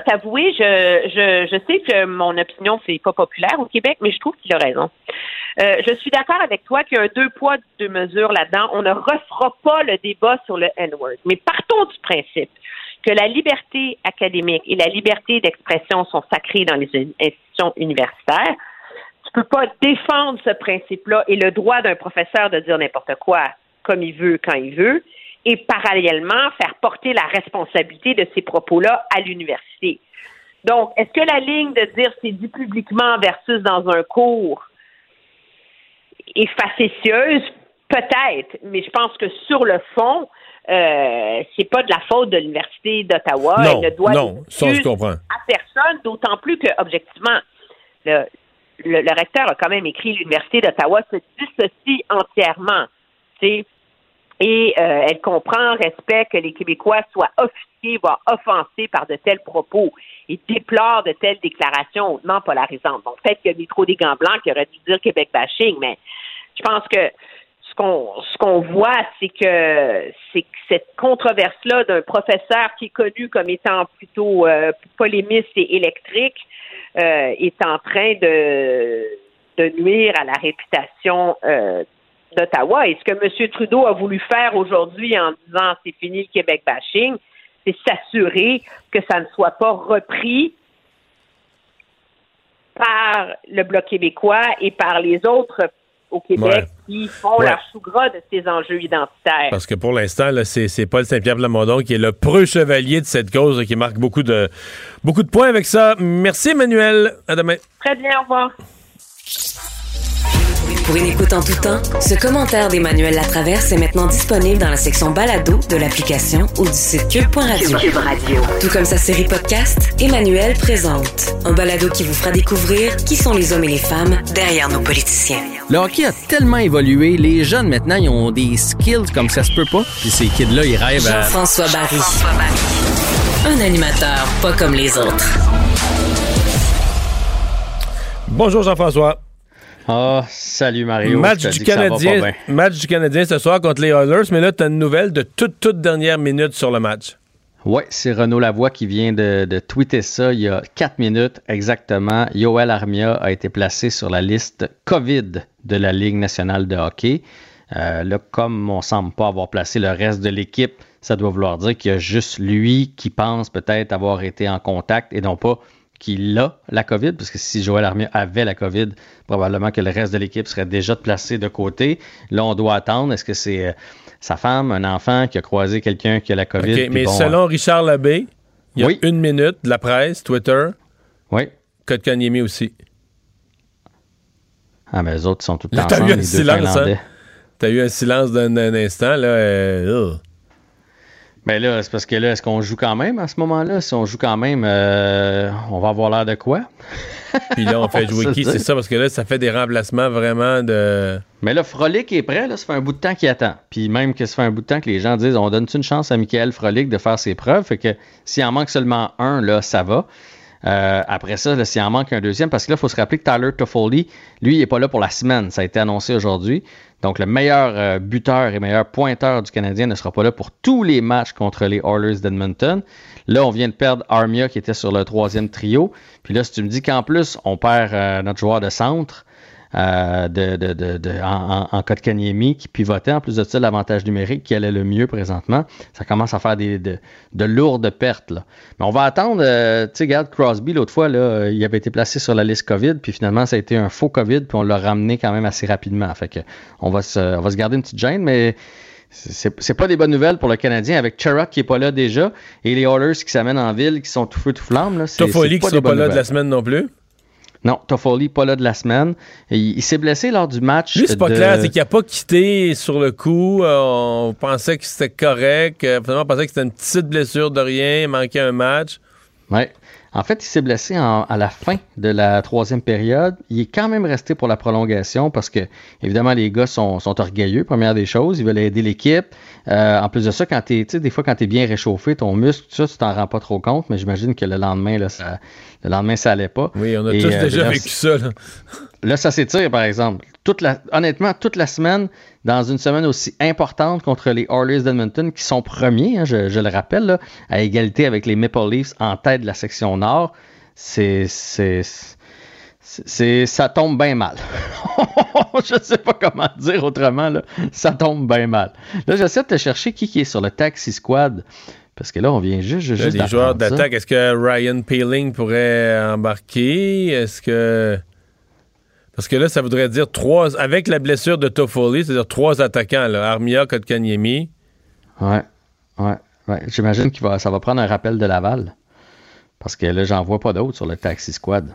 t'avouer, je sais que mon opinion, c'est pas populaire au Québec, mais je trouve qu'il a raison. Je suis d'accord avec toi qu'il y a un 2 poids, 2 mesures là-dedans. On ne refera pas le débat sur le N-word. Mais partons du principe que la liberté académique et la liberté d'expression sont sacrées dans les institutions universitaires. Tu peux pas défendre ce principe-là et le droit d'un professeur de dire n'importe quoi comme il veut, quand il veut, et parallèlement faire porter la responsabilité de ces propos-là à l'université. Donc, est-ce que la ligne de dire c'est dit publiquement versus dans un cours est facétieuse? Peut-être, mais je pense que sur le fond, c'est pas de la faute de l'Université d'Ottawa. Non, elle ne doit ça je comprends. à personne, d'autant plus que, objectivement, le recteur a quand même écrit l'Université d'Ottawa se dissocie entièrement, tu sais, et elle comprend, respecte que les Québécois soient offusqués, voire offensés par de tels propos et déplore de telles déclarations hautement polarisantes. Donc, peut-être qu'il y a mis trop des gants blancs qui auraient dû dire Québec bashing, mais je pense que ce qu'on voit, c'est que cette controverse-là d'un professeur qui est connu comme étant plutôt polémiste et électrique est en train de nuire à la réputation d'Ottawa. Et ce que M. Trudeau a voulu faire aujourd'hui en disant c'est fini le Québec bashing, c'est s'assurer que ça ne soit pas repris par le Bloc québécois et par les autres au Québec qui font leur chou gras de ces enjeux identitaires. Parce que pour l'instant, là, c'est Paul Saint-Pierre Plamondon qui est le preux chevalier de cette cause, qui marque beaucoup de points avec ça. Merci, Emmanuel. À demain. Très bien, au revoir. Pour une écoute en tout temps, ce commentaire d'Emmanuel Latraverse est maintenant disponible dans la section balado de l'application ou du site cube.radio. Cube Radio. Tout comme sa série podcast, Emmanuel présente un balado qui vous fera découvrir qui sont les hommes et les femmes derrière nos politiciens. Le hockey a tellement évolué, les jeunes maintenant, ils ont des skills comme ça se peut pas. Puis ces kids-là, ils rêvent à... Jean-François Barry. Un animateur pas comme les autres. Bonjour Jean-François. Ah, salut Mario. Match du Canadien ce soir contre les Oilers, mais là, tu as une nouvelle de toute dernière minute sur le match. Oui, c'est Renaud Lavoie qui vient de tweeter ça il y a 4 minutes exactement. Yoel Armia a été placé sur la liste COVID de la Ligue nationale de hockey. Là, comme on ne semble pas avoir placé le reste de l'équipe, ça doit vouloir dire qu'il y a juste lui qui pense peut-être avoir été en contact et non pas qu'il a la COVID, parce que si Joël Armia avait la COVID, probablement que le reste de l'équipe serait déjà placé de côté. Là, on doit attendre. Est-ce que c'est sa femme, un enfant qui a croisé quelqu'un qui a la COVID? Okay, mais selon Richard Labbé, il y a 1 minute de la presse, Twitter, Kotkaniemi aussi. Ah, mais les autres sont tout le temps ensemble, les deux Finlandais. T'as eu un silence d'un instant, là. Ben là, c'est parce que là, est-ce qu'on joue quand même à ce moment-là? Si on joue quand même, on va avoir l'air de quoi? Puis là, on fait jouer qui? C'est ça, parce que là, ça fait des remplacements vraiment de... Mais là, Frolic est prêt, là, ça fait un bout de temps qu'il attend. Puis même que ça fait un bout de temps que les gens disent, on donne-tu une chance à Michael Frolic de faire ses preuves? Fait que s'il en manque seulement un, là, ça va. Après ça, là, s'il en manque un deuxième, parce que là, il faut se rappeler que Tyler Toffoli, lui, il n'est pas là pour la semaine. Ça a été annoncé aujourd'hui. Donc, le meilleur buteur et meilleur pointeur du Canadien ne sera pas là pour tous les matchs contre les Oilers d'Edmonton. Là, on vient de perdre Armia qui était sur le 3e trio. Puis là, si tu me dis qu'en plus, on perd notre joueur de centre en Kotkaniemi qui pivotait, en plus de ça, l'avantage numérique qui allait le mieux présentement, ça commence à faire de lourdes pertes, là. Mais on va attendre, tu sais, regarde, Crosby, l'autre fois, là, il avait été placé sur la liste COVID, puis finalement, ça a été un faux COVID, puis on l'a ramené quand même assez rapidement. Fait que on va se garder une petite gêne, mais c'est pas des bonnes nouvelles pour le Canadien, avec Charac qui est pas là déjà, et les Oilers qui s'amènent en ville, qui sont tout feu tout flamme, là. Toffoli qui sera pas là de la semaine non plus? Non, Toffoli, pas là de la semaine. Il s'est blessé lors du match. Lui, c'est pas clair, c'est qu'il n'a pas quitté sur le coup. On pensait que c'était correct. Finalement, on pensait que c'était une petite blessure de rien, il manquait un match. Oui. En fait, il s'est blessé à la fin de la 3e période. Il est quand même resté pour la prolongation parce que, évidemment, les gars sont orgueilleux, première des choses. Ils veulent aider l'équipe. En plus de ça, des fois, quand tu es bien réchauffé, ton muscle, tout ça, tu t'en rends pas trop compte, mais j'imagine que le lendemain, là, ça allait pas. Oui, on a tous déjà vécu ça. Là, ça s'étire, par exemple. Honnêtement, toute la semaine, dans une semaine aussi importante contre les Oilers d'Edmonton, qui sont premiers, hein, je le rappelle, là, à égalité avec les Maple Leafs en tête de la section nord. Ça tombe bien mal. Je ne sais pas comment dire autrement, là. Ça tombe bien mal. Là, j'essaie de te chercher qui est sur le Taxi Squad. Parce que là, on vient juste les joueurs d'attaque, est-ce que Ryan Poehling pourrait embarquer? Est-ce que... Parce que là, ça voudrait dire 3... Avec la blessure de Toffoli, c'est-à-dire 3 attaquants, là. Armia, Kotkaniemi. Ouais. J'imagine ça va prendre un rappel de Laval. Parce que là, j'en vois pas d'autres sur le Taxi Squad.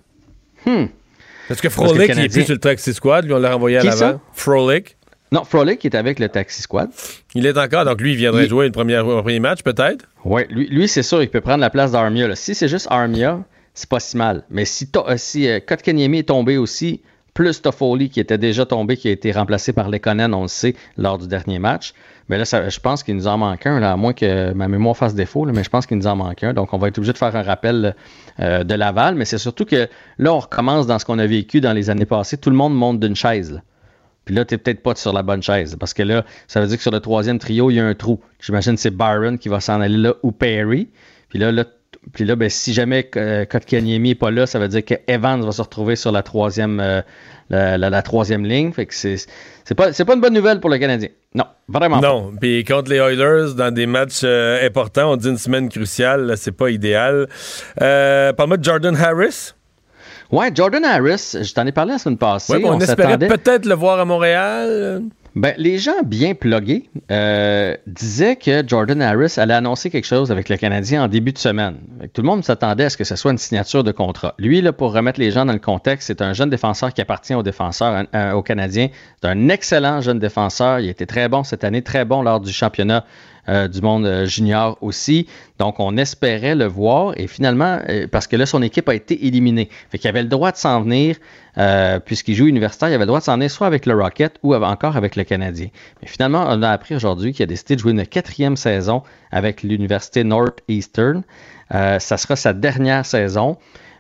Est-ce que Frolic, il est plus sur le Taxi Squad? Lui, on l'a renvoyé à Laval. Frolic? Non, Frolic est avec le Taxi Squad. Il est encore, donc lui, il viendrait jouer un premier match, peut-être? Oui, lui, c'est sûr, il peut prendre la place d'Armia. Là. Si c'est juste Armia, c'est pas si mal. Mais si Kotkaniemi est tombé aussi, plus Toffoli qui était déjà tombé, qui a été remplacé par Lekonen, on le sait, lors du dernier match. Mais là, je pense qu'il nous en manque un, là, à moins que ma mémoire fasse défaut, là, mais je pense qu'il nous en manque un. Donc, on va être obligé de faire un rappel de Laval. Mais c'est surtout que là, on recommence dans ce qu'on a vécu dans les années passées. Tout le monde monte d'une chaise. Là. Puis là, t'es peut-être pas sur la bonne chaise. Parce que là, ça veut dire que sur le 3e trio, il y a un trou. J'imagine que c'est Byron qui va s'en aller là ou Perry. Puis là, ben, si jamais Kotkaniemi n'est pas là, ça veut dire que Evans va se retrouver sur la 3e la 3e ligne. Fait que c'est pas une bonne nouvelle pour le Canadien. Non, vraiment pas. Non, puis contre les Oilers, dans des matchs importants, on dit une semaine cruciale, là, c'est pas idéal. Parle-moi de Jordan Harris. Ouais, Jordan Harris, je t'en ai parlé la semaine passée. Ouais, on espérait peut-être le voir à Montréal. Ben, les gens bien plugués disaient que Jordan Harris allait annoncer quelque chose avec le Canadien en début de semaine. Tout le monde s'attendait à ce que ce soit une signature de contrat. Lui, là, pour remettre les gens dans le contexte, c'est un jeune défenseur qui appartient aux défenseurs, aux Canadiens. C'est un excellent jeune défenseur. Il a été très bon cette année, très bon lors du championnat du monde junior aussi. Donc, on espérait le voir et finalement, parce que là, son équipe a été éliminée. Fait qu'il avait le droit de s'en venir, puisqu'il joue universitaire, il avait le droit de s'en venir soit avec le Rocket ou encore avec le Canadien. Mais finalement, on a appris aujourd'hui qu'il a décidé de jouer une 4e saison avec l'université Northeastern. Ça sera sa dernière saison.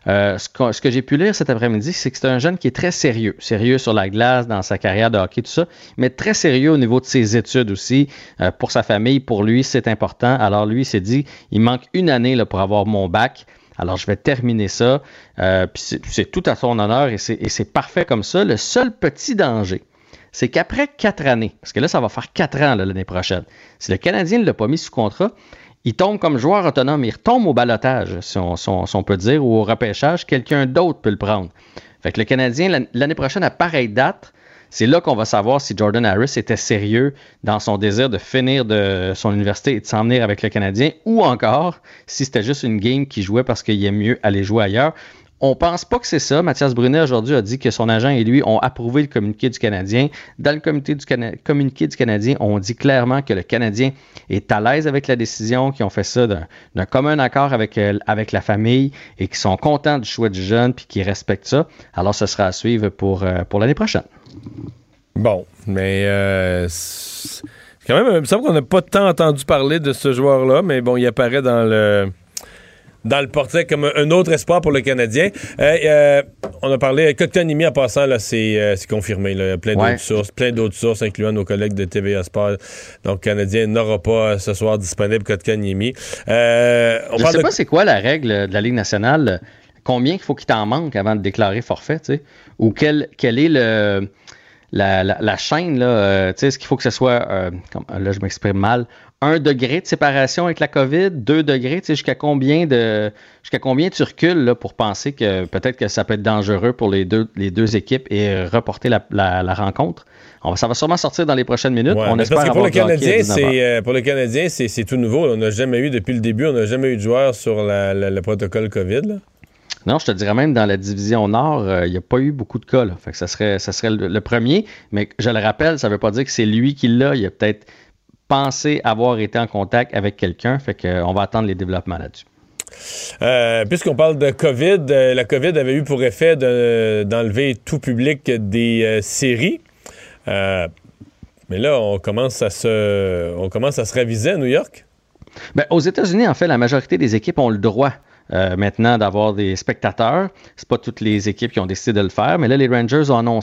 Ce que j'ai pu lire cet après-midi, c'est que c'est un jeune qui est très sérieux sur la glace, dans sa carrière de hockey, tout ça, mais très sérieux au niveau de ses études aussi. Pour sa famille, pour lui, c'est important. Alors lui, il s'est dit, il manque une année là, pour avoir mon bac. Alors, je vais terminer ça. Puis c'est tout à son honneur et c'est parfait comme ça. Le seul petit danger, c'est qu'après 4 années, parce que là, ça va faire 4 ans là, l'année prochaine, si le Canadien ne l'a pas mis sous contrat, il tombe comme joueur autonome, il retombe au ballottage, si on peut dire, ou au repêchage, quelqu'un d'autre peut le prendre. Fait que le Canadien, l'année prochaine, à pareille date, c'est là qu'on va savoir si Jordan Harris était sérieux dans son désir de finir de son université et de s'en venir avec le Canadien, ou encore si c'était juste une game qu'il jouait parce qu'il aime mieux aller jouer ailleurs. On pense pas que c'est ça. Mathias Brunet, aujourd'hui, a dit que son agent et lui ont approuvé le communiqué du Canadien. Dans le communiqué du Canadien, on dit clairement que le Canadien est à l'aise avec la décision, qu'ils ont fait ça d'un commun accord avec la famille et qu'ils sont contents du choix du jeune puis qu'ils respectent ça. Alors, ce sera à suivre pour l'année prochaine. Bon, mais c'est quand même, il me semble qu'on n'a pas tant entendu parler de ce joueur-là, mais bon, il apparaît dans le portrait comme un autre espoir pour le Canadien. On a parlé, Kotkaniemi en passant, là, c'est confirmé. Là, plein d'autres sources, incluant nos collègues de TVA Sport. Donc, le Canadien n'aura pas ce soir disponible Kotkaniemi. Je ne sais pas c'est quoi la règle de la Ligue nationale. Combien il faut qu'il t'en manque avant de déclarer forfait, tu sais? Ou quel est la chaîne, là, est-ce qu'il faut que ce soit, là je m'exprime mal, 1 degré de séparation avec la COVID, 2 degrés, jusqu'à combien tu recules là, pour penser que peut-être que ça peut être dangereux pour les deux équipes et reporter la rencontre? Ça va sûrement sortir dans les prochaines minutes. Ouais, on espère parce que avoir pour le Canadien, c'est tout nouveau. On n'a jamais eu, depuis le début, de joueurs sur le protocole COVID, là. Non, je te dirais même dans la division Nord, il n'y a pas eu beaucoup de cas. Là. Fait que ça serait le premier, mais je le rappelle, ça ne veut pas dire que c'est lui qui l'a. Il a peut-être pensé avoir été en contact avec quelqu'un. Fait qu'on va attendre les développements là-dessus. Puisqu'on parle de COVID, la COVID avait eu pour effet d'enlever tout public des séries. Mais là, on commence à se réviser à New York. Ben, aux États-Unis, en fait, la majorité des équipes ont le droit maintenant d'avoir des spectateurs. C'est pas toutes les équipes qui ont décidé de le faire, mais là, les Rangers ont annoncé le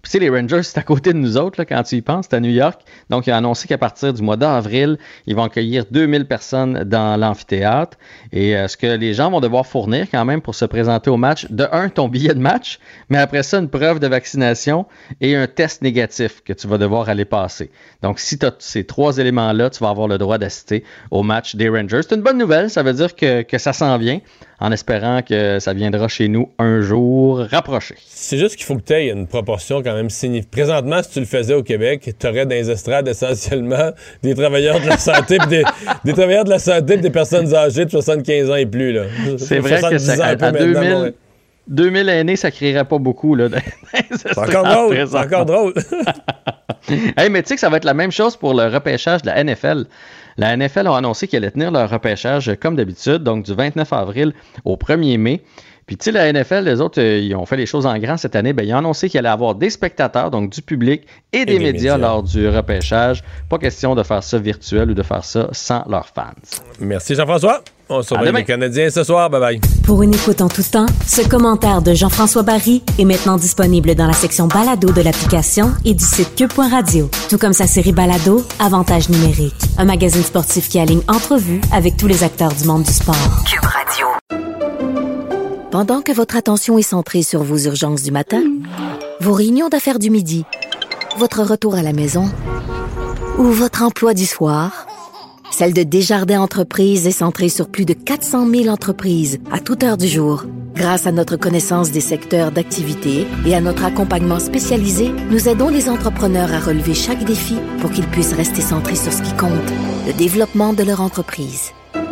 Puis, tu sais, les Rangers, c'est à côté de nous autres, là, quand tu y penses, c'est à New York. Donc, il a annoncé qu'à partir du mois d'avril, ils vont accueillir 2000 personnes dans l'amphithéâtre. Et ce que les gens vont devoir fournir quand même pour se présenter au match, de un, ton billet de match, mais après ça, une preuve de vaccination et un test négatif que tu vas devoir aller passer. Donc, si tu as ces 3 éléments-là, tu vas avoir le droit d'assister au match des Rangers. C'est une bonne nouvelle, ça veut dire que ça s'en vient, en espérant que ça viendra chez nous un jour rapproché. C'est juste qu'il faut que tu aies une proportion quand même significative. Présentement, si tu le faisais au Québec, tu aurais dans les estrades essentiellement des travailleurs de la santé des travailleurs de la santé et des personnes âgées de 75 ans et plus. Là. C'est vrai que ça, à 2000 aînés, ça crierait pas beaucoup. Là, c'est encore drôle. Hey, mais tu sais que ça va être la même chose pour le repêchage de la NFL. La NFL a annoncé qu'ils allaient tenir leur repêchage comme d'habitude, donc du 29 avril au 1er mai. Puis, tu sais, la NFL, les autres, ils ont fait les choses en grand cette année. Ils ont annoncé qu'il allait avoir des spectateurs, donc du public et des médias lors du repêchage. Pas question de faire ça virtuel ou de faire ça sans leurs fans. Merci Jean-François. On se revoit les Canadiens ce soir. Bye-bye. Pour une écoute en tout temps, ce commentaire de Jean-François Barry est maintenant disponible dans la section balado de l'application et du site cube.radio. Tout comme sa série balado, Avantage numérique. Un magazine sportif qui aligne entrevues avec tous les acteurs du monde du sport. Cube Radio. Pendant que votre attention est centrée sur vos urgences du matin, vos réunions d'affaires du midi, votre retour à la maison ou votre emploi du soir, celle de Desjardins Entreprises est centrée sur plus de 400 000 entreprises à toute heure du jour. Grâce à notre connaissance des secteurs d'activité et à notre accompagnement spécialisé, nous aidons les entrepreneurs à relever chaque défi pour qu'ils puissent rester centrés sur ce qui compte, le développement de leur entreprise.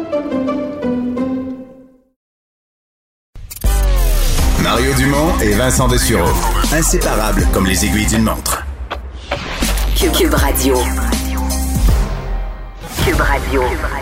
Mario Dumont et Vincent Dessureau. Inséparables comme les aiguilles d'une montre. Cube Radio. Cube Radio.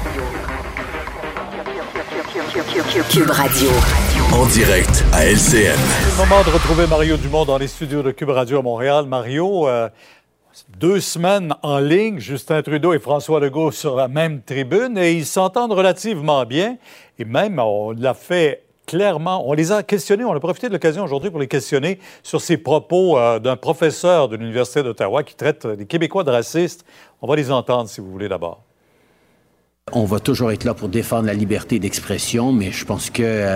Cube Radio. En direct à LCN. C'est le moment de retrouver Mario Dumont dans les studios de Cube Radio à Montréal. Mario, 2 semaines en ligne, Justin Trudeau et François Legault sur la même tribune et ils s'entendent relativement bien. Et même, on l'a fait clairement, on les a questionnés, on a profité de l'occasion aujourd'hui pour les questionner sur ces propos d'un professeur de l'Université d'Ottawa qui traite les Québécois de racistes. On va les entendre, si vous voulez, d'abord. On va toujours être là pour défendre la liberté d'expression, mais je pense que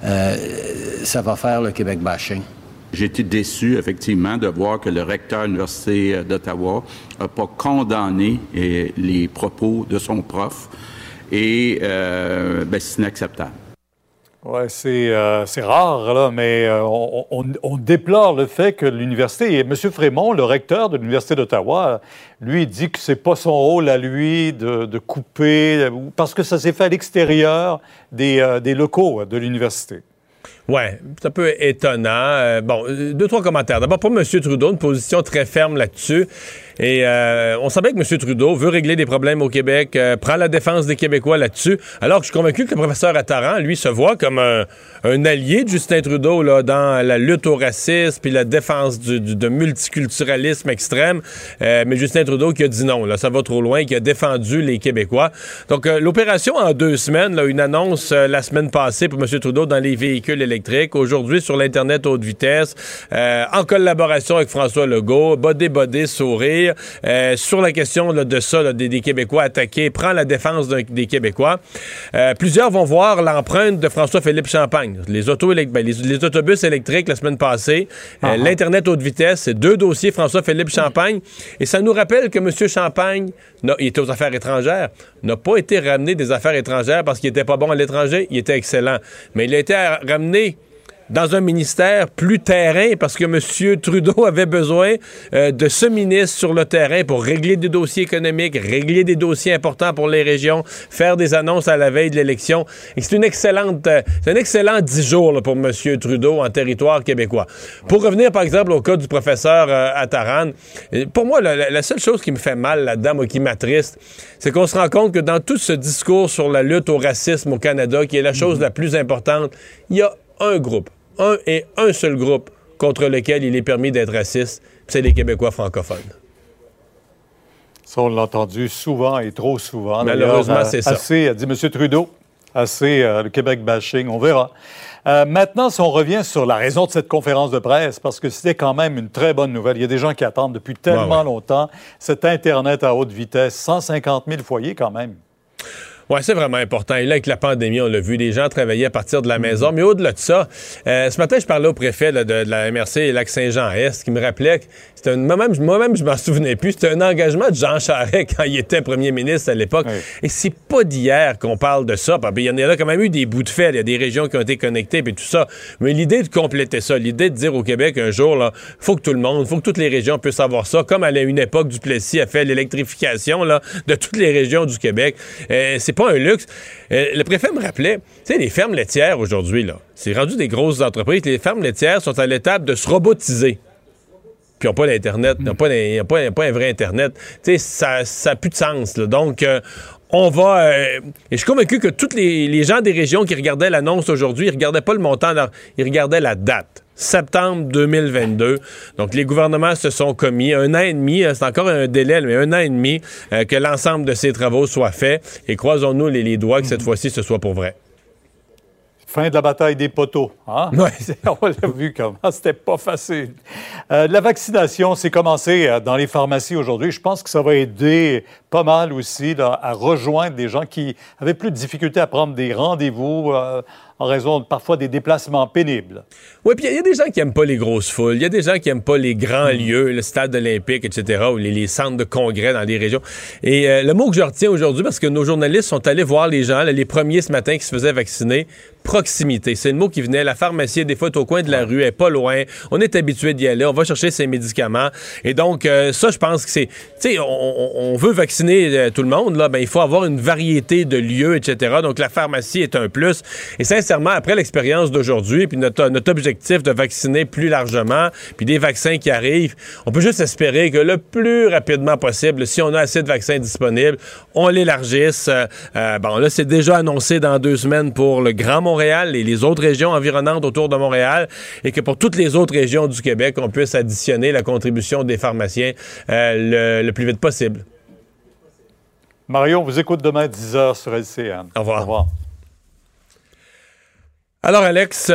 ça va faire le Québec bashing. J'ai été déçu, effectivement, de voir que le recteur de l'Université d'Ottawa n'a pas condamné les propos de son prof. Et c'est inacceptable. Oui, c'est rare, là, mais on déplore le fait que l'université, et M. Frémont, le recteur de l'Université d'Ottawa, lui, dit que c'est pas son rôle à lui de couper, parce que ça s'est fait à l'extérieur des locaux de l'université. Oui, c'est un peu étonnant. 2-3 commentaires. D'abord, pour M. Trudeau, une position très ferme là-dessus. Et on sent bien que M. Trudeau veut régler des problèmes au Québec, prend la défense des Québécois là-dessus, alors que je suis convaincu que le professeur Attaran, lui, se voit comme un allié de Justin Trudeau là, dans la lutte au racisme puis la défense de multiculturalisme extrême. Mais Justin Trudeau qui a dit non, là, ça va trop loin, qui a défendu les Québécois. Donc, l'opération en 2 semaines, là, une annonce la semaine passée pour M. Trudeau dans les véhicules électriques, aujourd'hui sur l'Internet haute vitesse, en collaboration avec François Legault, bodé, sourire. Sur la question là, de ça, là, des Québécois attaqués, prend la défense des Québécois. Plusieurs vont voir l'empreinte de François-Philippe Champagne. Les autobus électriques la semaine passée, l'Internet haute vitesse, c'est 2 dossiers François-Philippe Champagne. Et ça nous rappelle que M. Champagne, il était aux affaires étrangères, n'a pas été ramené des affaires étrangères parce qu'il était pas bon à l'étranger, il était excellent. Mais il a été ramené dans un ministère plus terrain parce que M. Trudeau avait besoin de ce ministre sur le terrain pour régler des dossiers économiques, régler des dossiers importants pour les régions, faire des annonces à la veille de l'élection. Et c'est un excellent 10 jours là, pour M. Trudeau en territoire québécois. Pour revenir, par exemple, au cas du professeur Attaran, pour moi, la seule chose qui me fait mal là-dedans, moi, qui m'attriste, c'est qu'on se rend compte que dans tout ce discours sur la lutte au racisme au Canada, qui est la chose la plus importante, il y a un groupe, un seul groupe contre lequel il est permis d'être raciste, c'est les Québécois francophones. Ça, on l'a entendu souvent et trop souvent. Malheureusement, c'est ça. Assez, a dit M. Trudeau, assez le Québec bashing, on verra. Maintenant, si on revient sur la raison de cette conférence de presse, parce que c'était quand même une très bonne nouvelle. Il y a des gens qui attendent depuis tellement longtemps cet Internet à haute vitesse, 150 000 foyers quand même. Oui, c'est vraiment important. Et là, avec la pandémie, on l'a vu, les gens travaillaient à partir de la maison. Mais au-delà de ça, ce matin, je parlais au préfet là, de la MRC Lac-Saint-Jean-Est qui me rappelait que c'était moi-même, je m'en souvenais plus, c'était un engagement de Jean Charest quand il était premier ministre à l'époque. Oui. Et c'est pas d'hier qu'on parle de ça. Il y en a quand même eu des bouts de fait. Il y a des régions qui ont été connectées et tout ça. Mais l'idée de compléter ça, l'idée de dire au Québec un jour, là, faut que tout le monde, faut que toutes les régions puissent avoir ça. Comme à une époque, Duplessis a fait l'électrification là, de toutes les régions du Québec. C'est pas un luxe. Le préfet me rappelait, tu sais, les fermes laitières aujourd'hui, là, c'est rendu des grosses entreprises. Les fermes laitières sont à l'étape de se robotiser. Puis ils n'ont pas d'Internet, ils n'ont pas un vrai Internet. Tu sais, ça n'a plus de sens. Là. Donc, on va... et je suis convaincu que tous les gens des régions qui regardaient l'annonce aujourd'hui, ils ne regardaient pas le montant, ils regardaient la date. Septembre 2022. Donc, les gouvernements se sont commis 1 an et demi, c'est encore un délai, mais 1 an et demi que l'ensemble de ces travaux soient faits. Et croisons-nous les doigts que cette fois-ci, ce soit pour vrai. Fin de la bataille des poteaux. Hein? Ouais. On l'a vu comment c'était pas facile. La vaccination s'est commencée dans les pharmacies aujourd'hui. Je pense que ça va aider pas mal aussi là, à rejoindre des gens qui avaient plus de difficultés à prendre des rendez-vous en raison parfois des déplacements pénibles. Oui, puis il y a des gens qui n'aiment pas les grosses foules. Il y a des gens qui n'aiment pas les grands lieux, le stade olympique, etc., ou les centres de congrès dans les régions. Et le mot que je retiens aujourd'hui, parce que nos journalistes sont allés voir les gens, là, les premiers ce matin qui se faisaient vacciner, proximité. C'est le mot qui venait. La pharmacie, des fois, est au coin de la rue, elle est pas loin. On est habitué d'y aller. On va chercher ses médicaments. Et donc, ça, je pense que c'est... Tu sais, on veut vacciner tout le monde, là. Ben, il faut avoir une variété de lieux, etc. Donc, la pharmacie est un plus. Et sincèrement, après l'expérience d'aujourd'hui, puis notre objectif de vacciner plus largement, puis des vaccins qui arrivent, on peut juste espérer que le plus rapidement possible, si on a assez de vaccins disponibles, on l'élargisse. Bon, là, c'est déjà annoncé dans 2 semaines pour le Grand Montréal et les autres régions environnantes autour de Montréal, et que pour toutes les autres régions du Québec, on puisse additionner la contribution des pharmaciens le plus vite possible. Mario, on vous écoute demain à 10h sur LCN. Au revoir. Au revoir. Alors, Alex,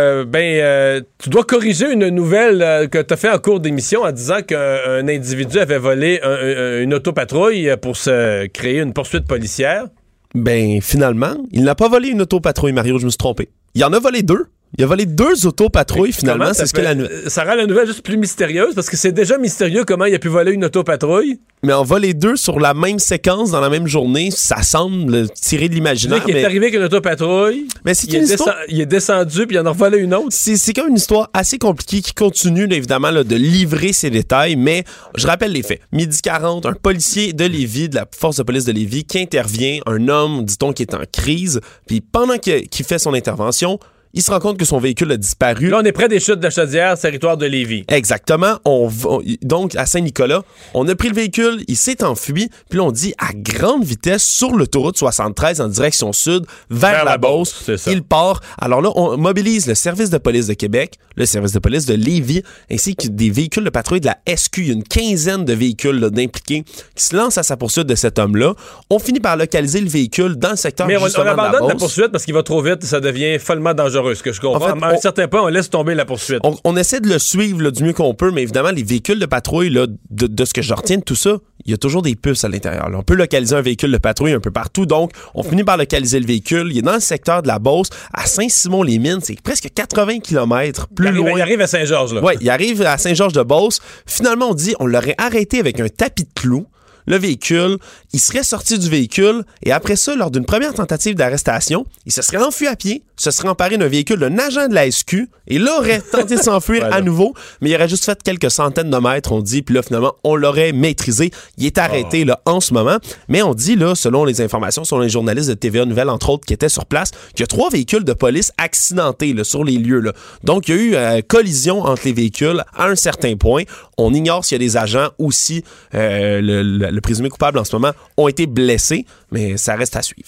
tu dois corriger une nouvelle que tu as fait en cours d'émission en disant qu'un individu avait volé une autopatrouille pour se créer une poursuite policière. Ben, finalement, il n'a pas volé une autopatrouille, Mario, je me suis trompé. Il en a volé 2. Il a volé 2 autopatrouilles, finalement. C'est ce que ça rend la nouvelle juste plus mystérieuse, parce que c'est déjà mystérieux comment il a pu voler une autopatrouille. Mais en voler 2 sur la même séquence, dans la même journée, ça semble tirer de l'imaginaire. Il est arrivé avec une autopatrouille, mais c'est une histoire... il est descendu, puis il en a revolé une autre. C'est comme une histoire assez compliquée qui continue, là, évidemment, là, de livrer ses détails, mais je rappelle les faits. 12h40, un policier de Lévis, de la force de police de Lévis, qui intervient, un homme, dit-on, qui est en crise, puis pendant qu'il fait son intervention, il se rend compte que son véhicule a disparu. Là, on est près des chutes de Chaudière, territoire de Lévis. Exactement. Donc, à Saint-Nicolas, on a pris le véhicule, il s'est enfui, puis là, on dit à grande vitesse sur l'autoroute 73 en direction sud, vers la Beauce. Il part. Alors là, on mobilise le service de police de Québec, le service de police de Lévis, ainsi que des véhicules de patrouille de la SQ. Il y a une quinzaine de véhicules là, d'impliqués qui se lancent à sa poursuite de cet homme-là. On finit par localiser le véhicule dans le secteur justement on abandonne de la Beauce. La poursuite parce qu'il va trop vite, ça devient follement dangereux. Ce que je comprends. En fait, à un certain point, on laisse tomber la poursuite. On essaie de le suivre là, du mieux qu'on peut, mais évidemment, les véhicules de patrouille, là, de ce que je retiens de tout ça, il y a toujours des puces à l'intérieur. Là. On peut localiser un véhicule de patrouille un peu partout, donc on finit par localiser le véhicule. Il est dans le secteur de la Beauce, à Saint-Simon-les-Mines, c'est presque 80 km plus loin. Il arrive à Saint-Georges. Oui, il arrive à Saint-Georges-de-Beauce. Finalement, on dit on l'aurait arrêté avec un tapis de clous. Le véhicule, il serait sorti du véhicule et après ça, lors d'une première tentative d'arrestation, il se serait enfui à pied, se serait emparé d'un véhicule d'un agent de la SQ et là aurait tenté de s'enfuir à nouveau, mais il aurait juste fait quelques centaines de mètres, on dit, puis là finalement, on l'aurait maîtrisé. Il est arrêté là en ce moment, mais on dit là, selon les informations, selon les journalistes de TVA Nouvelles, entre autres, qui étaient sur place, qu'il y a 3 véhicules de police accidentés là, sur les lieux. Là. Donc, il y a eu collision entre les véhicules à un certain point. On ignore s'il y a des agents aussi, le présumé coupable en ce moment, ont été blessés, mais ça reste à suivre.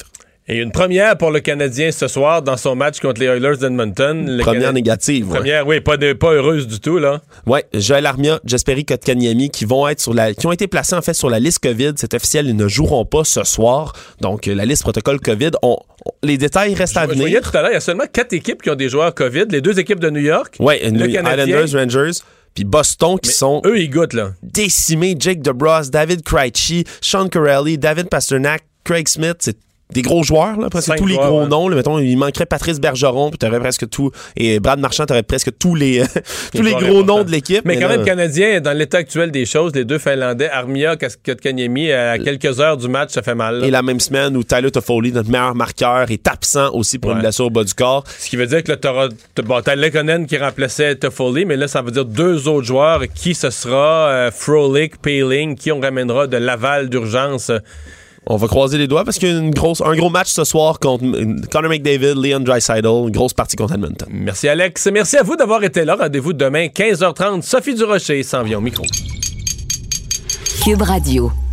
Et une première pour le Canadien ce soir dans son match contre les Oilers d'Edmonton. Première négative. Première, oui, pas heureuse du tout, là. Oui, Joël Armia, Jesperi Kotkaniemi qui ont été placés en fait sur la liste COVID. C'est officiel, ils ne joueront pas ce soir. Donc, la liste protocole COVID, les détails restent à venir. Je voyais tout à l'heure, il y a seulement 4 équipes qui ont des joueurs COVID. Les 2 équipes de New York. Oui, Islanders, Rangers. Puis Boston qui sont eux, ils goûtent, là. Décimés. Jake DeBrusk, David Krejci, Sean Corelli, David Pasternak, Craig Smith, c'est des gros joueurs, là, presque tous les gros noms. Là, mettons, il manquerait Patrice Bergeron, puis t'aurais presque tout. Et Brad Marchand, t'aurais presque tous les gros noms de l'équipe. Mais quand même, Canadien, dans l'état actuel des choses, les 2 Finlandais, Armia, Kotkaniemi, à quelques heures du match, ça fait mal. Là. Et la même semaine où Tyler Toffoli, notre meilleur marqueur, est absent aussi pour une blessure au bas du corps. Ce qui veut dire que là, t'as Lekonen qui remplaçait Toffoli, mais là, ça veut dire 2 autres joueurs. Qui ce sera? Frolik, Poehling, qui on ramènera de Laval d'urgence? On va croiser les doigts parce qu'il y a un gros match ce soir contre Connor McDavid, Leon Draisaitl, une grosse partie contre Edmonton. Merci Alex. Merci à vous d'avoir été là. Rendez-vous demain 15h30. Sophie Durocher s'en vient au micro. Cube Radio.